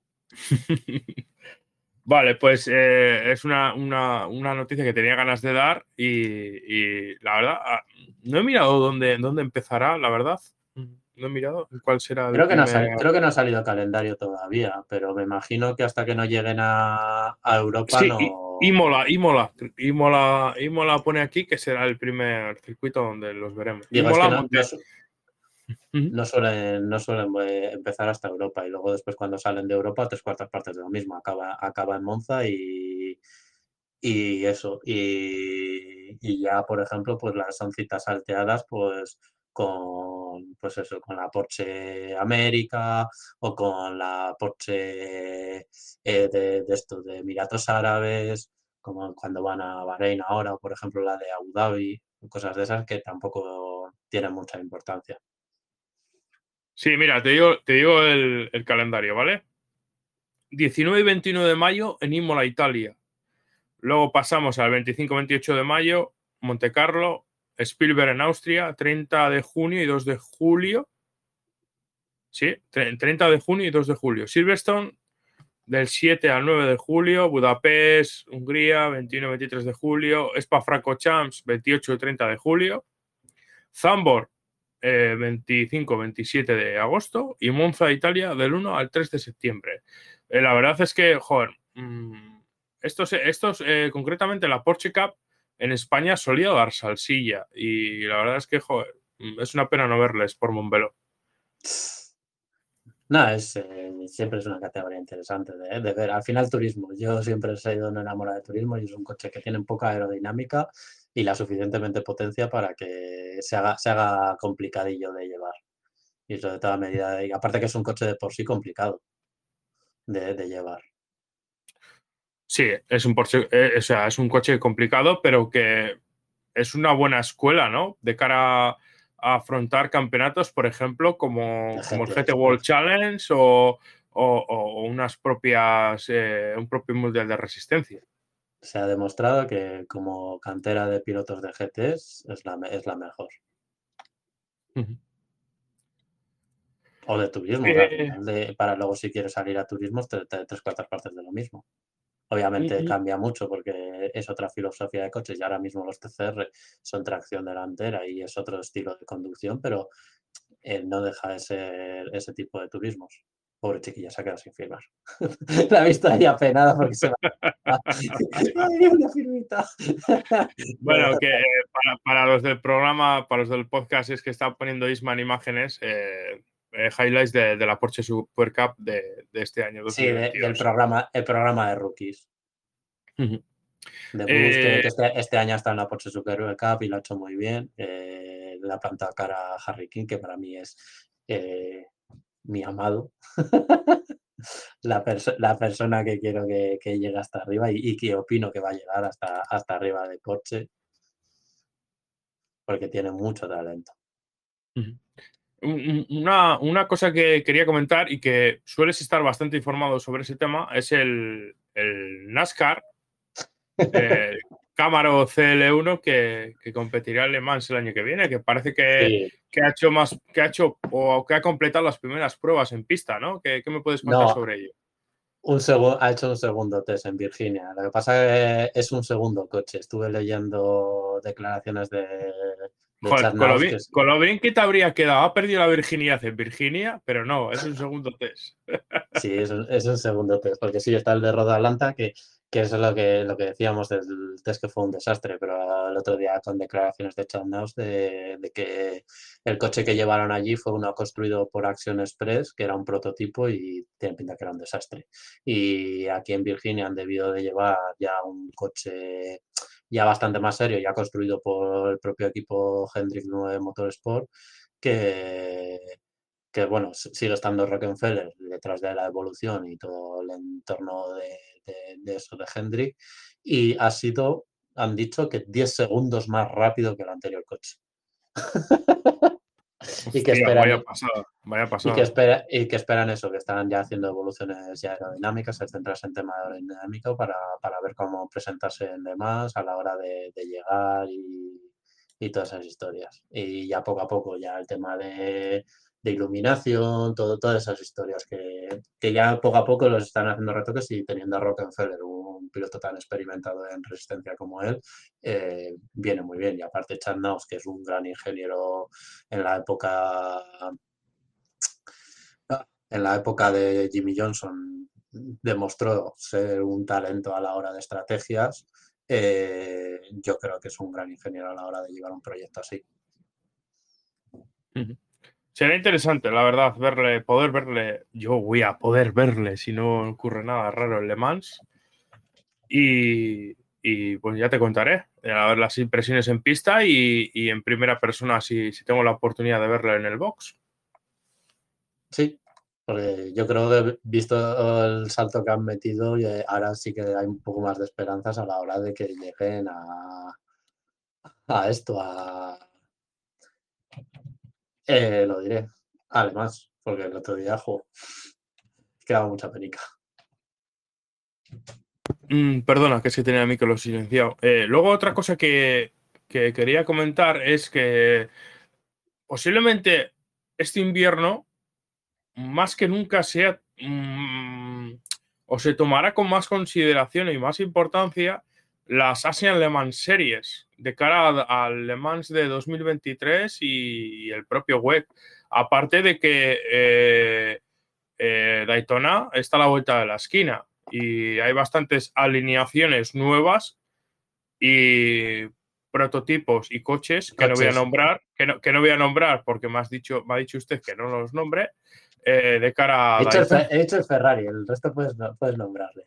Vale, pues eh, es una, una, una noticia que tenía ganas de dar y, y la verdad, ah, no he mirado dónde, dónde empezará, la verdad. No he mirado cuál será el Creo que no ha primer... salido, creo que no ha salido calendario todavía, pero me imagino que hasta que no lleguen a, a Europa Sí, I- no, Imola, Imola, Imola, Imola pone aquí que será el primer circuito donde los veremos. digo, es que Imola, no, no, Monte. su- Ujú. no suelen, no suelen eh, empezar hasta Europa y luego después cuando salen de Europa tres cuartas partes de lo mismo, acaba, acaba en Monza y, y eso, y, y ya por ejemplo pues las son citas salteadas pues con pues eso, con la Porsche América o con la Porsche eh, de, de esto, de Emiratos Árabes, como cuando van a Bahrein ahora, o por ejemplo la de Abu Dhabi, cosas de esas que tampoco tienen mucha importancia. Sí, mira, te digo, te digo el, el calendario, ¿vale? diecinueve y veintiuno de mayo en Imola, Italia. Luego pasamos al veinticinco veintiocho de mayo, Monte Carlo, Spielberg en Austria, treinta de junio y dos de julio. Sí, treinta de junio y dos de julio. Silverstone del siete al nueve de julio, Budapest, Hungría, veintiuno y veintitrés de julio, Spa-Francorchamps, veintiocho y treinta de julio, Zandvoort, eh, veinticinco veintisiete de agosto y Monza, Italia, del uno al tres de septiembre. Eh, la verdad es que, joder, mmm, estos, estos eh, concretamente la Porsche Cup en España solía dar salsilla y la verdad es que, joder, es una pena no verles por Montbeló. No, es, eh, siempre es una categoría interesante de, de ver. Al final, turismo. Yo siempre he sido un enamorado de turismo y es un coche que tiene poca aerodinámica y la suficientemente potencia para que se haga, se haga complicadillo de llevar. Y eso de toda medida. Y aparte que es un coche de por sí complicado de, de llevar. Sí, es un Porsche, eh, o sea, es un coche complicado, pero que es una buena escuela, ¿no? De cara a afrontar campeonatos, por ejemplo, como, como el G T G T World Challenge o, o, o unas propias, eh, un propio mundial de resistencia. Se ha demostrado que como cantera de pilotos de G Ts es la, es la mejor. Uh-huh. O de turismo, Eh, al final de, para luego si quieres salir a turismos, te, te, tres cuartas partes de lo mismo. Obviamente y, cambia mucho porque es otra filosofía de coches y ahora mismo los T C R son tracción delantera y es otro estilo de conducción, pero eh, no deja de ser ese tipo de turismos. Pobre chiquilla, se ha quedado sin firmar. La he visto ahí apenada porque se va. ¡Ay, una firmita! Bueno, que eh, para, para los del programa, para los del podcast, es que está poniendo Isman imágenes, eh, eh, highlights de, de la Porsche Super Cup de, de este año Sí, dos mil veintidós. de, del programa, el programa de rookies. Uh-huh. De Bruce, Eh, que este, este año está en la Porsche Super Cup y lo ha hecho muy bien. Eh, le ha plantado cara a Harry King, que para mí es eh, mi amado. la, perso la persona que quiero que, que llegue hasta arriba y, y que opino que va a llegar hasta, hasta arriba de Porsche, porque tiene mucho talento. uh-huh. Una, una cosa que quería comentar y que sueles estar bastante informado sobre ese tema es el, el NASCAR eh, Camaro C L uno que, que competirá en Le Mans el año que viene, que parece que, Sí. que ha hecho más, que ha hecho o que ha completado las primeras pruebas en pista, ¿no? ¿Qué, qué me puedes contar No, sobre ello? un ha hecho un segundo test en Virginia. Lo que pasa es que es un segundo coche. Estuve leyendo declaraciones de, de Joder, Chad con lo, Naus, bien, que es, con lo bien que te habría quedado, ha perdido la virginidad en Virginia, pero no, es un segundo test. sí, es un, es un segundo test, porque sí está el de Road Atlanta, que, que eso es lo que, lo que decíamos del test, que fue un desastre, pero el otro día con declaraciones de Chad Naus de, de que el coche que llevaron allí fue uno construido por Action Express, que era un prototipo y tiene pinta que era un desastre. Y aquí en Virginia han debido de llevar ya un coche ya bastante más serio, ya construido por el propio equipo Hendrick nueve Motorsport, que que bueno, sigue estando Rockefeller detrás de la evolución y todo el entorno de, de, de eso de Hendrick, y ha sido, han dicho que diez segundos más rápido que el anterior coche. y que Hostia, esperan vaya pasada, vaya y que, pasada. espera, y que esperan eso, que están ya haciendo evoluciones ya aerodinámicas, el centrarse en tema aerodinámico para, para ver cómo presentarse en demás a la hora de, de llegar y, y todas esas historias. Y ya poco a poco, ya el tema de, de iluminación, todo, todas esas historias que, que ya poco a poco los están haciendo retoques y teniendo a Rockefeller, un piloto tan experimentado en resistencia como él, eh, viene muy bien. Y aparte Chad Naus, que es un gran ingeniero en la época en la época de Jimmy Johnson, demostró ser un talento a la hora de estrategias. Eh, yo creo que es un gran ingeniero a la hora de llevar un proyecto así. Uh-huh. Será interesante, la verdad, verle, poder verle. Yo voy a poder verle si no ocurre nada raro en Le Mans. Y, y pues ya te contaré a ver las impresiones en pista y, y en primera persona si, si tengo la oportunidad de verlo en el box. Sí, porque yo creo que visto el salto que han metido, ahora sí que hay un poco más de esperanzas a la hora de que lleguen a, a esto, a... Eh, lo diré, además, porque el otro día, jo, quedaba mucha penica. Mm, perdona, que es que tenía el micro silenciado. Eh, luego otra cosa que, que quería comentar es que posiblemente este invierno más que nunca sea mmm, o se tomará con más consideración y más importancia las Asian Le Mans Series de cara al Le Mans de dos mil veintitrés y, y el propio W E C. Aparte de que eh, eh, Daytona está a la vuelta de la esquina y hay bastantes alineaciones nuevas y prototipos y coches que no voy a Coches. nombrar, que no, que no voy a nombrar porque me, has dicho, me ha dicho usted que no los nombre, eh, de cara a He hecho, el, Daytona. he hecho el Ferrari, el resto puedes, puedes nombrarle.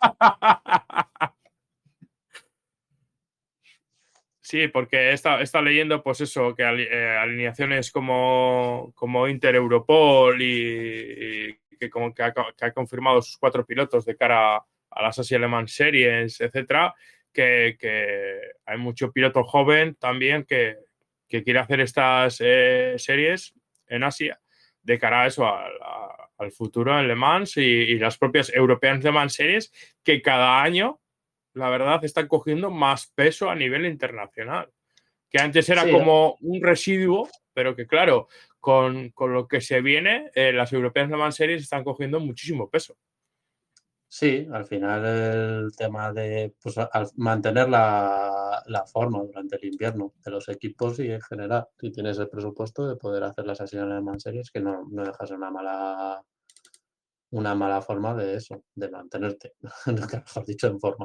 Sí, porque está, está leyendo, pues eso, que eh, alineaciones como, como Inter Europol y, y que, como que, ha, que ha confirmado sus cuatro pilotos de cara a, a las Asia Le Mans Series, etcétera, que, que hay mucho piloto joven también que, que quiere hacer estas eh, series en Asia de cara a eso, a, a, al futuro en Le Mans y, y las propias European Le Mans Series, que cada año, la verdad, están cogiendo más peso a nivel internacional. Que antes era Sí, como un residuo, pero que claro, con, con lo que se viene, eh, las European Le Mans Series están cogiendo muchísimo peso. sí, al final el tema de pues, al mantener la, la forma durante el invierno de los equipos y en general, si tienes el presupuesto de poder hacer las sesiones de Man Series, que no, no dejas una mala una mala forma de eso, de mantenerte, nunca mejor dicho, en forma.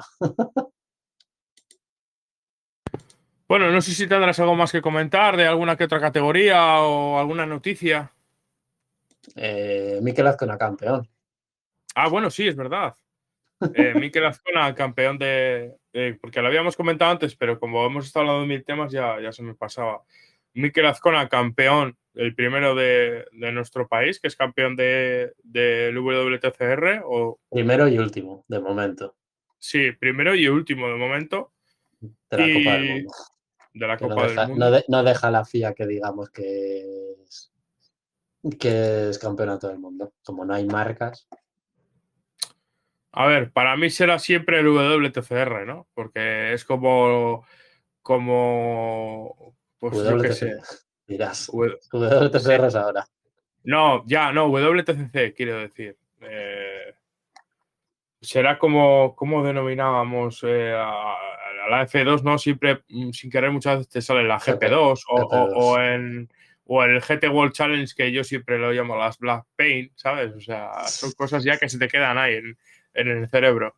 Bueno, no sé si tendrás algo más que comentar de alguna que otra categoría o alguna noticia. Eh, Mikel Azcona campeón. Ah, bueno, sí, es verdad. Eh, Mikel Azcona, campeón de, de- Porque lo habíamos comentado antes, pero como hemos estado hablando de mil temas, ya, ya se me pasaba. Mikel Azcona, campeón, el primero de, de nuestro país, que es campeón de, del W T C R. O, Primero y último, de momento, sí, primero y último de momento. de la Copa del Y Mundo. de la Que no Copa del deja, no, Mundo. de- no deja la F I A que digamos que es, que es campeonato del mundo. Como no hay marcas. A ver, para mí será siempre el W T C R, ¿no? Porque es como. Como. Pues yo qué sé. W T C C, dirás. W- sí. W T C R es ahora. No, ya, no, W T C C, quiero decir. Eh, será como, como denominábamos eh, a, a la F dos, ¿no? Siempre, mm, sin querer, muchas veces te sale la G P, G P dos o, o, o G P dos. en, o en el G T World Challenge, que yo siempre lo llamo las Black Paint, ¿sabes? O sea, son cosas ya que se te quedan ahí en, en el cerebro.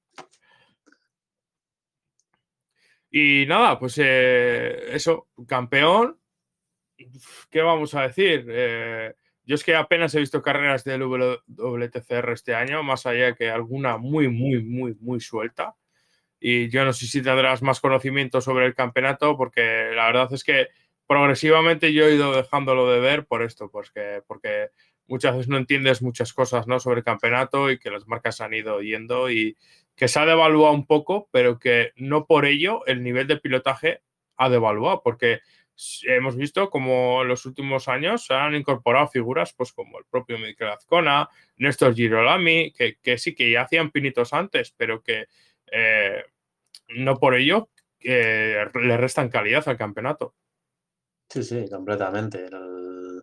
Y nada, pues eh, eso, campeón, ¿qué vamos a decir? Eh, yo es que apenas he visto carreras del W T C R este año, más allá que alguna muy, muy, muy, muy suelta. Y yo no sé si tendrás más conocimiento sobre el campeonato, porque la verdad es que progresivamente yo he ido dejándolo de ver por esto, pues que, porque muchas veces no entiendes muchas cosas, ¿no?, sobre el campeonato y que las marcas han ido yendo y que se ha devaluado un poco, pero que no por ello el nivel de pilotaje ha devaluado, porque hemos visto como en los últimos años se han incorporado figuras pues como el propio Mikel Azcona, Néstor Girolami, que, que sí que ya hacían pinitos antes, pero que eh, no por ello eh, le restan calidad al campeonato. Sí, sí, completamente. El-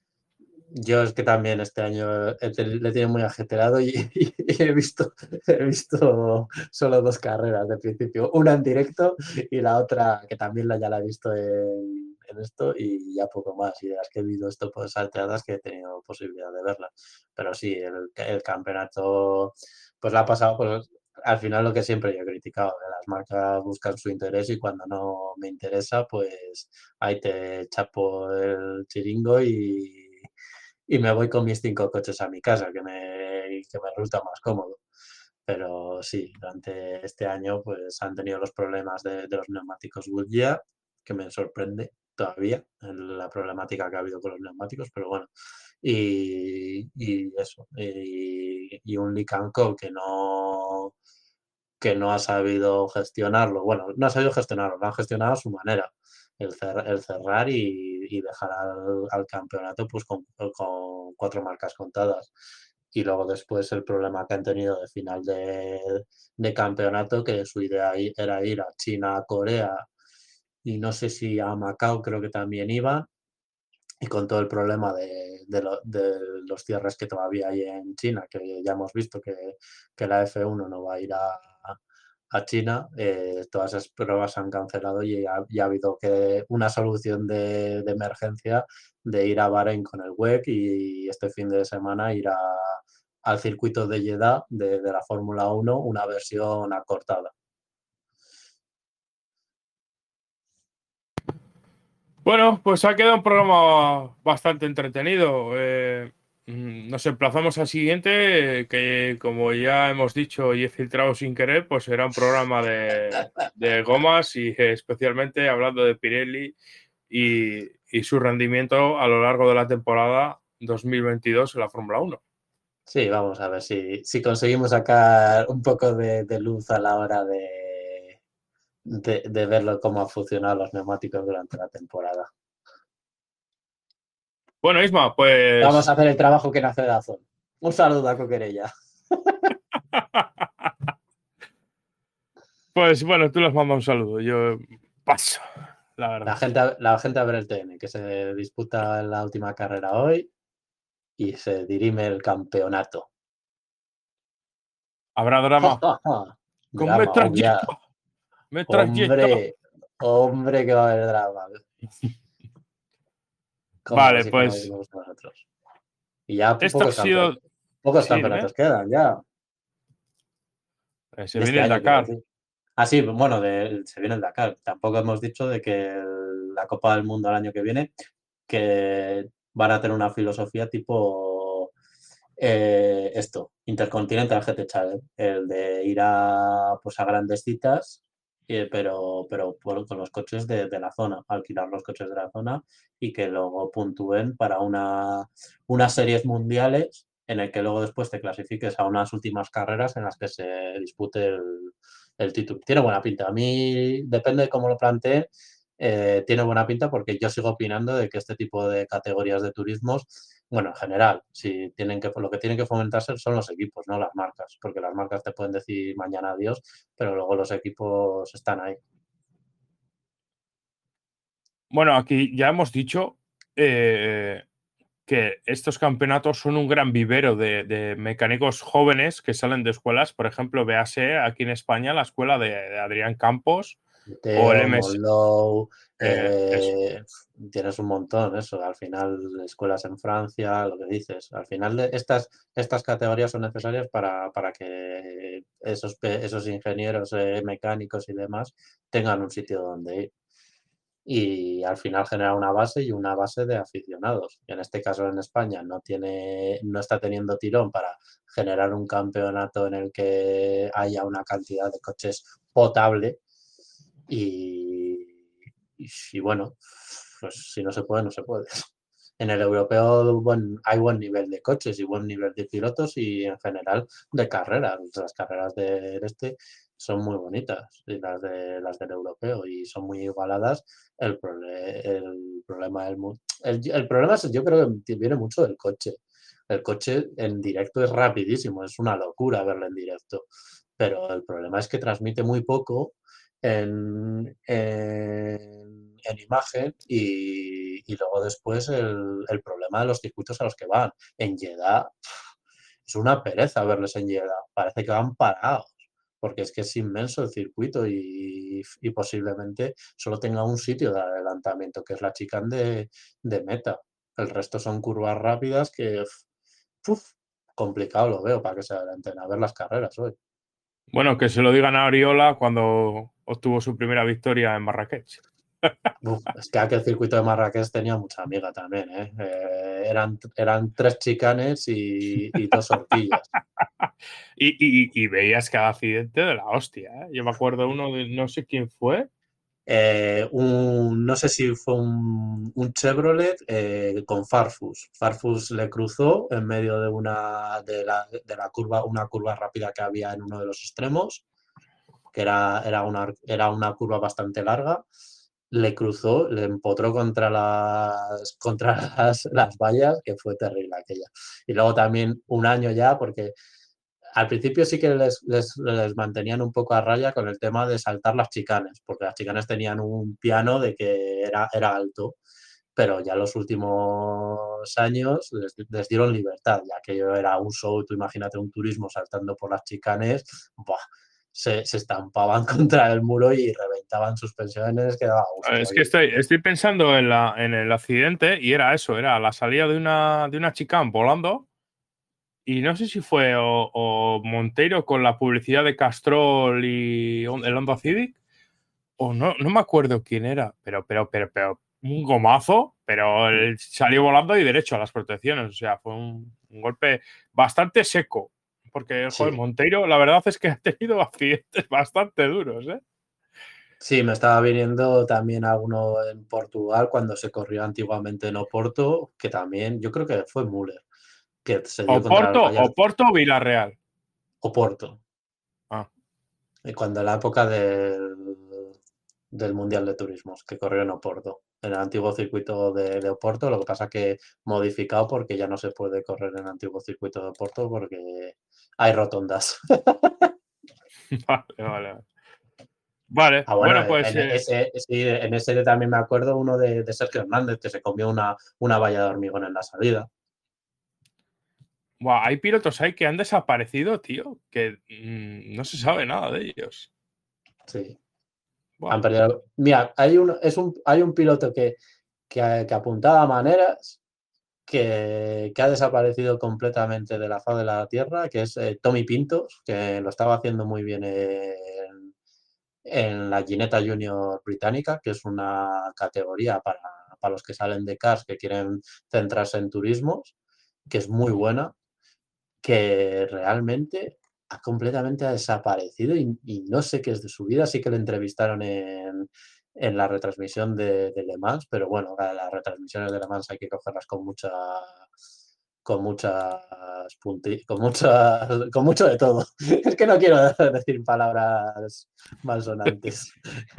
Yo es que también este año he te- le tiene muy ajetreado y, y- y he visto, he visto solo dos carreras de principio, una en directo y la otra que también la, ya la he visto en, en esto y ya poco más. Y de las que he visto esto pues salteadas que he tenido posibilidad de verla. Pero sí, el, el campeonato pues la ha pasado pues, al final lo que siempre yo he criticado, que las marcas buscan su interés y cuando no me interesa pues ahí te chapo el chiringo y y me voy con mis cinco coches a mi casa, que me, que me resulta más cómodo. Pero sí, durante este año pues han tenido los problemas de, de los neumáticos Goodyear, que me sorprende todavía la problemática que ha habido con los neumáticos, pero bueno. Y, y eso, y, y un Lee Cole que no, que no ha sabido gestionarlo. Bueno, no ha sabido gestionarlo, lo han gestionado a su manera. El, cer el cerrar y, y dejar al, al, campeonato pues con, con, cuatro marcas contadas. Y luego después el problema que han tenido de final de, de campeonato, que su idea era ir a China, a Corea y no sé si a Macao creo que también iban. Y con todo el problema de, de, lo, de, los cierres que todavía hay en China, que ya hemos visto que, que la F uno no va a ir a, a China, eh, todas esas pruebas se han cancelado y ha, y ha habido que una solución de, de, emergencia de ir a Bahrein con el W E C y este fin de semana ir a, al circuito de Jeddah de, de la Fórmula uno, una versión acortada. Bueno, pues ha quedado un programa bastante entretenido. Eh, nos emplazamos al siguiente, que como ya hemos dicho y he filtrado sin querer, pues será un programa de, de gomas y especialmente hablando de Pirelli y, y su rendimiento a lo largo de la temporada dos mil veintidós en la Fórmula uno. Sí, vamos a ver si, si conseguimos sacar un poco de, de luz a la hora de, de, de verlo cómo han funcionado los neumáticos durante la temporada. Bueno, Isma, Vamos pues. a hacer el trabajo que nace de Dazón. Un saludo a Coquerella. Pues bueno, tú les mandas un saludo. Yo paso, la La verdad. gente, la gente a ver el T N, que se disputa la última carrera hoy y se dirime el campeonato. Habrá drama. Con Drama, oh, ya. metralleta. Metralleta. Hombre, hombre, que va a haber drama. Como que Vale, sí, como que pues. nos gusta a nosotros. Y ya Esto ha pocos, sido. campe- pocos Sí, dime. campeonatos quedan ya. Eh, Se De este viene el año, quiero Dakar. decir. Ah, sí, bueno, de- se viene el Dakar. Tampoco hemos dicho de que el- la Copa del Mundo el año que viene, que van a tener una filosofía tipo eh, esto, Intercontinental G T Challenge, el de ir a, pues, a grandes citas, eh, pero, pero por- con los coches de, de la zona, alquilar los coches de la zona y que luego puntúen para una, unas series mundiales en el que luego después te clasifiques a unas últimas carreras en las que se dispute el, el título. Tiene buena pinta. A mí, depende de cómo lo plantee, eh, tiene buena pinta porque yo sigo opinando de que este tipo de categorías de turismos, bueno, en general, si tienen que, lo que tienen que fomentarse son los equipos, no las marcas, porque las marcas te pueden decir mañana adiós, pero luego los equipos están ahí. Bueno, aquí ya hemos dicho eh, que estos campeonatos son un gran vivero de, de mecánicos jóvenes que salen de escuelas. Por ejemplo, véase aquí en España la escuela de, de Adrián Campos o el Teo, M S. Monlow, Eh, eso. eh, tienes un montón, eso. Al final, escuelas en Francia, lo que dices. Al final, de- estas, estas categorías son necesarias para, para que esos, pe- esos ingenieros eh, mecánicos y demás tengan un sitio donde ir. Y al final genera una base y una base de aficionados. Y en este caso en España no tiene, no está teniendo tirón para generar un campeonato en el que haya una cantidad de coches potable. Y, y, y bueno, pues si no se puede, no se puede. En el europeo buen, hay buen nivel de coches y buen nivel de pilotos y en general de carreras. Las carreras del este son muy bonitas y las, de, las del europeo y son muy igualadas. El, prole, el problema del el, el problema es, yo creo que viene mucho del coche. El coche en directo es rapidísimo, es una locura verlo en directo. Pero el problema es que transmite muy poco en, en, en imagen y, y, luego después el, el, problema de los circuitos a los que van. En Jeddah es una pereza verles en Jeddah, parece que van parados, porque es que es inmenso el circuito y, y posiblemente solo tenga un sitio de adelantamiento, que es la chicane de, de meta. El resto son curvas rápidas que uf, complicado lo veo para que se adelanten a ver las carreras hoy. Bueno, que se lo digan a Oriola cuando obtuvo su primera victoria en Marrakech. Uf, es que aquel circuito de Marrakech tenía mucha amiga también, ¿eh? Eh, eran, eran tres chicanes y, y dos horquillas. y, y, y veías cada accidente de la hostia, ¿eh? Yo me acuerdo uno de no sé quién fue. Eh, un, no sé si fue un, un Chevrolet eh, con Farfus. Farfus le cruzó en medio de una de la, de la curva, una curva rápida que había en uno de los extremos, que era, era, una, era una curva bastante larga. Le cruzó, le empotró contra las, contra las, las vallas, que fue terrible aquella. Y luego también un año ya, porque al principio sí que les, les, les, mantenían un poco a raya con el tema de saltar las chicanes, porque las chicanes tenían un piano de que era, era alto, pero ya en los últimos años les, les dieron libertad, ya que yo era un show, tú imagínate un turismo saltando por las chicanes, ¡buah! Se, se estampaban contra el muro y reventaban suspensiones, que daba gusto. Es que estoy, estoy pensando en, la, en el accidente y era eso, era la salida de una, de una chicane volando y no sé si fue o, o Monteiro con la publicidad de Castrol y el Honda Civic o no, no me acuerdo quién era, pero, pero, pero, pero un gomazo, pero él salió volando y derecho a las protecciones, o sea, fue un, un golpe bastante seco, porque, joder, Sí. Monteiro la verdad es que ha tenido accidentes bastante duros, ¿eh? Sí, me estaba viniendo también alguno en Portugal cuando se corrió antiguamente en Oporto, que también, yo creo que fue Müller, que se dio contra Oporto, las vallas de Oporto o Villarreal. Oporto. Ah. Y cuando en la época del, del Mundial de Turismos, que corrió en Oporto, en el antiguo circuito de, de Oporto, lo que pasa que modificado porque ya no se puede correr en el antiguo circuito de Oporto porque hay rotondas. Vale, vale. Vale, Ah, bueno, bueno, pues... en Eh, ese, sí, en ese también me acuerdo uno de, de Sergio Hernández, que se comió una, una valla de hormigón en la salida. buah, hay pilotos ahí que han desaparecido, tío, que mmm, no se sabe nada de ellos. Sí. Buah. Han perdido. Mira, hay un, es un, hay un piloto que, que, que apuntaba maneras que, que ha desaparecido completamente de la faz de la Tierra, que es eh, Tommy Pintos, que lo estaba haciendo muy bien en, en la Ginetta Junior británica, que es una categoría para, para los que salen de cars que quieren centrarse en turismos, que es muy buena, que realmente ha completamente desaparecido y, y no sé qué es de su vida. Sí que le entrevistaron en, en la retransmisión de, de Le Mans, pero bueno, las retransmisiones de Le Mans hay que cogerlas con mucha con muchas punti con muchas con mucho de todo. Es que no quiero decir palabras malsonantes.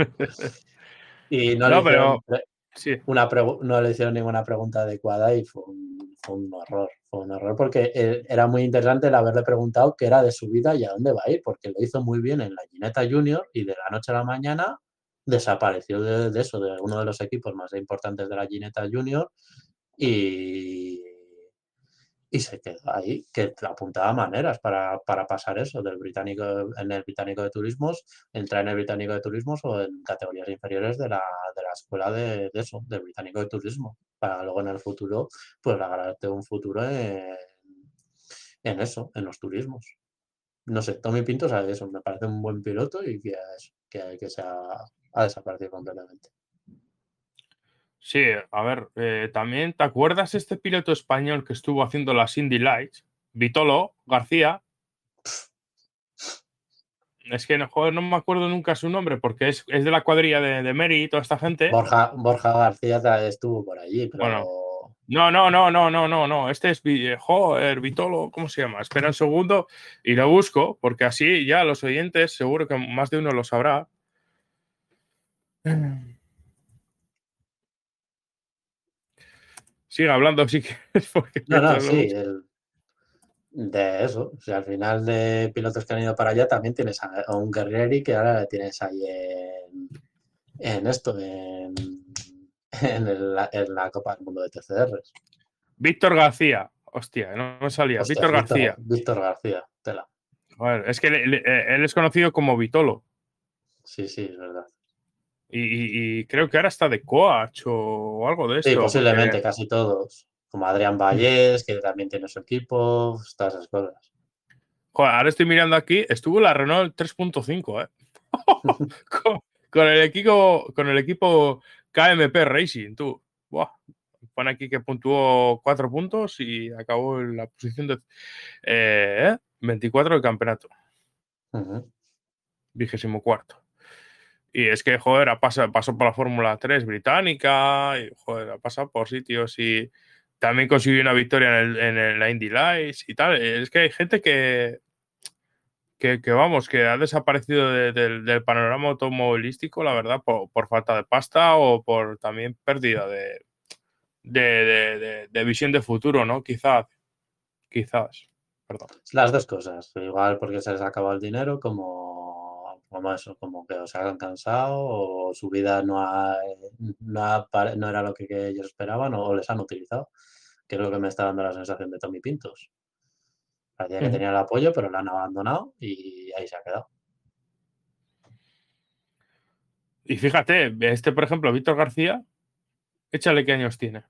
Y no le No, hicieron pero... Sí. una no le hicieron ninguna pregunta adecuada y fue un, fue un horror, fue un horror porque era muy interesante el haberle preguntado qué era de su vida y a dónde va a ir, porque lo hizo muy bien en la Ginetta Junior y de la noche a la mañana desapareció de, de eso, de uno de los equipos más importantes de la Ginetta Junior y, y se quedó ahí, que apuntaba maneras para, para pasar eso del británico en el británico de turismos, entrar en el británico de turismos o en categorías inferiores de la, de la escuela de, de eso, del británico de turismo, para luego en el futuro, pues ganarte un futuro en, en eso, en los turismos. No sé, Tommy Pinto sabe eso, me parece un buen piloto y que, que, que se ha, ha desaparecido completamente. Sí, a ver, eh, también, ¿te acuerdas este piloto español que estuvo haciendo las Indy Lights? Vitolo García. Es que, joder, no me acuerdo nunca su nombre porque es, es de la cuadrilla de, de Mary y toda esta gente. Borja, Borja García estuvo por allí, pero... Bueno, no, no, no, no, no, no, no. Este es, joder, Vitolo, ¿cómo se llama? Espera un segundo y lo busco porque así ya los oyentes, seguro que más de uno lo sabrá. Sigue hablando si quieres porque No, no, mientras lo sí, busco. el, de eso. O sea, al final de pilotos que han ido para allá también tienes a, a un Guerrieri que ahora le tienes ahí en, en esto, en, en, el- en la Copa del Mundo de T C Rs. Víctor García. Hostia, no me salía. Hostias, Víctor Víctor, García. Víctor García, tela. Joder, es que le, le, él es conocido como Vitolo. Sí, sí, es verdad. Y, y, y creo que ahora está de coach o algo de Sí, esto, porque... posiblemente casi todos. Como Adrián Vallés, que también tiene su equipo, todas esas cosas. Joder, ahora estoy mirando aquí, estuvo la Renault tres punto cinco, ¿eh? con, con, el equipo, con el equipo K M P Racing, tú. Buah. Pone aquí que puntuó cuatro puntos y acabó en la posición de eh, veinticuatro del campeonato. Uh-huh. Vigésimo cuarto. Y es que, joder, ha pasado, pasó por la Fórmula tres británica, y, joder, ha pasado por sitios y también consiguió una victoria en, el, en el, la Indy Lights y tal. Es que hay gente que, que, que vamos, que ha desaparecido de, de, del panorama automovilístico, la verdad, por, por falta de pasta o por también pérdida de, de, de, de, de visión de futuro, ¿no? Quizás, quizás, perdón. Las dos cosas. Igual porque se les ha acabado el dinero, como, como eso, como que o se han cansado o su vida no, ha, no, ha, no era lo que, que ellos esperaban o les han utilizado, que es lo que me está dando la sensación de Tommy Pintos. Parecía que Uh-huh. tenía el apoyo, pero lo han abandonado y ahí se ha quedado. Y fíjate, este, por ejemplo, Víctor García, échale qué años tiene.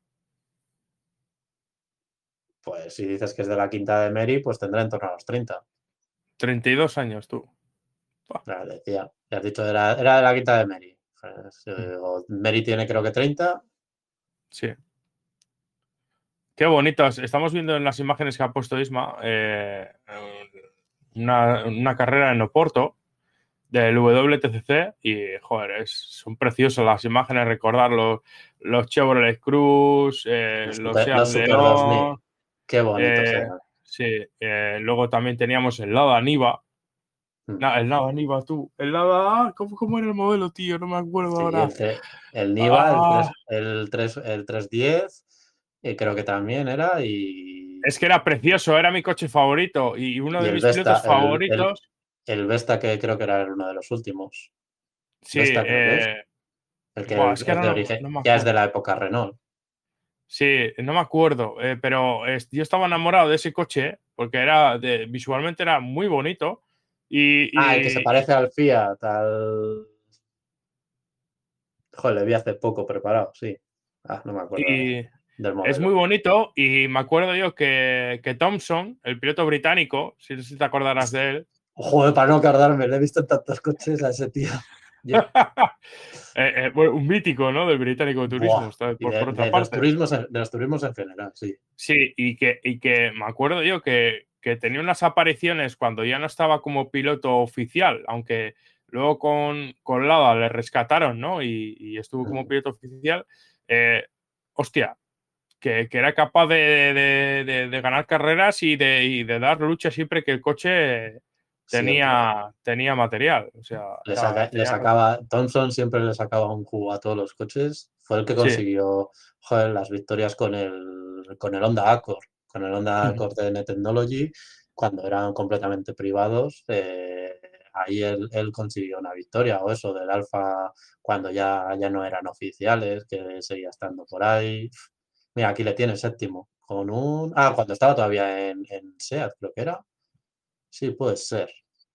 Pues si dices que es de la quinta de Mary, pues tendrá en torno a los treinta. treinta y dos años, tú. Ya decía, ya has dicho, era, era de la quinta de Mary. Pues, eh, Mary tiene creo que treinta. Sí. Qué bonitos. Estamos viendo en las imágenes que ha puesto Isma eh, una, una carrera en Oporto del W T C C y, joder, es, son preciosas las imágenes, recordar los, los Chevrolet Cruz, eh, Los los Super, Seat los Super dos mil. León. Qué bonitos Eh, eran. sí, eh, luego también teníamos el Lada Niva, No, el Nava Niva, tú. El Nava, ah, ¿cómo, ¿cómo era el modelo, tío? No me acuerdo Sí, ahora. el, tre- el Niva, Ah, el, tres, el, tres, el trescientos diez, eh, creo que también era, y, es que era precioso, era mi coche favorito y uno y de el mis Vesta, pilotos el, el, favoritos. el Vesta que creo que era uno de los últimos. Sí, Vesta creo que es, eh, el que buah, es que es ahora de no, origen, no me ya es de acuerdo. la época Renault. Sí, no me acuerdo, eh, pero es- yo estaba enamorado de ese coche eh, porque era de, visualmente era muy bonito y, Ah, el que se y- parece al Fiat, al... Joder, le vi hace poco preparado, sí. Ah, no me acuerdo y del es muy modelo. bonito y me acuerdo yo que, que Thompson, el piloto británico, si no sé si te acordarás de él, Joder, para no acordarme, le he visto en tantos coches a ese tío. Yo- eh, eh, bueno, un mítico, ¿no? Del británico de turismo, Buah. está Y por, de, por otra de los parte. turismos, en- de los turismos en general, sí. Sí, y que, y que me acuerdo yo que, que tenía unas apariciones cuando ya no estaba como piloto oficial, aunque luego con, con Lada le rescataron, ¿no? Y, y estuvo como Mm. piloto oficial. Eh, hostia, que, que era capaz de, de- de- de ganar carreras y de, y de dar lucha siempre que el coche Siempre. tenía, tenía material. O sea, Le, era, saca- le tenía- sacaba, Thompson siempre le sacaba un jugo a todos los coches. Fue el que sí. consiguió, joder, las victorias con el, con el Honda Accord, con el Honda Accord de Net Technology, cuando eran completamente privados. Eh, ahí él, él consiguió una victoria, o eso del Alfa cuando ya, ya no eran oficiales, que seguía estando por ahí. Mira, aquí le tiene séptimo, con un... Ah, cuando estaba todavía en, en SEAT, creo que era. Sí, puede ser.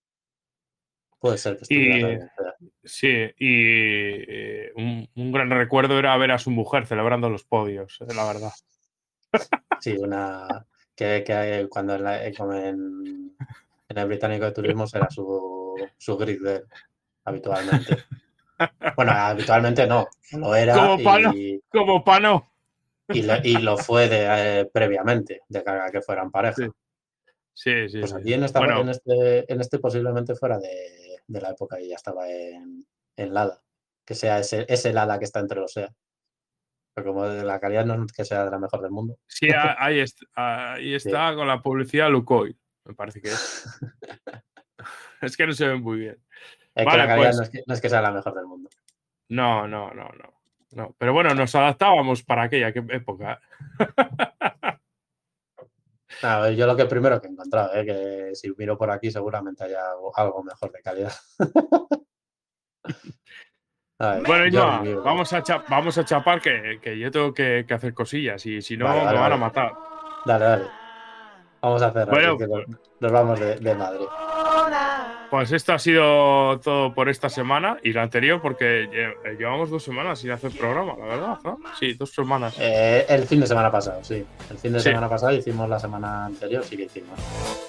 Puede ser que estuviera Y todavía en SEAT. sí, y eh, un, un gran recuerdo era ver a su mujer celebrando los podios, eh, la verdad. Sí, una que, que cuando en, la- como en, en el británico de turismo será su, su grid de él, habitualmente. Bueno, habitualmente no, lo era Como pano, y, como pano. y, le- y lo fue de, eh, previamente, de que, que fueran Sí, pareja. sí, sí, Pues sí. aquí en, esta, Bueno, en, este, en este posiblemente fuera de, de la época y ya estaba en, en Lada, que sea ese, ese Lada que está entre los SEA. Pero como la calidad no es que sea de la mejor del mundo. sí, a- ahí, est- ahí Sí. está con la publicidad Lukoil, me parece que es. Es que no se ven muy bien. Es que la Vale, calidad no pues es que, no es que sea la mejor del mundo. no, no, no, no. No, pero bueno, nos adaptábamos para aquella que- época. A ver, yo lo que primero que he encontrado, ¿eh? Que si miro por aquí seguramente haya algo, algo mejor de calidad. A ver, Bueno, Jordi Isma, Newell. vamos a, cha- vamos a chapar que, que yo tengo que, que hacer cosillas y si Vale, no me vale, van a vale. matar. Dale, dale. Vamos a cerrar, que, es Bueno, que nos, nos vamos de, de madre. pues esto ha sido todo por esta semana y la anterior porque lle- llevamos dos semanas sin hacer programa, la verdad, ¿no? Sí, dos semanas. Eh, el fin de semana pasado, sí. El fin de Sí. semana pasado hicimos la semana anterior, sí que hicimos.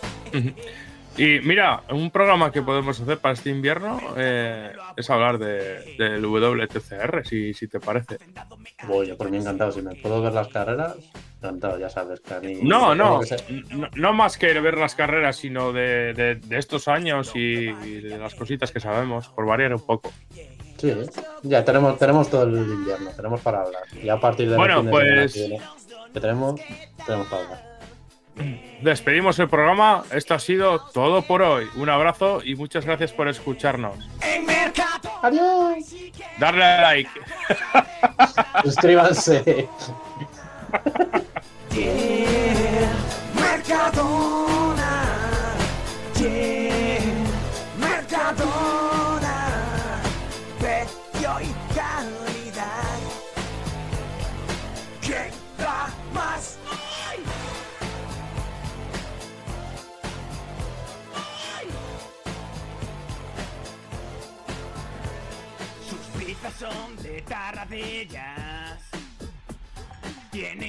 Y mira, un programa que podemos hacer para este invierno eh, es hablar de, del W T C R, si, si te parece. Voy, yo por mí encantado. Si me puedo ver las carreras, encantado, ya sabes que a mí. No, todo lo no, que sea- no, no más que ver las carreras, sino de, de- de estos años y, y de las cositas que sabemos, por variar un poco. Sí, ya tenemos, tenemos todo el invierno, tenemos para hablar. Y a partir del Bueno, fin de semana pues- que viene que tenemos, tenemos para hablar. Despedimos el programa. Esto ha sido todo por hoy. Un abrazo y muchas gracias por escucharnos. ¡Adiós! Darle a like. Suscríbanse. Mercadona, yeah, Mercadona, precio y calidad. ¿Quién da más? ¡Ay! ¡Ay! Sus pizzas son de Tarradellas. Tiene